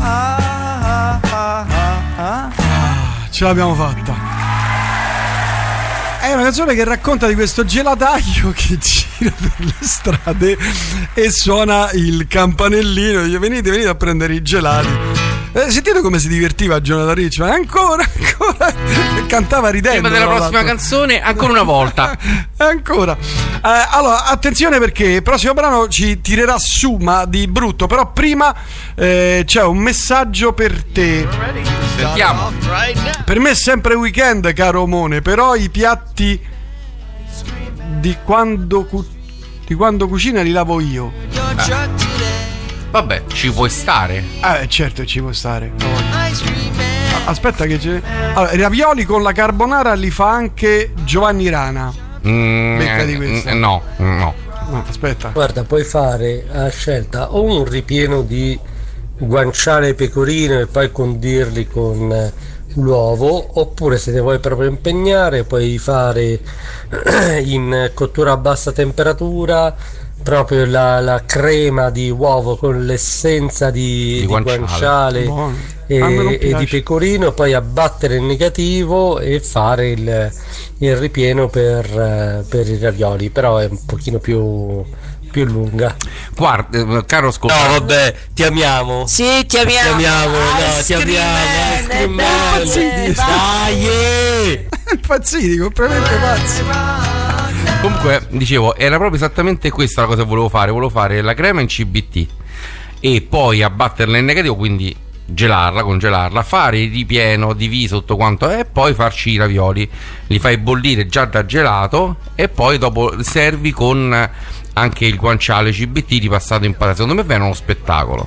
Speaker 13: Ce l'abbiamo fatta. È una canzone che racconta di questo gelataio che gira per le strade e suona il campanellino. Dice: venite a prendere i gelati. Sentite come si divertiva Jonathan Richman. Ancora cantava ridendo.
Speaker 14: Prima della prossima canzone, ancora una volta.
Speaker 13: Ancora. Allora, attenzione, perché il prossimo brano ci tirerà su, ma di brutto. Però prima c'è un messaggio per te.
Speaker 14: Sentiamo.
Speaker 13: Per me è sempre weekend, caro Omone, però i piatti di quando cucina li lavo io.
Speaker 14: Vabbè, ci puoi stare.
Speaker 13: Certo, ci può stare. Aspetta che c'è. Allora, i ravioli con la carbonara li fa anche Giovanni Rana. Becca di questo.
Speaker 14: No.
Speaker 13: Aspetta.
Speaker 4: Guarda, puoi fare a scelta o un ripieno di guanciale pecorino e poi condirli con l'uovo, oppure se ti vuoi proprio impegnare puoi fare in cottura a bassa temperatura proprio la crema di uovo con l'essenza di guanciale e di pecorino, poi abbattere il negativo e fare il ripieno per i ravioli, però è un pochino più lunga.
Speaker 14: Guarda, caro ascoltatore.
Speaker 4: No, vabbè, ti amiamo.
Speaker 10: Sì, ti amiamo.
Speaker 4: Ti amiamo.
Speaker 13: Dai! Impazziti, completamente pazzi.
Speaker 14: Comunque, dicevo, era proprio esattamente questa la cosa che volevo fare. Volevo fare la crema in CBT e poi abbatterla in negativo, quindi congelarla, fare il ripieno diviso tutto quanto e poi farci i ravioli. Li fai bollire già da gelato e poi dopo servi con anche il guanciale CBT ripassato in patata. Secondo me viene uno spettacolo.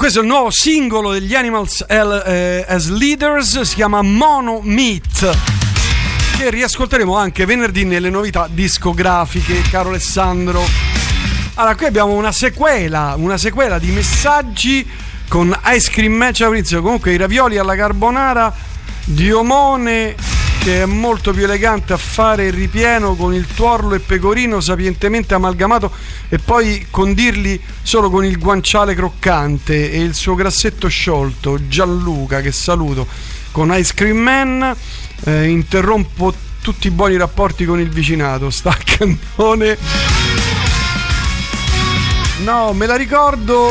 Speaker 13: Questo è il nuovo singolo degli Animals as Leaders, si chiama Mono Meat, che riascolteremo anche venerdì nelle novità discografiche, caro Alessandro. Allora, qui abbiamo una sequela di messaggi con Ice Cream Man. Ciao Maurizio, comunque i ravioli alla carbonara di Omone, che è molto più elegante a fare il ripieno con il tuorlo e pecorino sapientemente amalgamato e poi condirli solo con il guanciale croccante e il suo grassetto sciolto. Gianluca, che saluto, con Ice Cream Man. Interrompo tutti i buoni rapporti con il vicinato, sta a cannone. No, me la ricordo.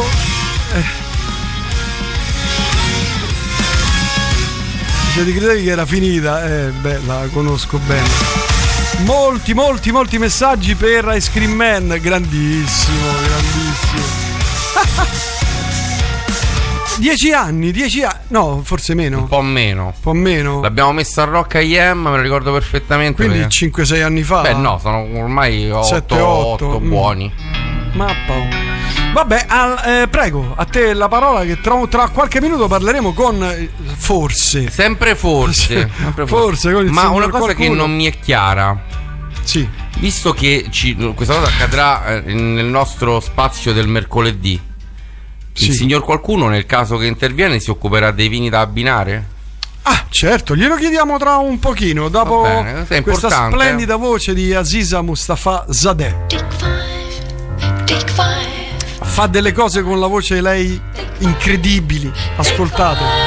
Speaker 13: Cioè, ti credevi che era finita? Beh, la conosco bene. Molti messaggi per Ice Cream Man. Grandissimo. 10 anni, no, forse meno.
Speaker 14: Un po' meno. L'abbiamo messa a Rock IM, me lo ricordo perfettamente.
Speaker 13: Quindi 5-6 anni fa.
Speaker 14: Beh, no, sono ormai 8 buoni.
Speaker 13: Mappa. Vabbè, prego, a te la parola, che tra qualche minuto parleremo con forse.
Speaker 14: Sempre forse.
Speaker 13: Con il
Speaker 14: ma una cosa
Speaker 13: qualcuno
Speaker 14: che non mi è chiara.
Speaker 13: Sì.
Speaker 14: Visto che questa cosa accadrà nel nostro spazio del mercoledì. Sì. Il signor qualcuno, nel caso che interviene, si occuperà dei vini da abbinare?
Speaker 13: Ah, certo, glielo chiediamo tra un pochino, dopo questa splendida voce di Aziza Mustafa Zadeh. Fa delle cose con la voce lei incredibili, ascoltate.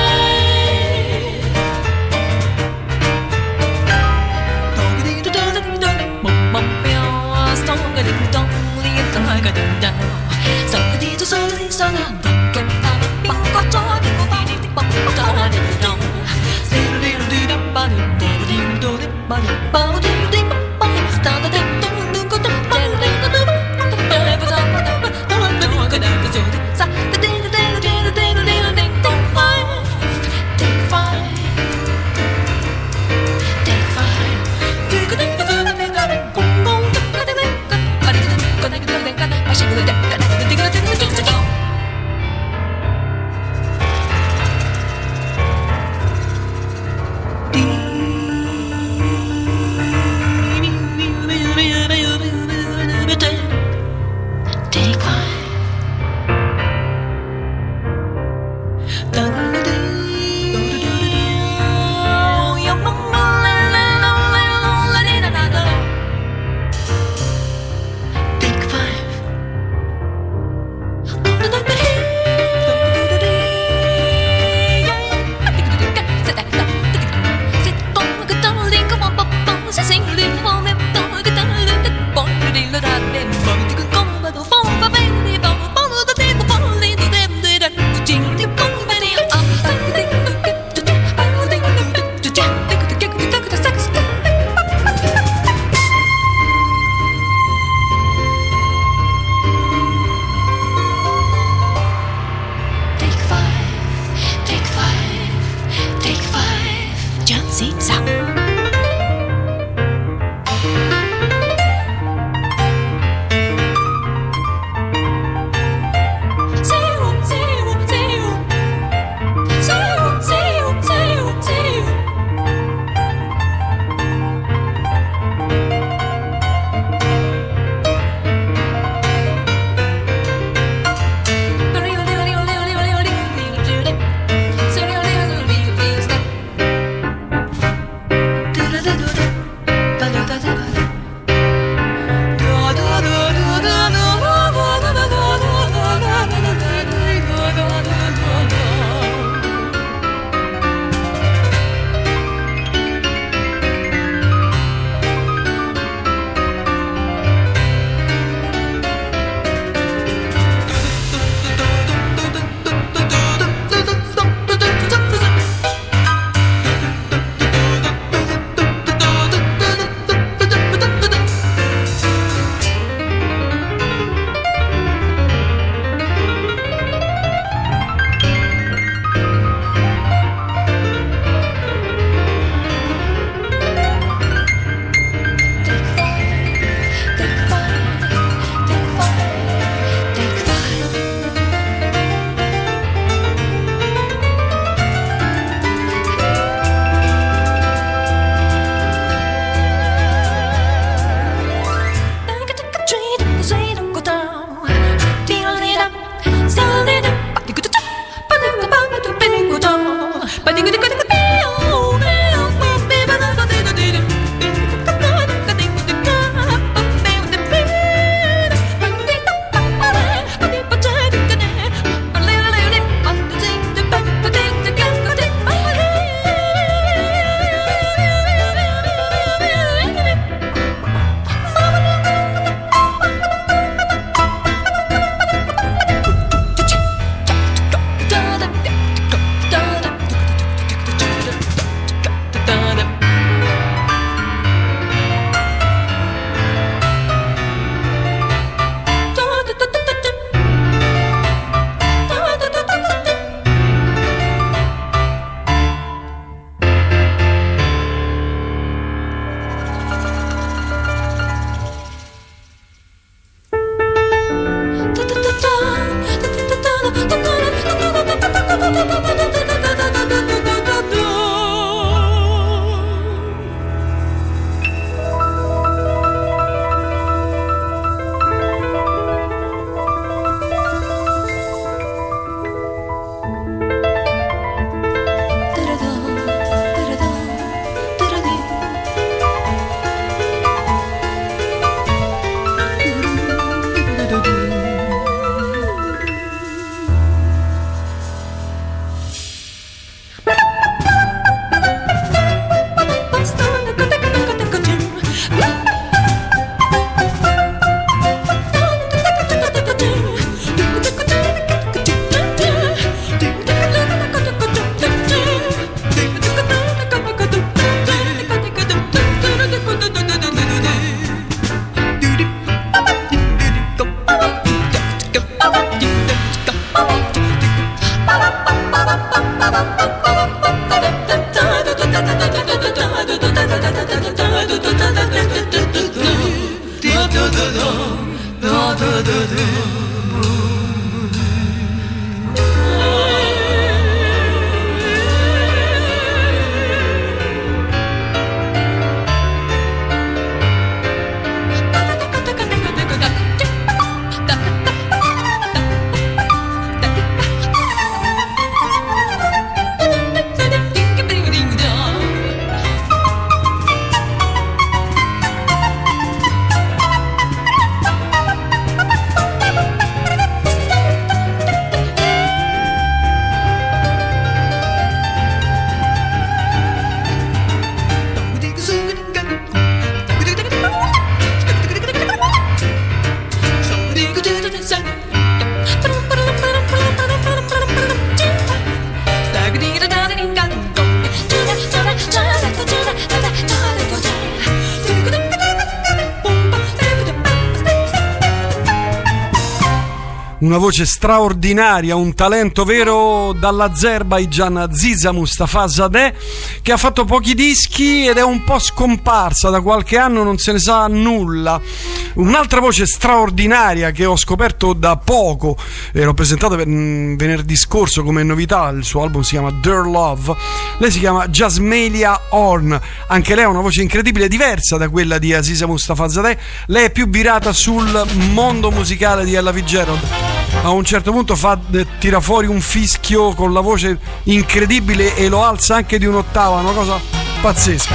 Speaker 13: Una voce straordinaria, un talento vero dall'Azerbaigian, Aziza Mustafazadeh, che ha fatto pochi dischi ed è un po' scomparsa da qualche anno, non se ne sa nulla. Un'altra voce straordinaria che ho scoperto da poco, l'ho presentata venerdì scorso come novità, il suo album si chiama Dear Love, lei si chiama Jasmelia Horn, anche lei ha una voce incredibile, diversa da quella di Aziza Mustafazadeh, lei è più virata sul mondo musicale di Ella Fitzgerald. A un certo punto tira fuori un fischio con la voce incredibile e lo alza anche di un'ottava, una cosa pazzesca.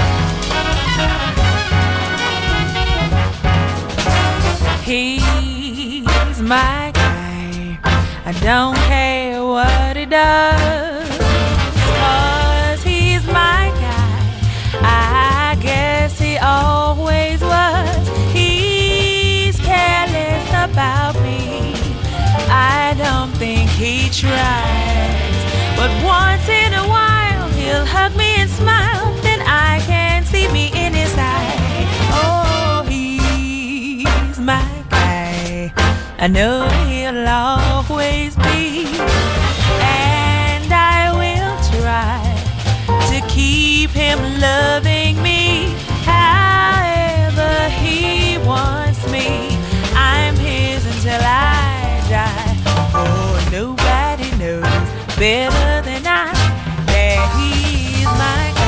Speaker 3: He's my guy, I don't care what he does, 'cause he's my guy, I guess he always was. He's careless about me, I don't think he tries, but once in a while he'll hug me and smile, then I can see me in his eye. Oh, he's my guy, I know he'll always be, and I will try to keep him loving me however he wants me. I'm his until I die. Oh, nobody knows better than I that he's my guy.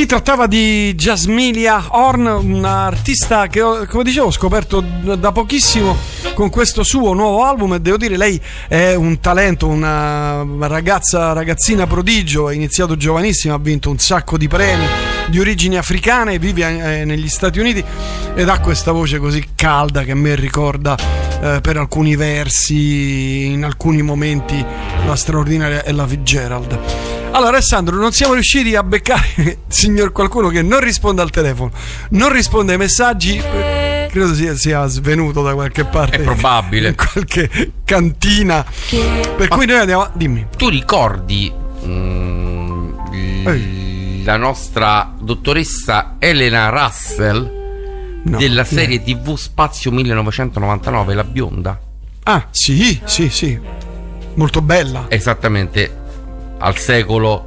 Speaker 13: trattava di Jasmilia Horn, un'artista che come dicevo ho scoperto da pochissimo con questo suo nuovo album, e devo dire lei è un talento, una ragazzina prodigio, ha iniziato giovanissima, ha vinto un sacco di premi, di origini africane, vive negli Stati Uniti ed ha questa voce così calda che a me ricorda per alcuni versi, in alcuni momenti, la straordinaria Ella Fitzgerald. Allora Alessandro, non siamo riusciti a beccare signor qualcuno che non risponde al telefono, non risponde ai messaggi, credo sia svenuto da qualche parte,
Speaker 14: è probabile,
Speaker 13: in qualche cantina, per cui noi andiamo. Dimmi,
Speaker 14: tu ricordi la nostra dottoressa Elena Russell della serie TV Spazio 1999, la bionda?
Speaker 13: Ah sì, molto bella,
Speaker 14: esattamente, al secolo,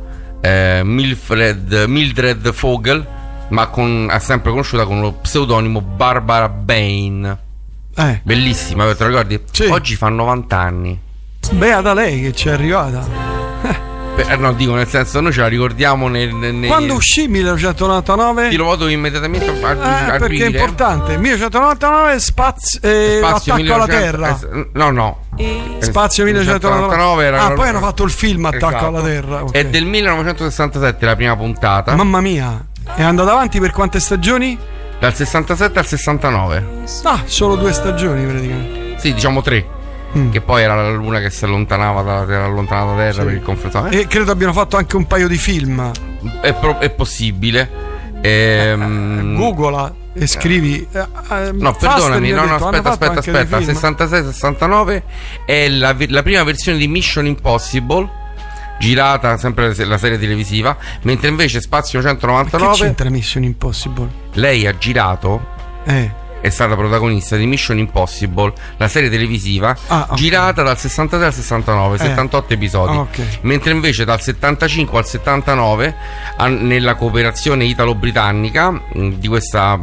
Speaker 14: Mildred Vogel, ma è sempre conosciuta con lo pseudonimo Barbara Bain. Bellissima, te lo ricordi? Sì. Oggi fa 90 anni.
Speaker 13: Beata lei che ci è arrivata.
Speaker 14: No, dico, nel senso, noi ce la ricordiamo
Speaker 13: quando uscì 1999?
Speaker 14: Ti lo vado immediatamente a
Speaker 13: perché è importante. 1999 Spazio Attacco alla Terra.
Speaker 14: No.
Speaker 13: Spazio 1999
Speaker 14: era
Speaker 13: poi hanno fatto il film Attacco alla Terra.
Speaker 14: È del 1967 la prima puntata.
Speaker 13: Mamma mia. È andata avanti per quante stagioni?
Speaker 14: Dal 67 al 69.
Speaker 13: Solo 2 stagioni praticamente.
Speaker 14: Sì, diciamo 3. Che poi era la luna che si allontanava dalla Terra per il conflitto.
Speaker 13: E credo abbiano fatto anche un paio di film.
Speaker 14: È possibile.
Speaker 13: Googla e scrivi.
Speaker 14: No, perdonami, aspetta. 66-69 è la prima versione di Mission Impossible, girata sempre la serie televisiva, mentre invece Spazio 199.
Speaker 13: Ma che c'entra Mission Impossible?
Speaker 14: Lei ha girato. È stata protagonista di Mission Impossible, la serie televisiva, girata dal 63 al 69, 78 episodi. Mentre invece dal 75 al 79, nella cooperazione italo-britannica di questo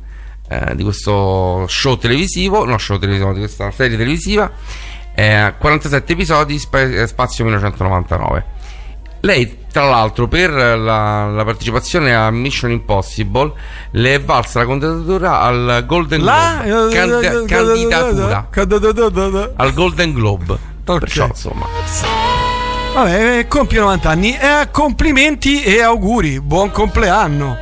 Speaker 14: show televisivo, di questa serie televisiva, 47 episodi, Spazio 1999. Lei, tra l'altro, per la partecipazione a Mission Impossible le è valsa la candidatura al Golden Globe. Candidatura al Golden Globe. Perciò, insomma,
Speaker 13: vabbè, compie 90 anni. Complimenti e auguri, buon compleanno.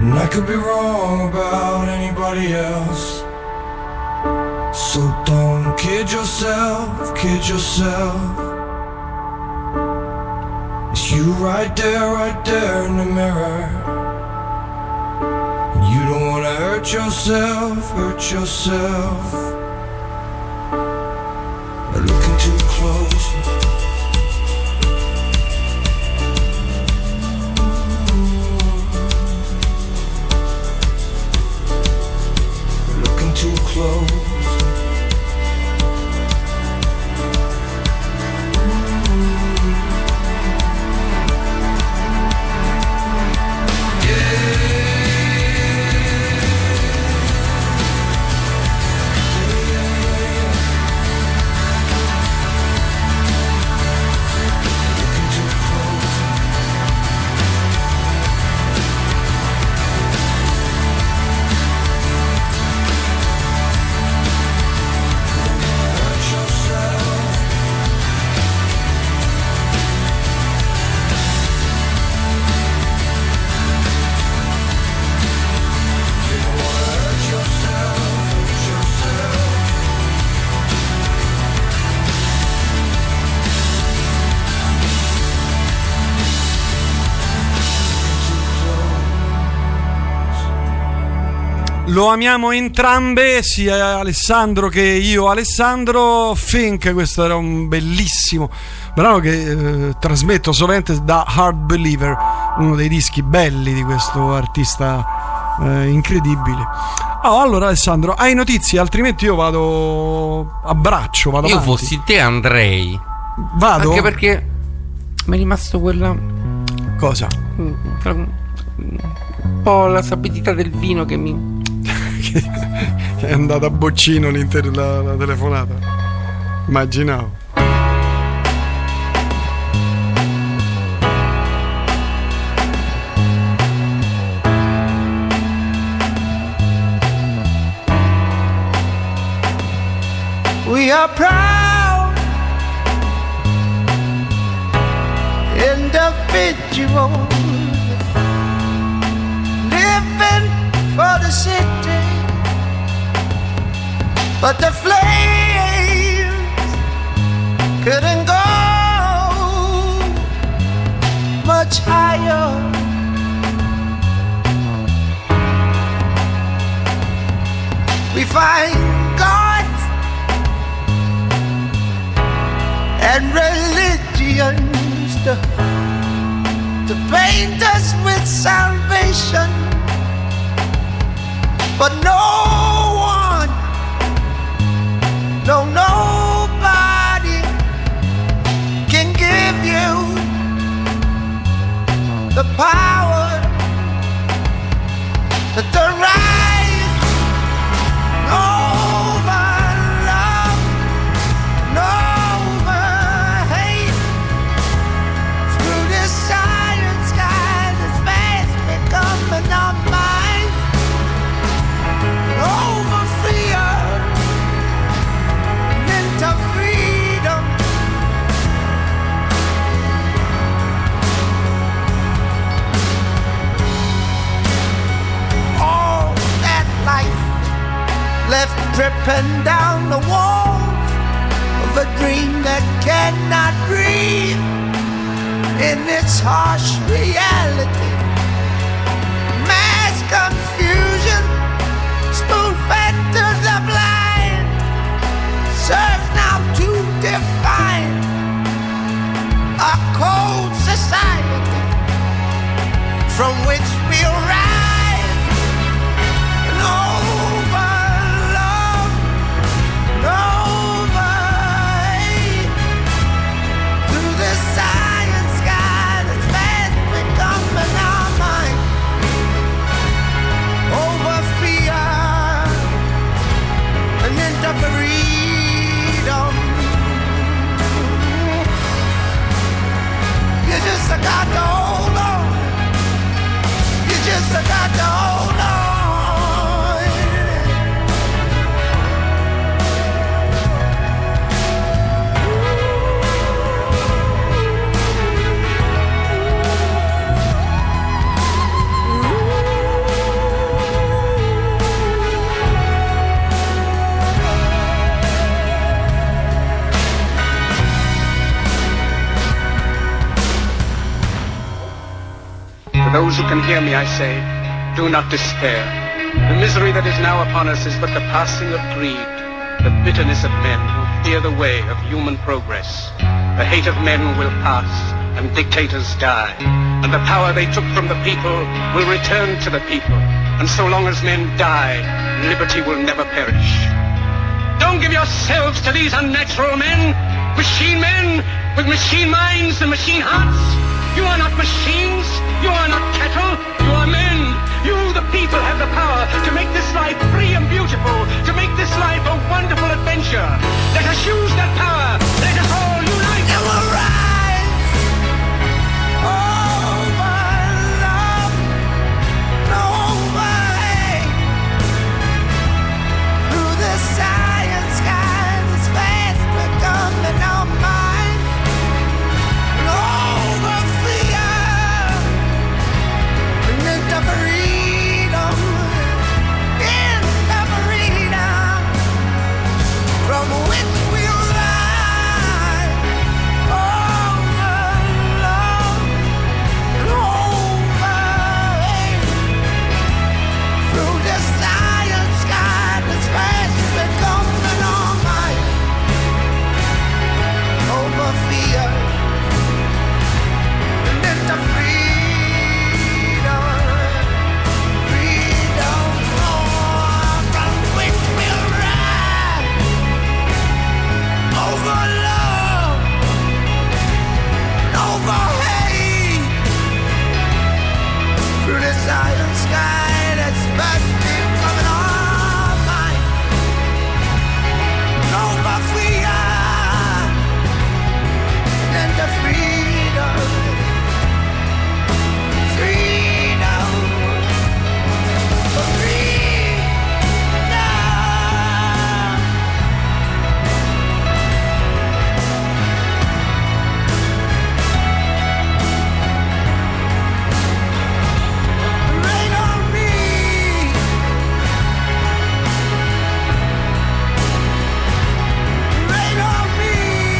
Speaker 6: And I could be wrong about anybody else. So don't kid yourself, kid yourself. It's you right there in the mirror. You don't wanna hurt yourself, hurt yourself. But looking too close. Looking too close.
Speaker 13: Lo amiamo entrambe, sia Alessandro che io Alessandro. Think, questo era un bellissimo brano che trasmetto sovente da Hard Believer, uno dei dischi belli di questo artista incredibile. Allora Alessandro, hai notizie? Altrimenti io vado a braccio, vado
Speaker 14: io
Speaker 13: avanti.
Speaker 14: Fossi te andrei.
Speaker 13: Vado?
Speaker 14: Anche perché mi è rimasto quella...
Speaker 13: Cosa?
Speaker 14: Un po' la sapidità del vino che mi...
Speaker 13: È andata a boccino la telefonata. Immaginavo.
Speaker 21: We are proud individuals living for the city, but the flames couldn't go much higher. We find God and religions to paint us with salvation, but no one, no, nobody can give you the power, the right over love, over hate. Through this silent sky that's fast becoming our minds, over fear and into freedom. All that life left dripping down the walls of a dream that cannot breathe in its harsh reality. Mass confusion, spoon-fed to the blind, serves now to define a cold society from which we'll rise. And over love, and over hate, through the silent sky that's fast becoming our mind, over fear and into freedom. You just got to hold on. You just got to hold on.
Speaker 5: can hear me, I say, do not despair. The misery that is now upon us is but the passing of greed, the bitterness of men who fear the way of human progress. The hate of men will pass, and dictators die, and the power they took from the people will return to the people. And so long as men die, liberty will never perish. Don't give yourselves to these unnatural men with machine minds and machine hearts. You are not machines, you are not cattle, you are men. You, the people, have the power to make this life free and beautiful, to make this life a wonderful adventure. Let us use that power, let us all unite and we'll rise over love, over hate, through the science sky, the space becoming our minds, and over fear, and into freedom, into freedom, from which we'll rise over love and over hate, through the science sky, the space becoming our mind, over fear and into freedom, freedom, from which we'll rise over love and over hate, through the silent sky that's fast becoming our mind, over fear and the freedom, freedom, freedom. Rain on me, rain on me.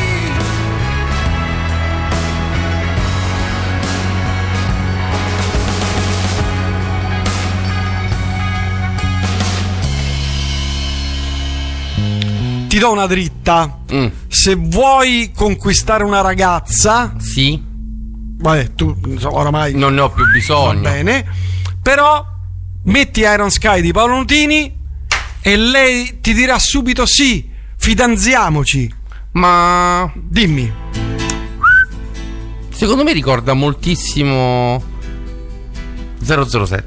Speaker 13: Ti do una dritta. Se vuoi conquistare una ragazza,
Speaker 14: sì,
Speaker 13: vabbè, tu oramai
Speaker 14: non ne ho più bisogno.
Speaker 13: Va bene, però metti Iron Sky di Paolo Nutini e lei ti dirà subito sì, fidanziamoci.
Speaker 14: Ma
Speaker 13: dimmi.
Speaker 14: Secondo me ricorda moltissimo 007.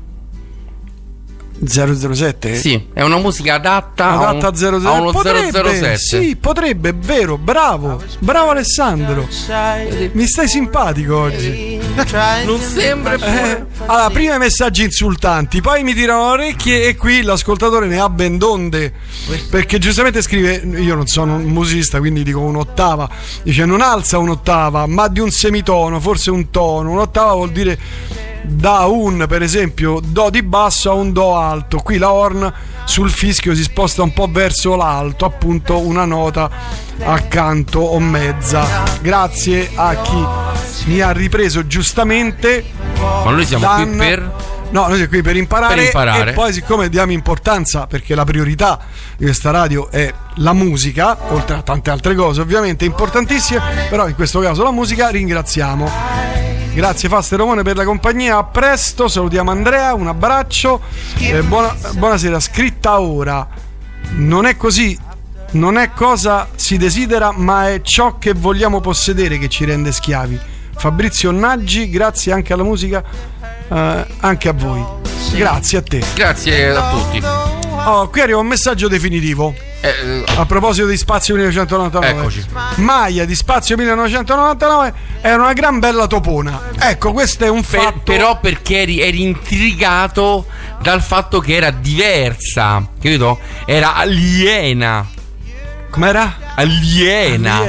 Speaker 13: 007?
Speaker 14: Sì, è una musica adatta
Speaker 13: a
Speaker 14: uno
Speaker 13: 007.
Speaker 14: 007.
Speaker 13: Sì, potrebbe, è vero, bravo Alessandro. Mi stai simpatico oggi.
Speaker 14: Non sembra.
Speaker 13: Allora, prima i messaggi insultanti, poi mi tirano le orecchie e qui l'ascoltatore ne ha ben donde, perché giustamente scrive: io non sono un musicista, quindi dico un'ottava. Dice: non alza un'ottava, ma di un semitono, forse un tono. Un'ottava vuol dire da un, per esempio, do di basso a un do alto. Qui la horn sul fischio si sposta un po' verso l'alto, appunto una nota accanto o mezza. Grazie a chi mi ha ripreso giustamente.
Speaker 14: Ma noi siamo qui per...
Speaker 13: No, noi siamo qui per imparare.
Speaker 14: E
Speaker 13: poi, siccome diamo importanza, perché la priorità di questa radio è la musica, oltre a tante altre cose ovviamente importantissime, però in questo caso la musica, ringraziamo. Grazie Faster Romone per la compagnia, a presto, salutiamo Andrea, un abbraccio, buonasera. Scritta ora: non è così, non è cosa si desidera, ma è ciò che vogliamo possedere che ci rende schiavi. Fabrizio Naggi, grazie anche alla musica, anche a voi. Grazie a te.
Speaker 14: Grazie a tutti.
Speaker 13: Qui arriva un messaggio definitivo. A proposito di Spazio 1999,
Speaker 14: eccoci.
Speaker 13: Maia di Spazio 1999 era una gran bella topona. Ecco, questo è un fatto.
Speaker 14: Però perché eri intrigato dal fatto che era diversa, capito? Era aliena.
Speaker 13: Com'era?
Speaker 14: Aliena.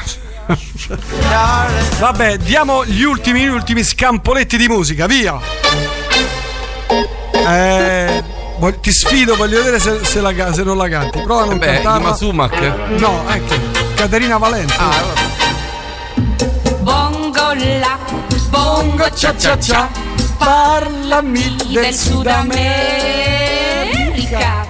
Speaker 13: Vabbè, diamo gli ultimi scampoletti di musica, via. Ti sfido, voglio vedere se non la canti. Prova a non cantarla.
Speaker 14: Ima Sumac?
Speaker 13: No, ecco, Caterina Valente.
Speaker 1: Bongo la, bongo cha cha cha,
Speaker 13: parlami del Sud
Speaker 3: America.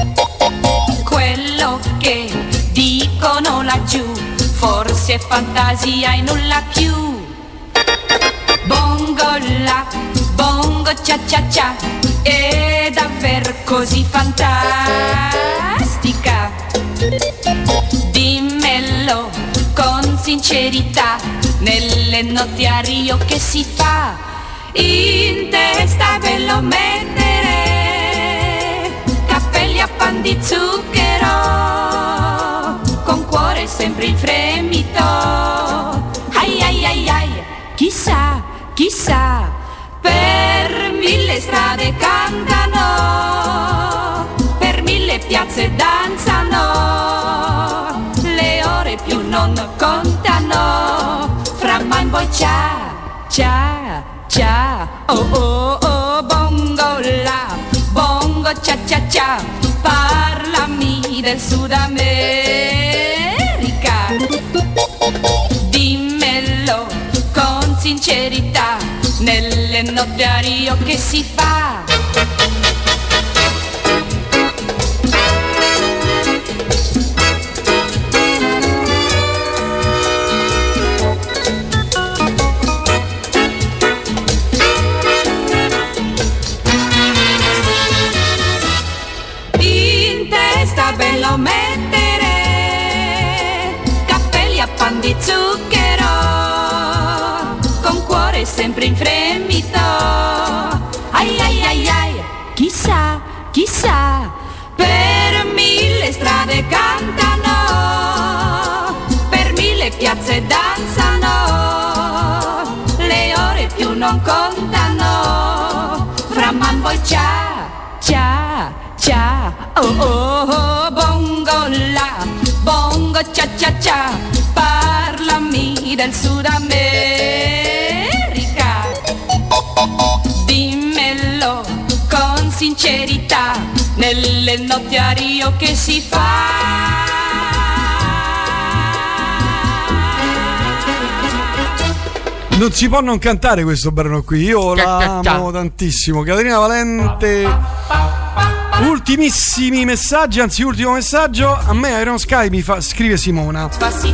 Speaker 3: Quello che dicono laggiù forse è fantasia e nulla più. Bongo la, bongo cia cia cia, è davvero così fantastica. Dimmelo con sincerità, nelle notti a Rio che si fa? In testa ve lo mettere, cappelli a pan di zucchero, con cuore sempre in fremito. Ai ai ai ai, chissà, chissà, per 1000 strade cantano, per 1000 piazze danzano, le ore più non contano, fra man boy cia, cia, cia, oh oh oh, bongo la, bongo cia cia cia, parlami del Sud America, dimmelo con sincerità, nelle notti a Rio che si fa? In testa bello mettere, cappelli a pan di zucchero, con cuore sempre in fremito. Ai ai ai ai, chissà, chissà, per 1000 strade cantano, per 1000 piazze danzano, le ore più non contano, fra man boy cia, cia, cia, oh oh oh, bongo la, bongo cia cia cia, parlami del Sud America, dimmelo con sincerità, nelle notti a Rio che si fa?
Speaker 13: Non si può non cantare questo brano qui, io l'amo tantissimo. Caterina Valente. Ultimissimi messaggi, anzi ultimo messaggio. A me Iron Sky mi fa, scrive Simona,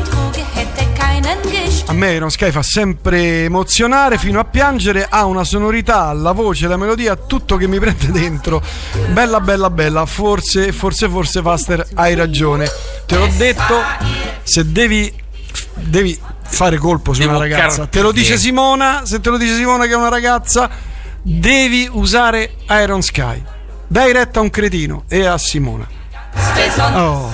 Speaker 13: a me Iron Sky fa sempre emozionare fino a piangere, ha una sonorità, la voce, la melodia, tutto che mi prende dentro. Bella bella bella, forse Faster hai ragione. Te l'ho detto, se devi fare colpo su una ragazza, te lo dice Simona, se te lo dice Simona che è una ragazza, devi usare Iron Sky. Dai retta a un cretino e a Simona. Oh.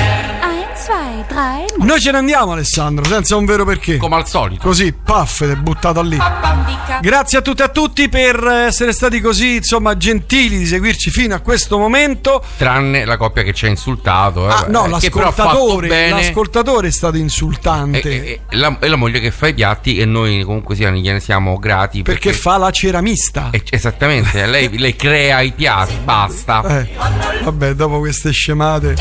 Speaker 13: Noi ce ne andiamo, Alessandro, senza un vero perché.
Speaker 14: Come al solito.
Speaker 13: Così, paff, ed è buttata lì. Grazie a tutte e a tutti per essere stati così, insomma, gentili di seguirci fino a questo momento.
Speaker 14: Tranne la coppia che ci ha insultato.
Speaker 13: No, l'ascoltatore è stato insultante.
Speaker 14: E la moglie che fa i piatti e noi comunque gliene siamo grati.
Speaker 13: Perché fa la ceramista.
Speaker 14: Esattamente, lei crea i piatti, basta.
Speaker 13: Vabbè, dopo queste scemate.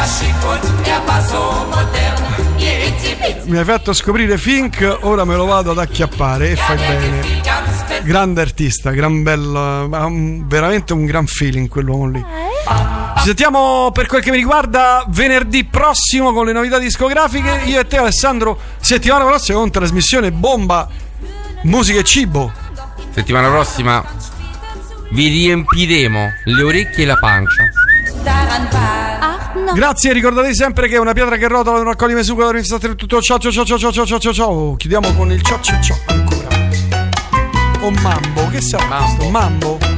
Speaker 13: Mi hai fatto scoprire Fink, ora me lo vado ad acchiappare e fai bene. Grande artista, gran bello, veramente un gran feeling quell'uomo lì. Ci sentiamo per quel che mi riguarda venerdì prossimo con le novità discografiche. Io e te, Alessandro, settimana prossima con trasmissione bomba, musica e cibo.
Speaker 14: Settimana prossima vi riempiremo le orecchie e la pancia.
Speaker 13: Grazie, ricordatevi sempre che una pietra che rotola non raccoglie mai succo, tutto ciao ciao ciao ciao ciao ciao ciao ciao. Chiudiamo con il ciao ciao ciao ancora. O Mambo, che sarà questo? Mambo.